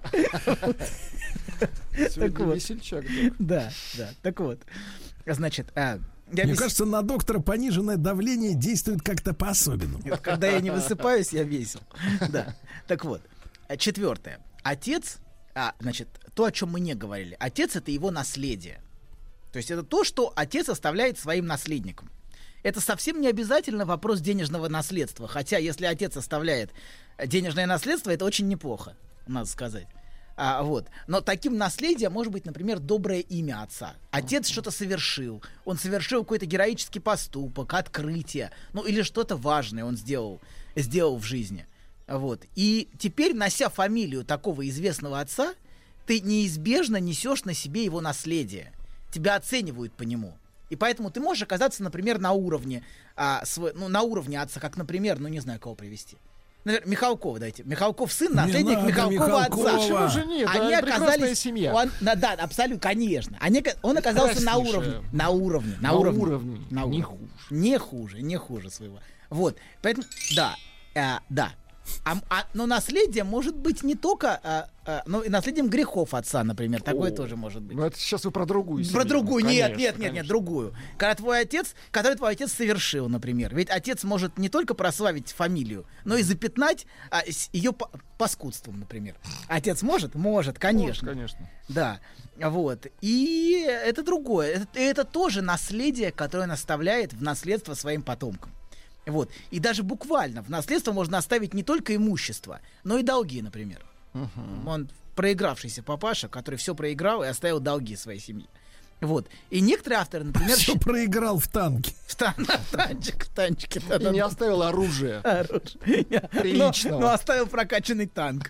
Сегодня весельчак. Да, да, так вот, значит... Я Мне вес... кажется, на доктора пониженное давление действует как-то по-особенному. Когда я не высыпаюсь, я весел. Да. Так вот, четвертое. Отец, а, значит, то, о чем мы не говорили. Отец — это его наследие. То есть это то, что отец оставляет своим наследникам. Это совсем не обязательно вопрос денежного наследства. Хотя, если отец оставляет денежное наследство, это очень неплохо, надо сказать. А, вот. Но таким наследием может быть, например, доброе имя отца. Отец что-то совершил. Он совершил какой-то героический поступок, открытие. Ну, или что-то важное он сделал, сделал в жизни. Вот. И теперь, нося фамилию такого известного отца, ты неизбежно несешь на себе его наследие. Тебя оценивают по нему. И поэтому ты можешь оказаться, например, на уровне, а, свой, ну, на уровне отца, как, например, ну, не знаю, кого привести. Например, Михалков, дайте. Михалков сын, наследник Михалкова отца. Почему же нет? Они да, оказались... семья. Он, да, абсолютно, конечно. Они, он оказался на уровне. На уровне. На, на уровне. уровне. На уровне. Не хуже. Не хуже, не хуже своего. Вот. Поэтому, да, э, да. А, а, но наследие может быть не только, а, а, но и наследием грехов отца, например, такое О, тоже может быть. Ну это сейчас вы про другую семью. Про другую, конечно, нет, нет, нет, нет, другую. Когда твой отец, который твой отец совершил, например, ведь отец может не только прославить фамилию, но и запятнать а, ее по- паскудством, например. Отец может? Может, конечно. Может, конечно. Да, вот. И это другое. Это, это тоже наследие, которое он оставляет в наследство своим потомкам. Вот. И даже буквально в наследство можно оставить не только имущество, но и долги, например. Uh-huh. Он проигравшийся папаша, который все проиграл и оставил долги своей семье. Вот. И некоторые авторы, например... Все проиграл в танке. В, тан- в танчик, в танчике. И не оставил оружие. Оружие. Приличного. Но оставил прокачанный танк.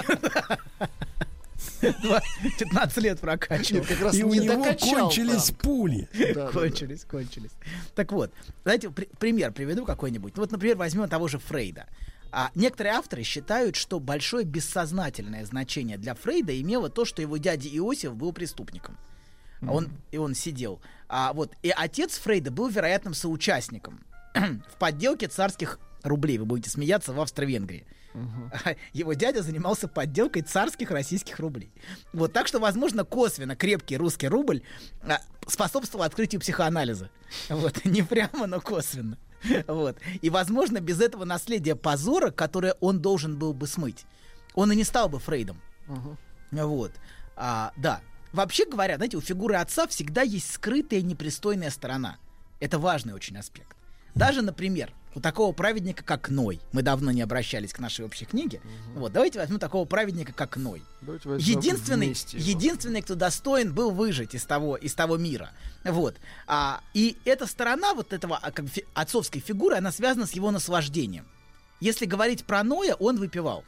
пятнадцать лет прокачивал. Как раз и у него докачал, кончились танк. пули. Да, кончились, да, да. кончились. Так вот, давайте при- пример приведу какой-нибудь. Вот, например, возьмем того же Фрейда. А некоторые авторы считают, что большое бессознательное значение для Фрейда имело то, что его дядя Иосиф был преступником. Mm-hmm. Он, и он сидел. А, вот, и отец Фрейда был вероятным соучастником в подделке царских рублей. Вы будете смеяться, в Австро-Венгрии. Uh-huh. Его дядя занимался подделкой царских российских рублей. Вот, так что, возможно, косвенно крепкий русский рубль а, способствовал открытию психоанализа. Вот, не прямо, но косвенно. Вот. И, возможно, без этого наследия позора, которое он должен был бы смыть, он и не стал бы Фрейдом. Uh-huh. Вот. А, да. Вообще говоря, знаете, у фигуры отца всегда есть скрытая непристойная сторона. Это важный очень аспект. Даже, например, у такого праведника, как Ной. Мы давно не обращались к нашей общей книге. Угу. Вот, давайте возьмем такого праведника, как Ной. Единственный, единственный, кто достоин был выжить из того, из того мира. Вот. А, и эта сторона вот этого как, фи, отцовской фигуры, она связана с его наслаждением. Если говорить про Ноя, он выпивал.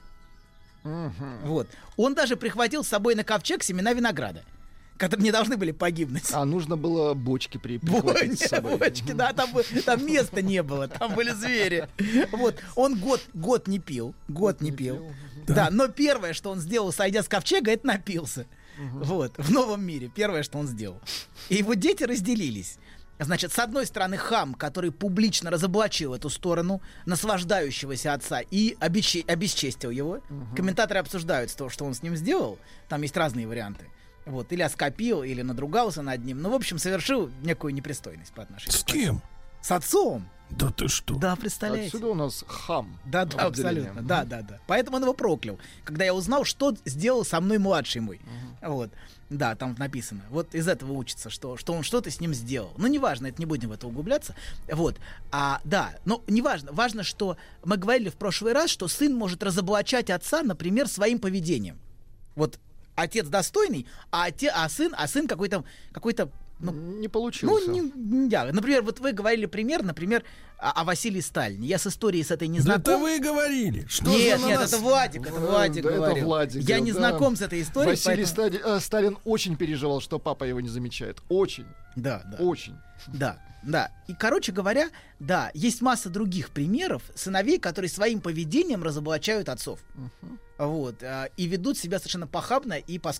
Угу. Вот. Он даже прихватил с собой на ковчег семена винограда, которые не должны были погибнуть. А нужно было бочки при- прихватить Нет, с собой. Бочки, да, там, там места не было, там были звери. Вот, он год, год не пил, год не пил. Да. да, но первое, что он сделал, сойдя с ковчега, это напился. Угу. Вот, в новом мире, первое, что он сделал. И его дети разделились. Значит, с одной стороны, хам, который публично разоблачил эту сторону наслаждающегося отца и обесче- обесчестил его. Угу. Комментаторы обсуждают то, что он с ним сделал. Там есть разные варианты. Вот, или оскопил, или надругался над ним. Ну, в общем, совершил некую непристойность по отношению с кем? С отцом. Да ты что? Да, представляете. Отсюда у нас хам. Да, да, абсолютно. Да, да, да. Поэтому он его проклял. Когда я узнал, что сделал со мной младший мой. Uh-huh. Вот. Да, там написано. Вот из этого учится, что, что он что-то с ним сделал. Ну, неважно, это не будем в это углубляться. Вот. А, да, но неважно. Важно, что мы говорили в прошлый раз, что сын может разоблачать отца, например, своим поведением. Вот. Отец достойный, а, оте, а сын, а сын какой-то, какой-то, ну, не получился. Ну, не, не, да. Например, вот вы говорили пример, например, о, о Василии Сталине. Я с историей с этой не знаком. Да это вы говорили. Что нет, нет, нас... это Владик, это Владик да, говорил. Это Владик, Я да, не да. знаком с этой историей. Василий поэтому... Сталин, э, Сталин очень переживал, что папа его не замечает. Очень. Да, да. Очень. Да, да. И, короче говоря, да, есть масса других примеров сыновей, которые своим поведением разоблачают отцов. Uh-huh. Вот. И ведут себя совершенно похабно и паскудно.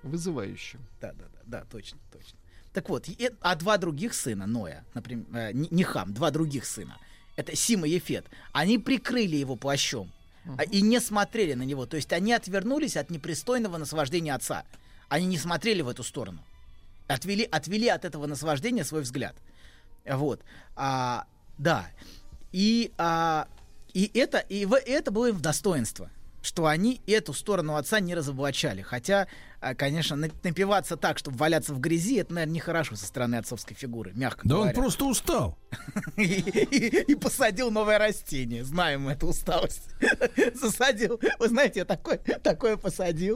Вызывающе. Да, да, да, да, точно, точно. Так вот, и, а два других сына Ноя, например, э, не, не Хам, два других сына, это Сим и Ефет, они прикрыли его плащом uh-huh. и не смотрели на него. То есть они отвернулись от непристойного наслаждения отца. Они не смотрели в эту сторону. Отвели, отвели от этого наслаждения свой взгляд. Вот. А, да. И, а, и, это, и в, это было им в достоинство, что они эту сторону отца не разоблачали. Хотя, конечно, напиваться так, чтобы валяться в грязи, это, наверное, нехорошо со стороны отцовской фигуры, мягко да говоря. Да он просто устал. И, и, и посадил новое растение. Знаем мы эту усталость. Засадил. Вы знаете, я такое, такое посадил.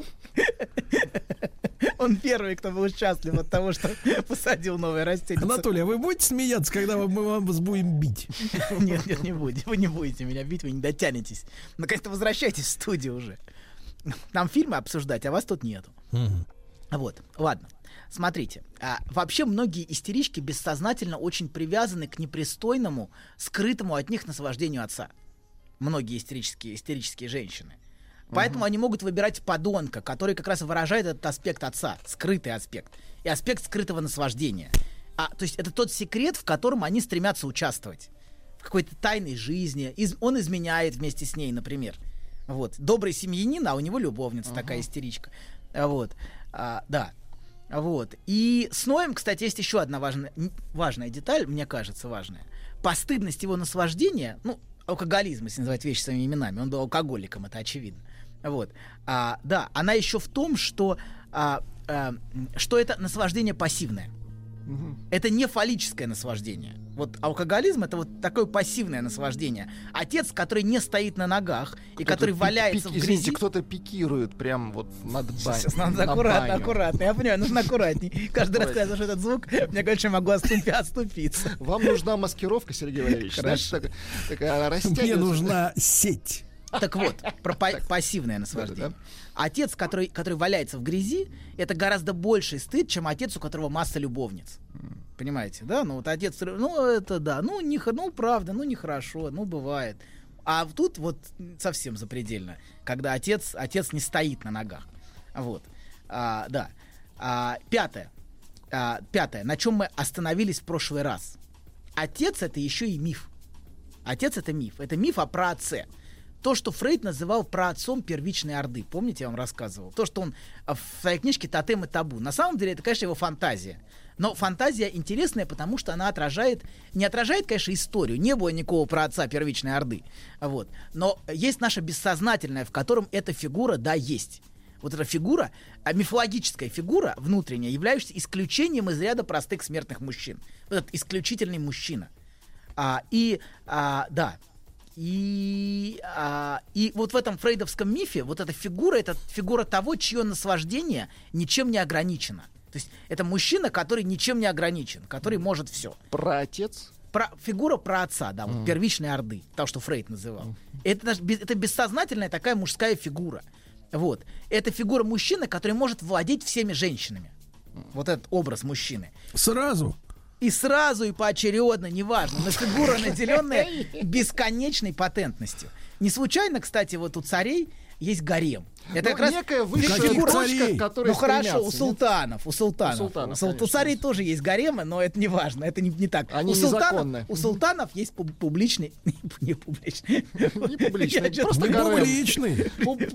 Он первый, кто был счастлив от того, что посадил новое растение. Анатолий, а вы будете смеяться, когда мы вас будем бить? Нет, нет, не будете. Вы не будете меня бить, вы не дотянетесь. Наконец-то возвращайтесь в студию уже. Нам фильмы обсуждать, а вас тут нету. Угу. Вот, ладно. Смотрите, а, вообще многие истерички бессознательно очень привязаны к непристойному, скрытому от них наслаждению отца. Многие истерические, истерические женщины. Поэтому угу. они могут выбирать подонка, который как раз выражает этот аспект отца, скрытый аспект, и аспект скрытого наслаждения. А, то есть это тот секрет, в котором они стремятся участвовать. В какой-то тайной жизни. Из, он изменяет вместе с ней, например. Вот. Добрый семьянин, а у него любовница uh-huh. такая истеричка. Вот. А, да. Вот. И с Ноем, кстати, есть еще одна важная, важная деталь, мне кажется, важная. Постыдность его наслаждения, ну, алкоголизм, если называть вещи своими именами, он был алкоголиком, это очевидно. Вот. А, да, она еще в том, что, а, а, что это наслаждение пассивное. Угу. Это не фаллическое наслаждение. Вот алкоголизм — это вот такое пассивное наслаждение. Отец, который не стоит на ногах и кто-то который пик, валяется пик, в грязи. Извините, кто-то пикирует прям вот над баней. Сейчас надо аккуратно, баню. аккуратно. Я понимаю, нужно аккуратней. Каждый раз, когда я слышу этот звук, мне кажется, я могу отступиться. Вам нужна маскировка, Сергей Валерьевич. Хорошо. Знаешь, такая растягивается. Мне нужна сеть. Так вот, про па- пассивное наслаждение. Да? Отец, который, который валяется в грязи, это гораздо больший стыд, чем отец, у которого масса любовниц. Понимаете, да? Ну вот отец, ну это да, ну не, ну правда, ну нехорошо, ну бывает. А тут вот совсем запредельно, когда отец, отец не стоит на ногах. Вот, а, да. А, пятое, а, пятое, на чем мы остановились в прошлый раз. Отец — это еще и миф. Отец — это миф. Это миф о праотце. То, что Фрейд называл праотцом первичной орды. Помните, я вам рассказывал? То, что он в своей книжке «Тотем и табу». На самом деле, это, конечно, его фантазия. Но фантазия интересная, потому что она отражает... Не отражает, конечно, историю. Не было никакого праотца первичной орды. Вот. Но есть наша бессознательная, в котором эта фигура, да, есть. Вот эта фигура, а мифологическая фигура внутренняя, являющаяся исключением из ряда простых смертных мужчин. Вот этот исключительный мужчина. А, и, а, да... И, а, и вот в этом фрейдовском мифе вот эта фигура, это фигура того, чье наслаждение ничем не ограничено. То есть это мужчина, который ничем не ограничен, который может все. Праотец? Про, фигура праотца, да, вот, mm. первичной орды, то, что Фрейд называл. Mm. Это, это бессознательная такая мужская фигура. Вот. Это фигура мужчины, который может владеть всеми женщинами. Mm. Вот этот образ мужчины. Сразу? И сразу, и поочередно, неважно, но фигура, наделенная бесконечной потентностью. Не случайно, кстати, вот у царей есть гарем. Это ну, как раз некая высшая точка, которая Ну хорошо, у султанов, у султанов. У, султанов, у, у царей тоже есть гаремы, но это не важно, это не, не так. Они у незаконны. Султанов, у султанов есть пуб- публичный... Не публичный. Не публичный, просто гарем. Публичный.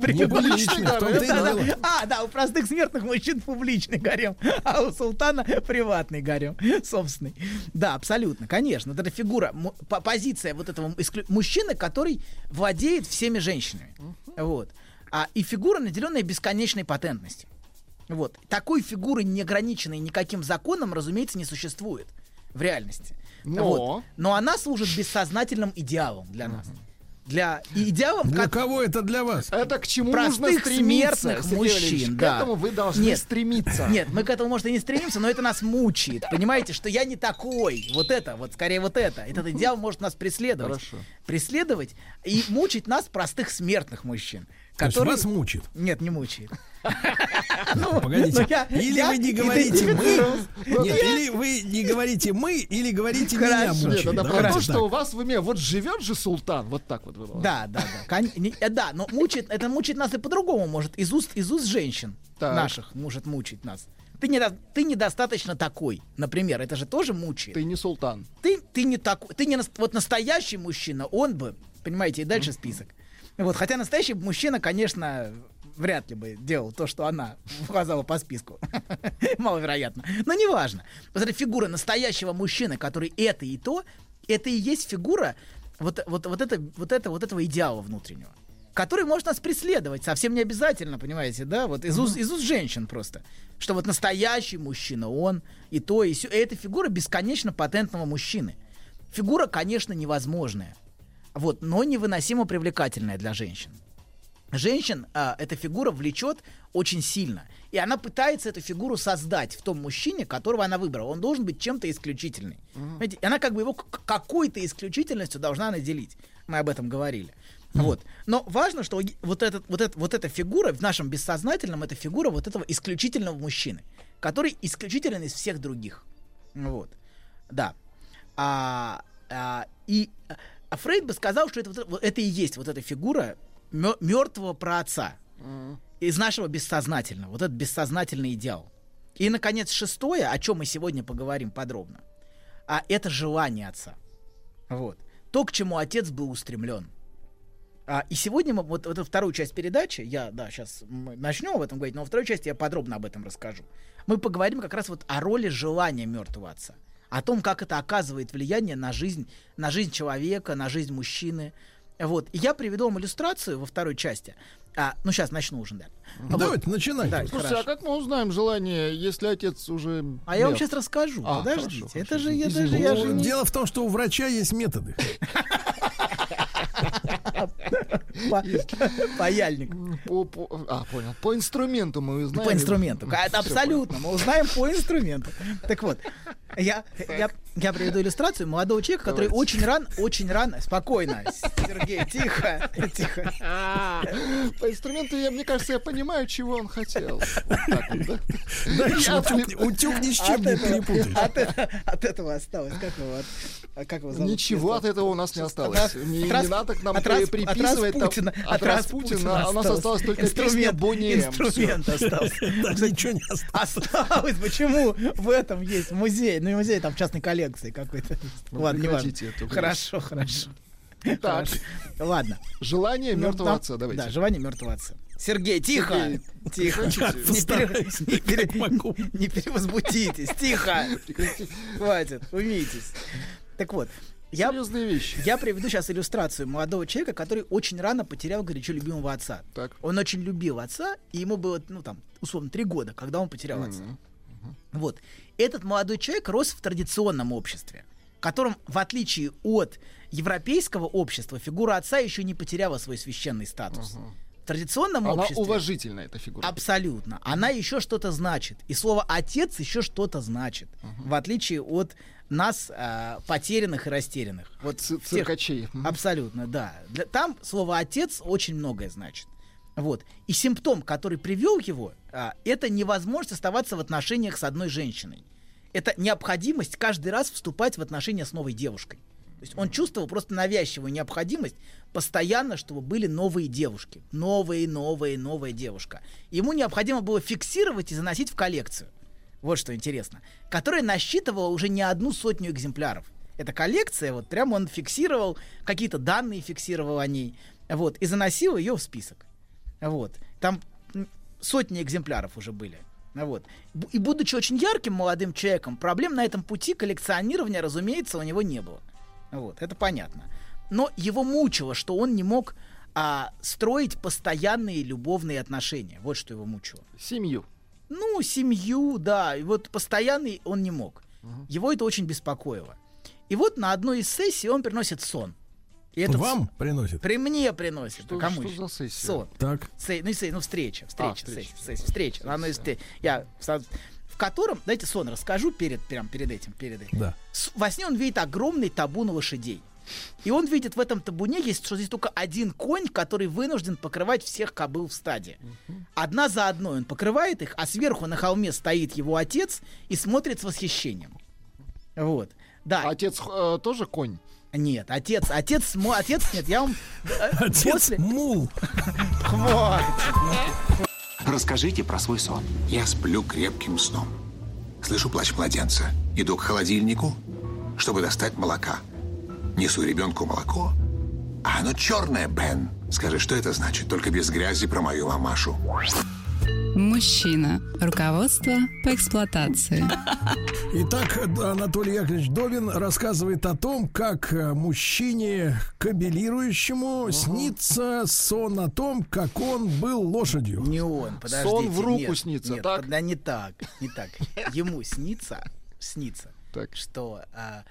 Публичный. А, да, у простых смертных мужчин публичный гарем, а у султана приватный гарем, собственный. Да, абсолютно, конечно. Вот эта фигура, позиция вот этого мужчины, который владеет всеми женщинами. Вот. А, и фигура, наделенная бесконечной потентностью. Вот. Такой фигуры, не ограниченной никаким законом, разумеется, не существует в реальности. Но, вот. Но она служит бессознательным идеалом для нас. Для идеалом для как... кого это для вас? Это к чему простых нужно стремиться, смертных мужчин. К да. этому вы должны нет, стремиться. Нет, мы к этому, может, и не стремимся, но это нас мучает. Понимаете, что я не такой. Вот это, вот скорее вот это. Этот идеал может нас преследовать. Хорошо. Преследовать и мучить нас, простых смертных мужчин, Который... вас мучит? Нет, не мучает. Ну, погодите, я, или я, вы не говорите мы, нет, или вы не говорите мы, или говорите меня мучает. Нет, это про то, что у вас в уме, вот живет же султан, вот так вот. Да, да, да, да, но мучает, это мучает нас и по-другому, может, из уст, из уст женщин наших может мучить нас. Ты, не, ты недостаточно такой, например, это же тоже мучает. Ты не султан. Ты, ты не такой, ты не вот настоящий мужчина, он бы, понимаете, и дальше список. Вот, хотя настоящий мужчина, конечно, вряд ли бы делал то, что она указала по списку. Маловероятно. Но неважно. Вот эта фигура настоящего мужчины, который это и то, это и есть фигура вот, вот, вот, это, вот, это, вот этого идеала внутреннего, который может нас преследовать. Совсем не обязательно, понимаете, да? Вот из уст, из уст женщин просто. Что вот настоящий мужчина, он и то, и сё. И эта фигура бесконечно патентного мужчины. Фигура, конечно, невозможная. Вот, но невыносимо привлекательная для женщин. Женщин а, эта фигура влечет очень сильно. И она пытается эту фигуру создать в том мужчине, которого она выбрала. Он должен быть чем-то исключительным. Mm-hmm. И она как бы его к- какой-то исключительностью должна наделить. Мы об этом говорили. Mm-hmm. Вот. Но важно, что вот, этот, вот, это, вот эта фигура в нашем бессознательном, это фигура вот этого исключительного мужчины, который исключителен из всех других. Вот. Да. А, а, и... А Фрейд бы сказал, что это, вот, это и есть вот эта фигура мертвого праотца mm. из нашего бессознательного, вот этот бессознательный идеал. И, наконец, шестое, о чем мы сегодня поговорим подробно, а это желание отца. Вот. То, к чему отец был устремлен. А, и сегодня мы, вот, вот эту вторую часть передачи, я, да, сейчас мы начнем об этом говорить, но во второй части я подробно об этом расскажу. Мы поговорим как раз вот о роли желания мертвого отца. О том, как это оказывает влияние на жизнь, на жизнь человека, на жизнь мужчины. Вот. И я приведу вам иллюстрацию во второй части. А, ну, сейчас начну уже, да. Давайте, вот. начинайте. Да, слушайте, а как мы узнаем желание, если отец уже... А я вам сейчас расскажу. А, подождите. Хорошо, это хорошо. же, я, даже, я же не... Дело в том, что у врача есть методы. Паяльник. А, понял. По инструменту мы узнаем. По инструменту. Абсолютно. Мы узнаем по инструменту. Так вот, я, я, я приведу иллюстрацию молодого человека, который Давайте. очень рано, очень рано, спокойно, Сергей, тихо, тихо. По инструменту, я, мне кажется, я понимаю, чего он хотел. Утюг ни с чем не перепутаешь. От этого осталось. Как его зовут? Ничего от этого у нас не осталось. Не надо к нам приписывать от Распутина. У нас осталось только песня Бонни М. Инструмент остался. Ничего не осталось. Осталось. Почему в этом есть музей? Ну, музей там в частной коллекции какой-то. Ладно, не важно. Хорошо, хорошо. Так, ладно. Желание мертвого отца, давайте. Да, желание мертвого отца. Сергей, тихо, тихо, не перевозбудитесь, тихо, хватит, умейтесь. Так вот, я, я приведу сейчас иллюстрацию молодого человека, который очень рано потерял горячо любимого отца. Так. Он очень любил отца, и ему было, ну там, условно, три года, когда он потерял отца. Mm-hmm. Вот. Этот молодой человек рос в традиционном обществе, в котором, в отличие от европейского общества, фигура отца еще не потеряла свой священный статус. Uh-huh. В традиционном Она обществе... уважительная, эта фигура. Абсолютно. Она еще что-то значит. И слово «отец» еще что-то значит. Uh-huh. В отличие от нас, э, потерянных и растерянных. Вот Ц- циркачей. Uh-huh. Абсолютно, да. Для, там слово «отец» очень многое значит. Вот. И симптом, который привел его, э, это невозможность оставаться в отношениях с одной женщиной. Это необходимость каждый раз вступать в отношения с новой девушкой. То есть он чувствовал просто навязчивую необходимость постоянно, чтобы были новые девушки. Новые, новые, новая девушка. Ему необходимо было фиксировать и заносить в коллекцию. Вот что интересно. Которая насчитывала уже не одну сотню экземпляров. Эта коллекция, вот прямо он фиксировал, какие-то данные фиксировал о ней. Вот, и заносил ее в список. Вот. Там сотни экземпляров уже были. Вот. И будучи очень ярким молодым человеком, проблем на этом пути коллекционирования, разумеется, у него не было. Вот, это понятно. Но его мучило, что он не мог а, строить постоянные любовные отношения. Вот что его мучило. Семью. Ну, семью, да. И вот постоянный он не мог. Угу. Его это очень беспокоило. И вот на одной из сессий он приносит сон. И это вам в... приносит? При мне приносит. Что, Кому что за сессия? Сон. Так. Се... Ну, се... ну, встреча. Встреча, а, встреча, сессия, сессия, встреча. На одной из... Я... В котором, дайте сон расскажу перед, прям перед этим, перед этим. Да. Во сне он видит огромный табун лошадей. И он видит в этом табуне, есть, что здесь только один конь, который вынужден покрывать всех кобыл в стаде. Одна за одной он покрывает их, а сверху на холме стоит его отец и смотрит с восхищением. Вот. Да. Отец э, тоже конь? Нет, отец, отец, мой отец, нет, я вам... Э, отец после... мул. Расскажите про свой сон. Я сплю крепким сном. Слышу плач младенца. Иду к холодильнику, чтобы достать молока. Несу ребенку молоко, а оно черное, Бен. Скажи, что это значит? Только без грязи про мою мамашу. Мужчина. Руководство по эксплуатации. Итак, Анатолий Яковлевич Добин рассказывает о том, как мужчине кабелирующему uh-huh. снится сон о том, как он был лошадью. Не он, подождите. Сон в руку нет, снится, нет, так? Да не так, не так. Ему снится, снится, так. что... А,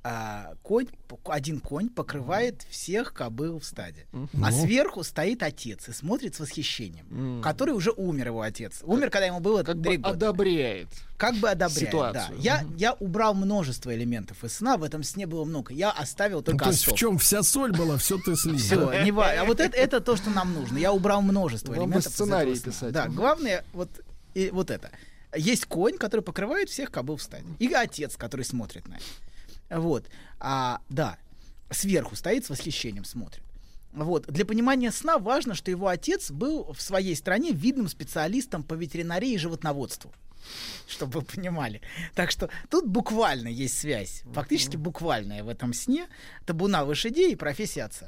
А, конь, один конь покрывает всех кобыл в стаде. Mm-hmm. А сверху стоит отец и смотрит с восхищением, mm-hmm. который уже умер, его отец. Умер, когда ему было как три бы года. Одобряет. Как бы одобряет, ситуацию. Да. Я, mm-hmm. я убрал множество элементов из сна, в этом сне было много. Я оставил только ну, то есть особ. в чем вся соль была, все ты слил. Все, не важно. А вот это, это то, что нам нужно. Я убрал множество Вам элементов. Сценарий писать. Да, главное вот, и, вот это. Есть конь, который покрывает всех кобыл в стаде. И отец, который смотрит на это. Вот, а, да, сверху стоит с восхищением, смотрит. Вот, для понимания сна важно, что его отец был в своей стране видным специалистом по ветеринарии и животноводству, чтобы вы понимали. Так что тут буквально есть связь, фактически буквальная в этом сне, табуна лошадей и профессия отца.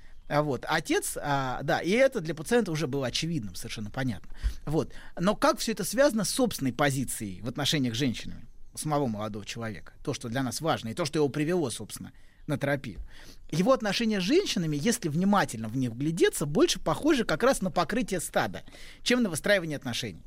А вот, отец, а, да, и это для пациента уже было очевидным, совершенно понятно. Вот, но как все это связано с собственной позицией в отношениях с женщинами? Самого молодого человека, то, что для нас важно, и то, что его привело, собственно, на терапию. Его отношения с женщинами, если внимательно в них вглядеться, больше похожи как раз на покрытие стада, чем на выстраивание отношений.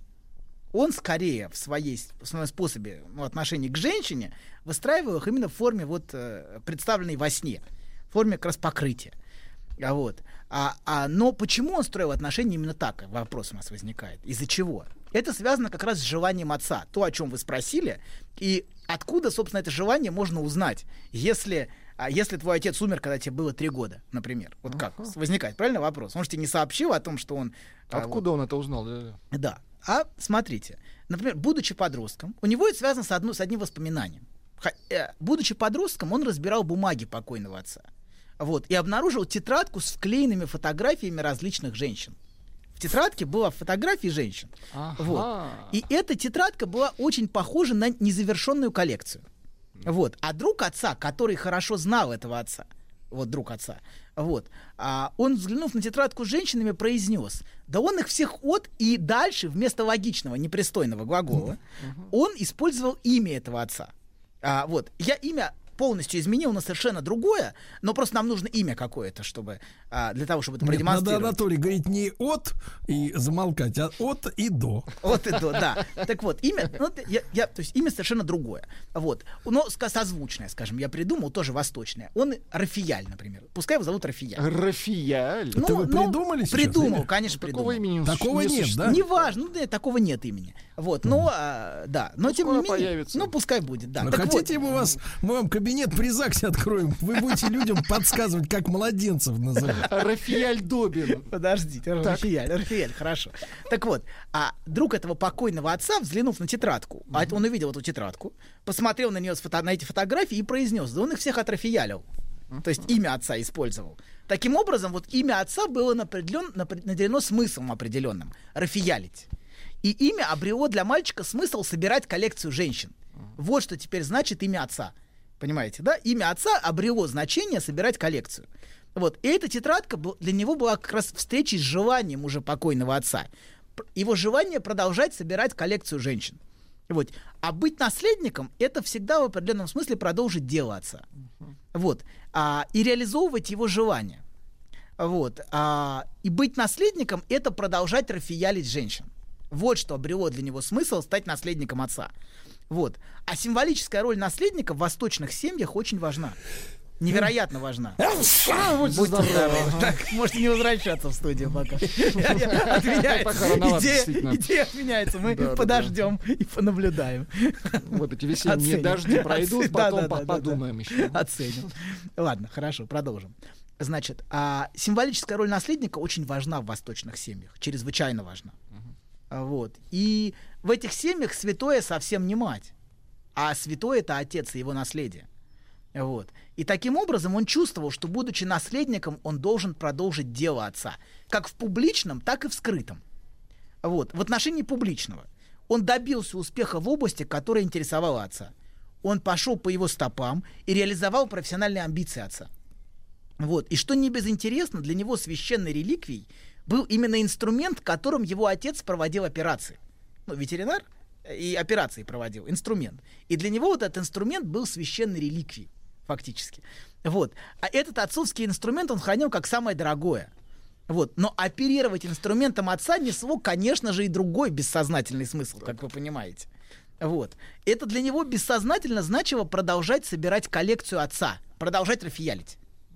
Он скорее в, своей, в своем способе ну, отношений к женщине выстраивал их именно в форме, вот, э, представленной во сне, в форме как раз покрытия. А вот. а, а, но почему он строил отношения именно так? Вопрос у нас возникает. Из-за чего? Это связано как раз с желанием отца. То, о чем вы спросили, и откуда, собственно, это желание можно узнать, если, если твой отец умер, когда тебе было три года, например. Вот как uh-huh. возникает, правильно вопрос? Он же тебе не сообщил о том, что он... Откуда а, вот, он это узнал? Да. да. А смотрите, например, будучи подростком, у него это связано с, одно, с одним воспоминанием. Х, э, будучи подростком, он разбирал бумаги покойного отца. Вот, и обнаружил тетрадку с вклеенными фотографиями различных женщин. В тетрадке была фотография женщин. Ага. Вот. И эта тетрадка была очень похожа на незавершенную коллекцию. Вот. А друг отца, который хорошо знал этого отца, вот друг отца, вот, а он, взглянув на тетрадку с женщинами, произнес: да он их всех от, и дальше вместо логичного непристойного глагола uh-huh. он использовал имя этого отца. А, вот. Я имя полностью изменил на совершенно другое, но просто нам нужно имя какое-то, чтобы а, для того, чтобы это продемонстрировать. Надо, Анатолий, говорить не от и замолкать, а от и до. От и до, да. Так вот, имя, ну, я, я, то есть имя совершенно другое. Вот. Но созвучное, скажем, я придумал, тоже восточное. Он Рафияль, например. Пускай его зовут Рафияль. Рафияль? Ну, это вы ну, придумали сейчас? Придумал, или? конечно, такого придумал. Имени такого не нет, существует. да? Не важно, ну, да, такого нет имени. Вот, но, mm. а, да, но ну, тем не менее, появится. ну, пускай будет, да. Но так хотите, вот. мы вас, мы вам кабинет при ЗАГСе откроем, вы будете людям подсказывать, как младенцев называть. Рафияль Добин. Подождите, Рафияль, Рафияль, хорошо. Так вот, а друг этого покойного отца, взглянув на тетрадку, mm-hmm. а он увидел эту тетрадку, посмотрел на нее, на эти фотографии и произнес: да он их всех отрафиялил. Mm-hmm. То есть имя отца использовал. Таким образом, вот имя отца было наделено, наделено смыслом определенным — рафиялить. И имя обрело для мальчика смысл собирать коллекцию женщин. Вот что теперь значит имя отца. Понимаете, да? Имя отца обрело значение собирать коллекцию. Вот. И эта тетрадка для него была как раз встречей с желанием уже покойного отца. Его желание продолжать собирать коллекцию женщин. Вот. А быть наследником — это всегда в определенном смысле продолжить дело отца. Вот. А, и реализовывать его желание. Вот. А, и быть наследником — это продолжать рафиялить женщин. Вот что обрело для него смысл стать наследником отца. Вот. А символическая роль наследника в восточных семьях очень важна. Невероятно важна. Будьте Будьте здоровы. здоровы. Так, можете не возвращаться в студию пока. Отменяется. Идея отменяется. Мы подождем и понаблюдаем. Вот эти весенние дожди пройдут, потом подумаем еще. Оценим. Ладно, хорошо, продолжим. Значит, а символическая роль наследника очень важна в восточных семьях, чрезвычайно важна. Uh-huh. Вот. И в этих семьях святое совсем не мать, а святой — это отец и его наследие. Вот. И таким образом он чувствовал, что, будучи наследником, он должен продолжить дело отца, как в публичном, так и в скрытом. Вот. В отношении публичного он добился успеха в области, которая интересовала отца. Он пошел по его стопам и реализовал профессиональные амбиции отца. Вот. И что не безинтересно, для него священной реликвией был именно инструмент, которым его отец проводил операции. Ну, ветеринар и операции проводил, инструмент. И для него вот этот инструмент был священной реликвией, фактически. Вот. А этот отцовский инструмент он хранил как самое дорогое. Вот. Но оперировать инструментом отца несло, конечно же, и другой бессознательный смысл, как вы понимаете. Вот. Это для него бессознательно значило продолжать собирать коллекцию отца, продолжать рафиялить.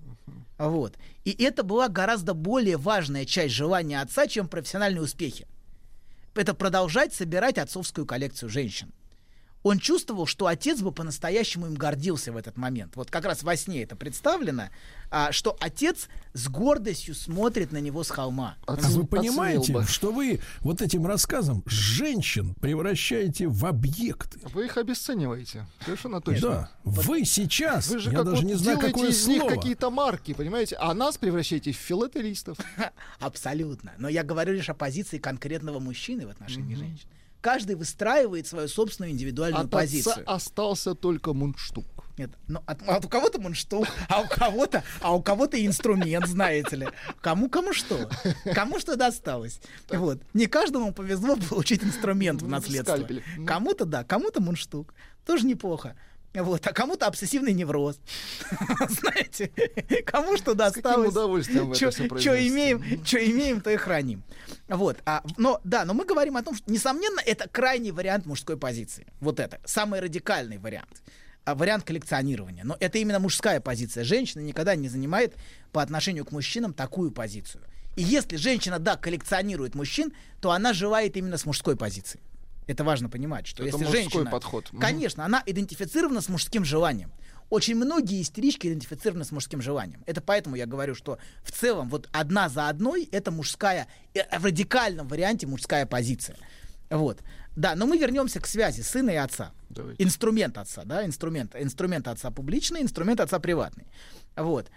Вот. И это была гораздо более важная часть желания отца, чем профессиональные успехи. Это продолжать собирать отцовскую коллекцию женщин. Он чувствовал, что отец бы по-настоящему им гордился в этот момент. Вот как раз во сне это представлено, а, что отец с гордостью смотрит на него с холма. А вы понимаете, что вы вот этим рассказом женщин превращаете в объекты? Вы их обесцениваете. Совершенно точно. Да. Вы сейчас, вы же я как даже вот не знаю, какое из них слово. какие-то марки, понимаете? А нас превращаете в филателистов. Абсолютно. Но я говорю лишь о позиции конкретного мужчины в отношении женщин. Каждый выстраивает свою собственную индивидуальную от позицию. Отца остался только мундштук. Нет, ну, от, от у кого-то мундштук, а у кого-то, а у кого-то инструмент, знаете ли. Кому кому что? Кому что досталось. Вот. Не каждому повезло получить инструмент в наследство. Скальпель. Кому-то да, кому-то мундштук. Тоже неплохо. Вот, а кому-то обсессивный невроз. Знаете, кому что досталось. С каким удовольствием это все производится. Что имеем, что имеем, то и храним. Вот, а, но да, но мы говорим о том, что, несомненно, это крайний вариант мужской позиции. Вот это, самый радикальный вариант. А, вариант коллекционирования. Но это именно мужская позиция. Женщина никогда не занимает по отношению к мужчинам такую позицию. И если женщина, да, коллекционирует мужчин, то она желает именно с мужской позиции. Это важно понимать, что это если женщина, подход. Конечно, она идентифицирована с мужским желанием. Очень многие истерички идентифицированы с мужским желанием. Это поэтому я говорю, что в целом вот одна за одной это мужская, в радикальном варианте мужская позиция. Вот. Да, но мы вернемся к связи сына и отца. Давайте. Инструмент отца, да, инструмент, инструмент отца публичный, инструмент отца приватный. Вот.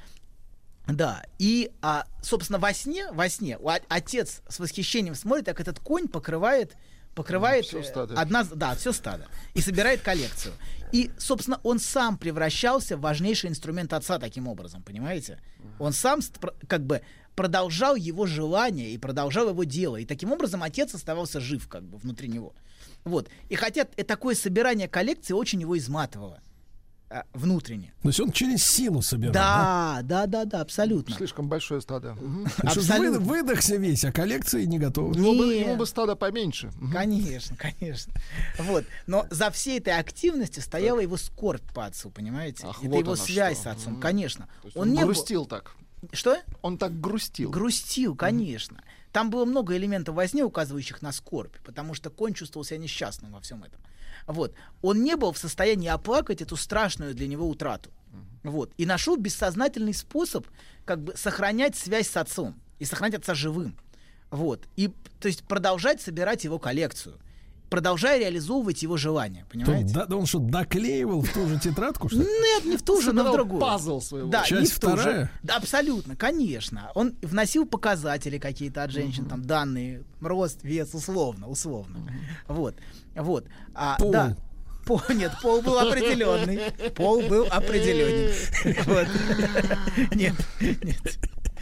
Да, и, а, собственно, во сне, во сне отец с восхищением смотрит, как этот конь покрывает покрывает все одна, да, все стадо и собирает коллекцию. И, собственно, он сам превращался в важнейший инструмент отца таким образом, понимаете? Он сам как бы продолжал его желание и продолжал его дело. И таким образом отец оставался жив как бы внутри него. Вот. И хотя такое собирание коллекции очень его изматывало. Внутренне. То есть он через силу собирал, да? Да, да, да, да, абсолютно. Слишком большое стадо. Угу. Абсолютно. Выдохся весь, а коллекции не готовы. Ему бы, ему бы стадо поменьше. Конечно, конечно. Вот. Но за всей этой активностью стояла так. его скорбь по отцу, понимаете? Ах, это вот его связь что. с отцом, угу. конечно. Он, он не грустил был... так. Что? Он так грустил. Грустил, конечно. Угу. Там было много элементов во сне, указывающих на скорбь, потому что конь чувствовал себя несчастным во всем этом. Вот. Он не был в состоянии оплакать эту страшную для него утрату. Uh-huh. Вот. И нашел бессознательный способ как бы сохранять связь с отцом и сохранять отца живым. Вот. И, то есть продолжать собирать его коллекцию, продолжая реализовывать его желания. Понимаете? Да, да он что, доклеивал в ту же тетрадку, что ли? Нет, не в ту же, но в другую. Пазл своего. Да, часть не в ту вторая? Же. Да, абсолютно, конечно. Он вносил показатели какие-то от женщин, uh-huh. там данные, рост, вес, условно, условно. Uh-huh. Вот, вот. А, пол. Да. Пол, нет, пол был определенный. Пол был определенный. Вот. Нет, нет.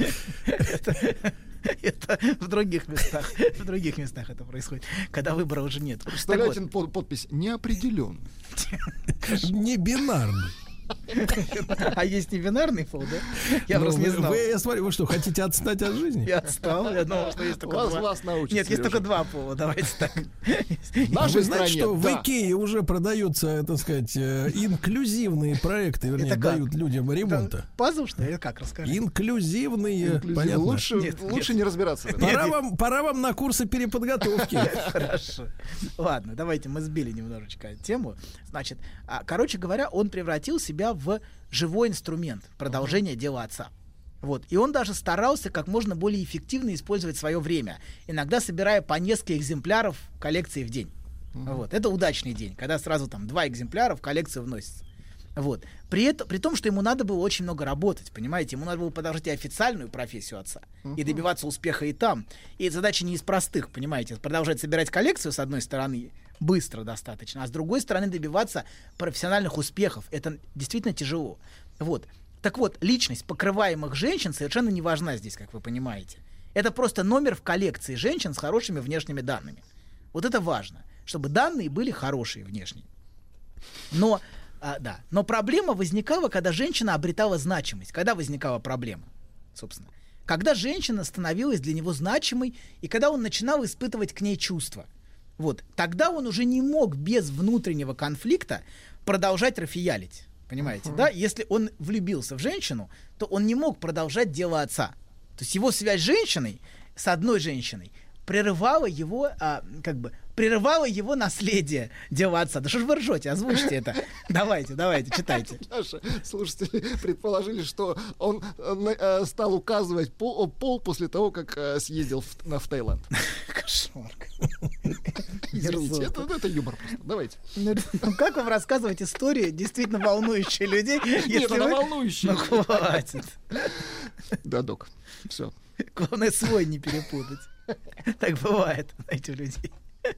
Это... Это в других местах, в других местах это происходит, когда выбора уже нет. Представляете, вот. Подпись неопределенный. Не бинарный. А есть не бинарный пол, да? Я Ну, просто не вы- знал. вы, я смотрю, вы что, хотите отстать от жизни? Я отстал, я думал, что есть только Вас- два. вас научат, Нет, есть Сережа. только два пола, давайте так. Вы знаете, что в да. Икее уже продаются, так сказать, э, инклюзивные проекты, вернее, Это как? дают людям ремонта. Пазл, что ли? Как, расскажи. Инклюзивные, Инклюзивно. понятно. Лучше, Нет, лучше нет. не разбираться в этом. Пора, вам, пора вам на курсы переподготовки. Хорошо. Ладно, давайте мы сбили немножечко тему. Значит, а, короче говоря, он превратил себя в живой инструмент продолжения дела отца. Вот. И он даже старался как можно более эффективно использовать свое время, иногда собирая по несколько экземпляров коллекции в день. Вот. Это удачный день, когда сразу там два экземпляра в коллекцию вносятся. Вот. При, этом, при том, что ему надо было очень много работать, понимаете, ему надо было продолжать и официальную профессию отца, и добиваться успеха и там. И задача не из простых, понимаете, продолжать собирать коллекцию, с одной стороны, быстро достаточно, а с другой стороны добиваться профессиональных успехов. Это действительно тяжело. Вот. Так вот, личность покрываемых женщин совершенно не важна здесь, как вы понимаете. Это просто номер в коллекции женщин с хорошими внешними данными. Вот это важно, чтобы данные были хорошие внешние. Но, а, да, но проблема возникала, когда женщина обретала значимость. Когда возникала проблема, собственно? Когда женщина становилась для него значимой, и когда он начинал испытывать к ней чувства. Вот. Тогда он уже не мог без внутреннего конфликта продолжать рафиялить. Понимаете, uh-huh. да? Если он влюбился в женщину, то он не мог продолжать дело отца. То есть его связь с женщиной, с одной женщиной, прерывала его, а, как бы, прерывала его наследие дела отца. Да что ж вы ржете, озвучьте это. Давайте, давайте, читайте. Наши слушатели предположили, что он э, э, стал указывать пол, пол после того, как э, съездил в, на, в Таиланд. Кошмар. Извините, это, это юмор просто. Давайте. Ну, как вам рассказывать истории, действительно волнующие людей? Нет, она вы... волнующая. Ну, хватит. Да, док. Все. Главное, свой не перепутать. Так бывает, знаете, у людей.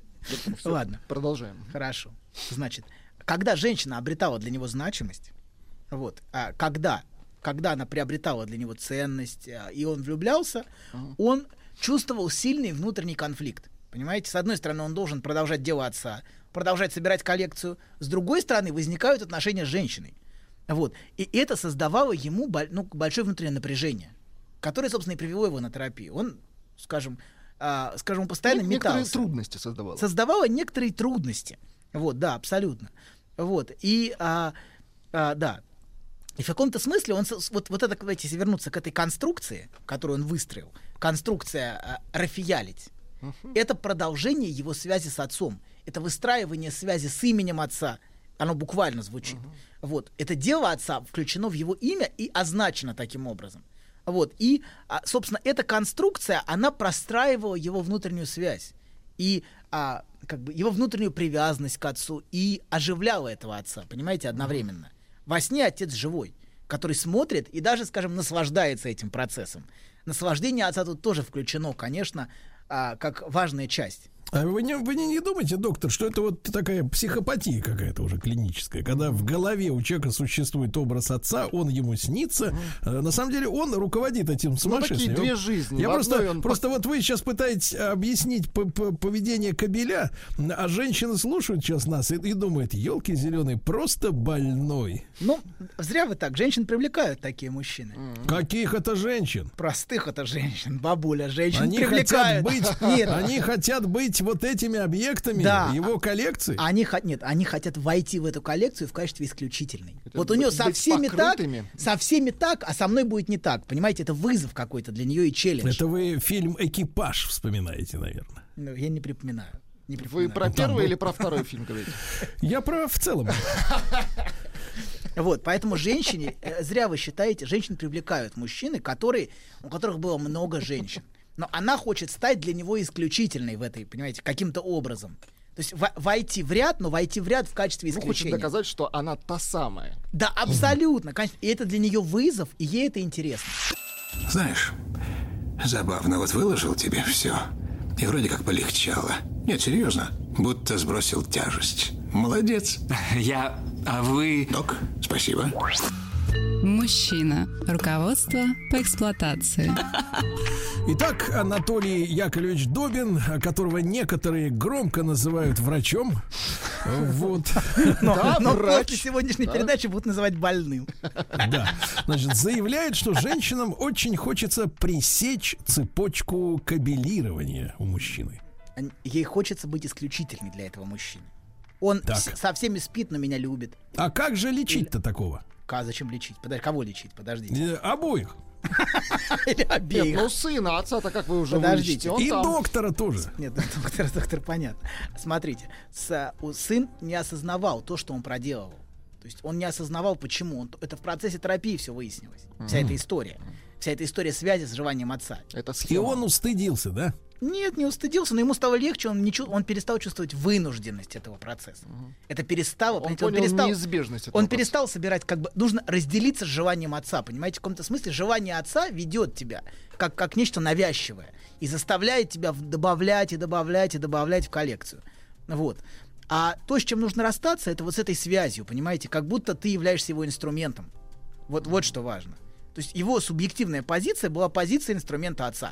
Всё, ладно. Продолжаем. Хорошо. Значит, когда женщина обретала для него значимость, вот, а когда, когда она приобретала для него ценность, а, и он влюблялся, uh-huh. он чувствовал сильный внутренний конфликт. Понимаете, с одной стороны, он должен продолжать дело отца, продолжать собирать коллекцию, с другой стороны, возникают отношения с женщиной. Вот. И это создавало ему ну, большое внутреннее напряжение, которое, собственно, и привело его на терапию. Он, скажем, а, скажем, он постоянно Ник- метался. Некоторые трудности создавало. Создавало некоторые трудности. Вот, да, абсолютно. Вот. И, а, а, да. И в каком-то смысле он, вот, вот это, давайте вернуться к этой конструкции, которую он выстроил, конструкция а, рафиялить, uh-huh. это продолжение его связи с отцом, это выстраивание связи с именем отца, оно буквально звучит. Uh-huh. Вот. Это дело отца включено в его имя и означено таким образом. Вот. И, а, собственно, эта конструкция, она простраивала его внутреннюю связь и а, как бы его внутреннюю привязанность к отцу и оживляла этого отца, понимаете, одновременно. Во сне отец живой, который смотрит и даже, скажем, наслаждается этим процессом. Наслаждение отца тут тоже включено, конечно, а, как важная часть. А вы не, вы не, не думаете, доктор, что это вот такая психопатия какая-то уже клиническая, когда в голове у человека существует образ отца, он ему снится, mm. на самом деле он руководит этим сумасшествием. Ну, такие две жизни. Я просто, он... просто вот вы сейчас пытаетесь объяснить поведение кобеля, а женщины слушают сейчас нас и, и думают, елки зеленые, просто больной. Ну, зря вы так, женщин привлекают такие мужчины. Mm. Каких это женщин? Простых это женщин, бабуля, женщин они привлекают. Хотят быть, Нет. Они хотят быть вот этими объектами да. его коллекции? Они, нет, они хотят войти в эту коллекцию в качестве исключительной. Это вот у нее со всеми покрытыми. так, со всеми так, а со мной будет не так. Понимаете, это вызов какой-то для нее и челлендж. Это вы фильм «Экипаж» вспоминаете, наверное. Ну, я не припоминаю. Не Вы про первый или про второй фильм говорите? Я про в целом. Вот, поэтому женщине, зря вы считаете, женщин привлекают мужчины, которые, у которых было много женщин. Но она хочет стать для него исключительной в этой, понимаете, каким-то образом. То есть в- войти в ряд, но войти в ряд в качестве исключения. Ну, хочет доказать, что она та самая. Да, абсолютно, конечно. И это для нее вызов, и ей это интересно. Знаешь, забавно, вот выложил тебе все, и вроде как полегчало. Нет, серьезно, будто сбросил тяжесть. Молодец. Я... А вы... Док, спасибо. Мужчина. Руководство по эксплуатации. Итак, Анатолий Яковлевич Добин, которого некоторые громко называют врачом. Вот. Но, Да, но врач. после сегодняшней Да. передачи будут называть больным. Да. Значит, заявляет, что женщинам очень хочется пресечь цепочку кабелирования у мужчины. Ей хочется быть исключительной для этого мужчины. Он Так. с- со всеми спит, но меня любит. А как же лечить-то такого? А зачем лечить? Подожди, кого лечить? Подождите. Э, Обоих. Или обеих. Нет, ну сына, отца-то как вы уже Подождите. вылечите? Он И там. доктора тоже. Нет, доктор, доктор, понятно. Смотрите, с- у- сын не осознавал то, что он проделывал. То есть он не осознавал, почему. Он, это в процессе терапии все выяснилось. Вся Мгм. эта история. Вся эта история связи с желанием отца. Это И он устыдился, да? Нет, не устыдился, но ему стало легче, он, не чу- он перестал чувствовать вынужденность этого процесса. Это перестало, Он понимаете, он, понял перестал, неизбежность этого он перестал собирать, как бы, нужно разделиться с желанием отца, понимаете, в каком-то смысле желание отца ведет тебя как, как нечто навязчивое и заставляет тебя в- добавлять и добавлять и добавлять в коллекцию. Вот. А то, с чем нужно расстаться, это вот с этой связью, понимаете, как будто ты являешься его инструментом. Вот, вот что важно. То есть его субъективная позиция была позиция инструмента отца.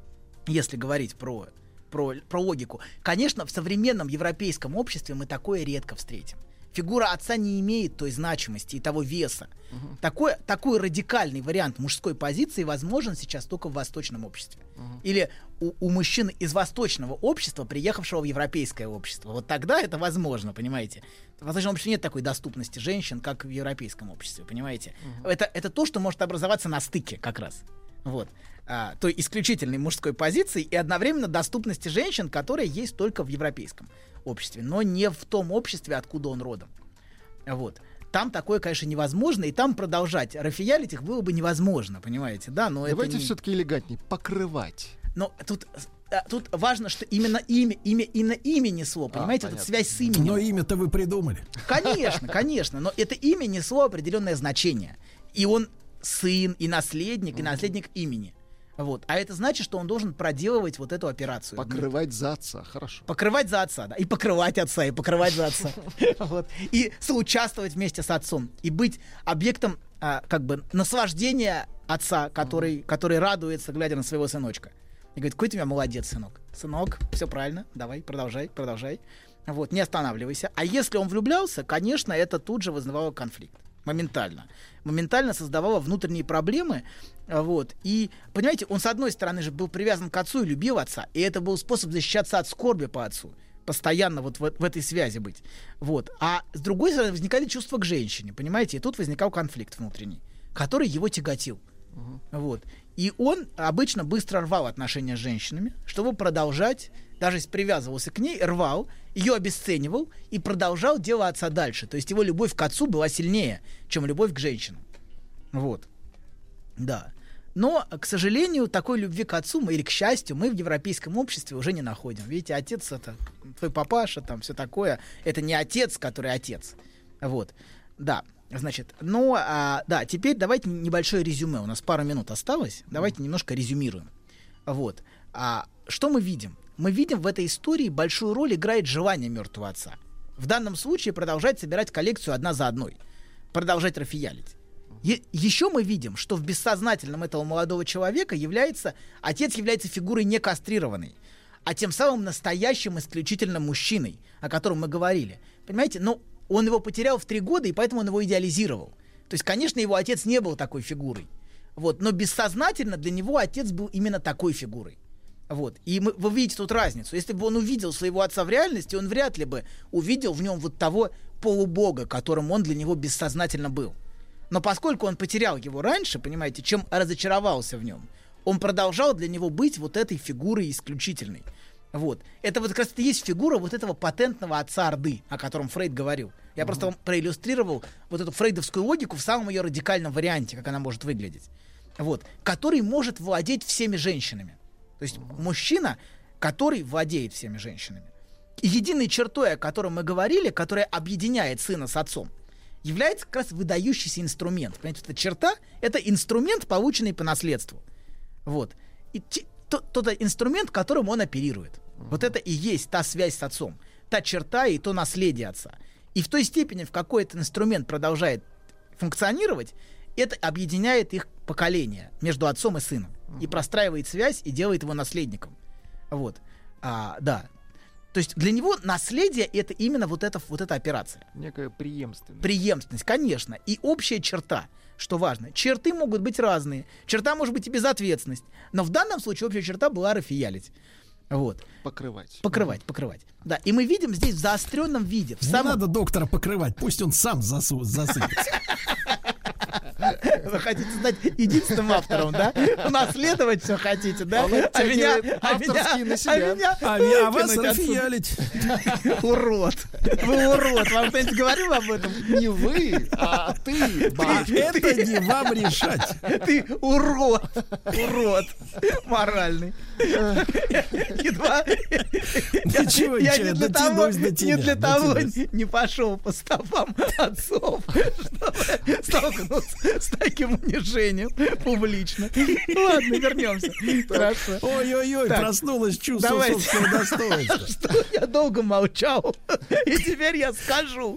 Если говорить про, про, про логику. Конечно, в современном европейском обществе мы такое редко встретим. Фигура отца не имеет той значимости и того веса. Мгм. Такой, такой радикальный вариант мужской позиции возможен сейчас только в восточном обществе. Или у, у мужчин из восточного общества, приехавшего в европейское общество. Вот тогда это возможно, понимаете? В восточном обществе нет такой доступности женщин, как в европейском обществе, понимаете? Это, это то, что может образоваться на стыке как раз. Вот. А, той исключительной мужской позиции и одновременно доступности женщин, которая есть только в европейском обществе, но не в том обществе, откуда он родом. Вот. Там такое, конечно, невозможно, и там продолжать рафиялить их было бы невозможно, понимаете, да? Но Давайте это не... все-таки элегантней. Покрывать. Но тут, а, тут важно, что именно имя, имя, именно имя несло, понимаете, вот эта связь с именем. Но имя-то вы придумали. Конечно, конечно, но это имя несло определенное значение. И он сын, и наследник, и наследник имени. Вот. А это значит, что он должен проделывать вот эту операцию. Покрывать за отца, хорошо. Покрывать за отца, да. И покрывать отца, и покрывать за отца. Вот. И соучаствовать вместе с отцом. И быть объектом а, как бы наслаждения отца, который, который радуется, глядя на своего сыночка. И говорит, какой ты у меня молодец, сынок. Сынок, все правильно, давай, продолжай, продолжай. Вот, не останавливайся. А если он влюблялся, конечно, это тут же вызывало конфликт. Моментально. Моментально создавало внутренние проблемы. Вот. И, понимаете, он, с одной стороны, же был привязан к отцу и любил отца. И это был способ защищаться от скорби по отцу. Постоянно вот в, в этой связи быть. Вот. А с другой стороны, возникали чувства к женщине. Понимаете? И тут возникал конфликт внутренний, который его тяготил. Вот. И он обычно быстро рвал отношения с женщинами, чтобы продолжать, даже если привязывался к ней, рвал, ее обесценивал и продолжал дело отца дальше. То есть его любовь к отцу была сильнее, чем любовь к женщинам. Вот. Да. Но, к сожалению, такой любви к отцу мы, или к счастью, мы в европейском обществе уже не находим. Видите, отец — это твой папаша, там все такое. Это не отец, который отец. Вот. Да. Значит, ну, а, да, теперь давайте небольшое резюме. У нас пару минут осталось. Давайте немножко резюмируем. Вот. А, что мы видим? Мы видим, в этой истории большую роль играет желание мертвого отца. В данном случае продолжать собирать коллекцию одна за одной. Продолжать рафиялить. Е- еще мы видим, что в бессознательном этого молодого человека является, отец является фигурой не кастрированной, а тем самым настоящим исключительно мужчиной, о котором мы говорили. Понимаете? Но он его потерял в три года, и поэтому он его идеализировал. То есть, конечно, его отец не был такой фигурой. Вот. Но бессознательно для него отец был именно такой фигурой. Вот. И мы, вы видите тут разницу. Если бы он увидел своего отца в реальности, он вряд ли бы увидел в нем вот того полубога, которым он для него бессознательно был. Но поскольку он потерял его раньше, понимаете, чем разочаровался в нем, он продолжал для него быть вот этой фигурой исключительной. Вот. Это вот как раз и есть фигура вот этого патентного отца Орды, о котором Фрейд говорил. Я mm-hmm. просто вам проиллюстрировал вот эту фрейдовскую логику в самом ее радикальном варианте, как она может выглядеть. Вот. Который может владеть всеми женщинами. То есть mm-hmm. мужчина, который владеет всеми женщинами. И единой чертой, о которой мы говорили, которая объединяет сына с отцом, является как раз выдающийся инструмент. Понимаете, эта черта — это инструмент, полученный по наследству. Вот. И те, тот, тот инструмент, которым он оперирует. Mm-hmm. Вот это и есть та связь с отцом. Та черта и то наследие отца. И в той степени, в какой этот инструмент продолжает функционировать, это объединяет их поколение между отцом и сыном. Mm-hmm. И простраивает связь, и делает его наследником. Вот. А, да. То есть для него наследие — это именно вот эта, вот эта операция. Некая преемственность. Преемственность, конечно. И общая черта, что важно. Черты могут быть разные. Черта может быть и безответственность. Но в данном случае общая черта была рафиялить. Вот. Покрывать. Покрывать, покрывать. Да, и мы видим здесь в заостренном виде. В Не самом... надо доктора покрывать, пусть он сам засу... засыпется. Вы хотите стать единственным автором, да? Унаследовать все хотите, да? А меня, а меня, на себя. а меня, А, я- а вас выкинуть отсюда. рафиялить. Урод. Вы урод. Вам кто-нибудь говорил об этом? Не вы, а ты. А это не вам решать. Ты урод. Урод. Моральный. Едва. Ничего, Я ничего, не для того, дотянусь до тебя, не для того дотянусь. не пошел по стопам отцов, чтобы столкнуться с таким унижением публично. Ладно, вернемся. Хорошо. Ой-ой-ой, Так, проснулось чувство давайте. собственного достоинства. Что я долго молчал, и теперь я скажу.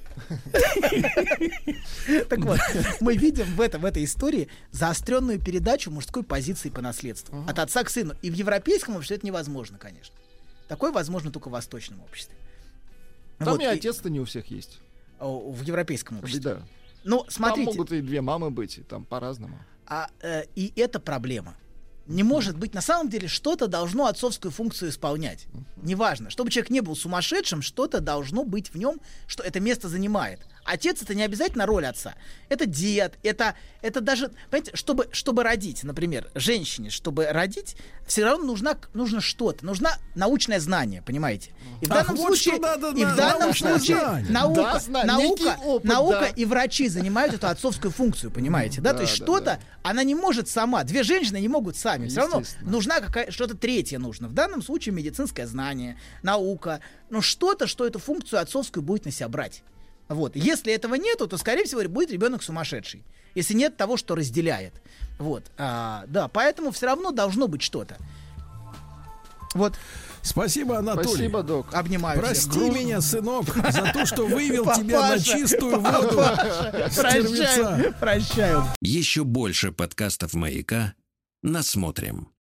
Так вот, мы видим в, этом, в этой истории заостренную передачу мужской позиции по наследству. От отца к сыну. И в европейском обществе это невозможно, конечно. Такое возможно только в восточном обществе. Там Вот, и и- отец-то не у всех есть. О, в европейском обществе. Да. Ну, смотрите. Там могут и две мамы быть, и там по-разному. А, э, и это проблема. Не может быть, на самом деле, что-то должно отцовскую функцию исполнять. Неважно. Чтобы человек не был сумасшедшим, что-то должно быть в нем, что это место занимает. Отец — это не обязательно роль отца. Это дед, это, это даже, понимаете, чтобы, чтобы родить, например, женщине, чтобы родить, все равно нужна, нужно что-то, нужна научное знание, понимаете? И в Ах, данном вот случае, что надо и в на- данном научное случае знание. наука, Да, зна- наука, некий опыт, наука да. и врачи занимают эту отцовскую функцию, понимаете, да? Да, То есть да, что-то, да. она не может сама, две женщины не могут сами, все равно Естественно. нужна какая что-то третье нужно. В данном случае медицинское знание, наука, но что-то, что эту функцию отцовскую будет на себя брать. Вот. Если этого нету, то, скорее всего, будет ребенок сумасшедший. Если нет того, что разделяет. Вот. А, да, поэтому все равно должно быть что-то. Вот. Спасибо, Анатолий. Спасибо, док. Обнимаю Прости всех. Гру- меня, сынок, за то, что вывел тебя на Папаша, чистую воду. папаша, стервеца. Прощаю, прощаю. Еще больше подкастов «Маяка» насмотрим.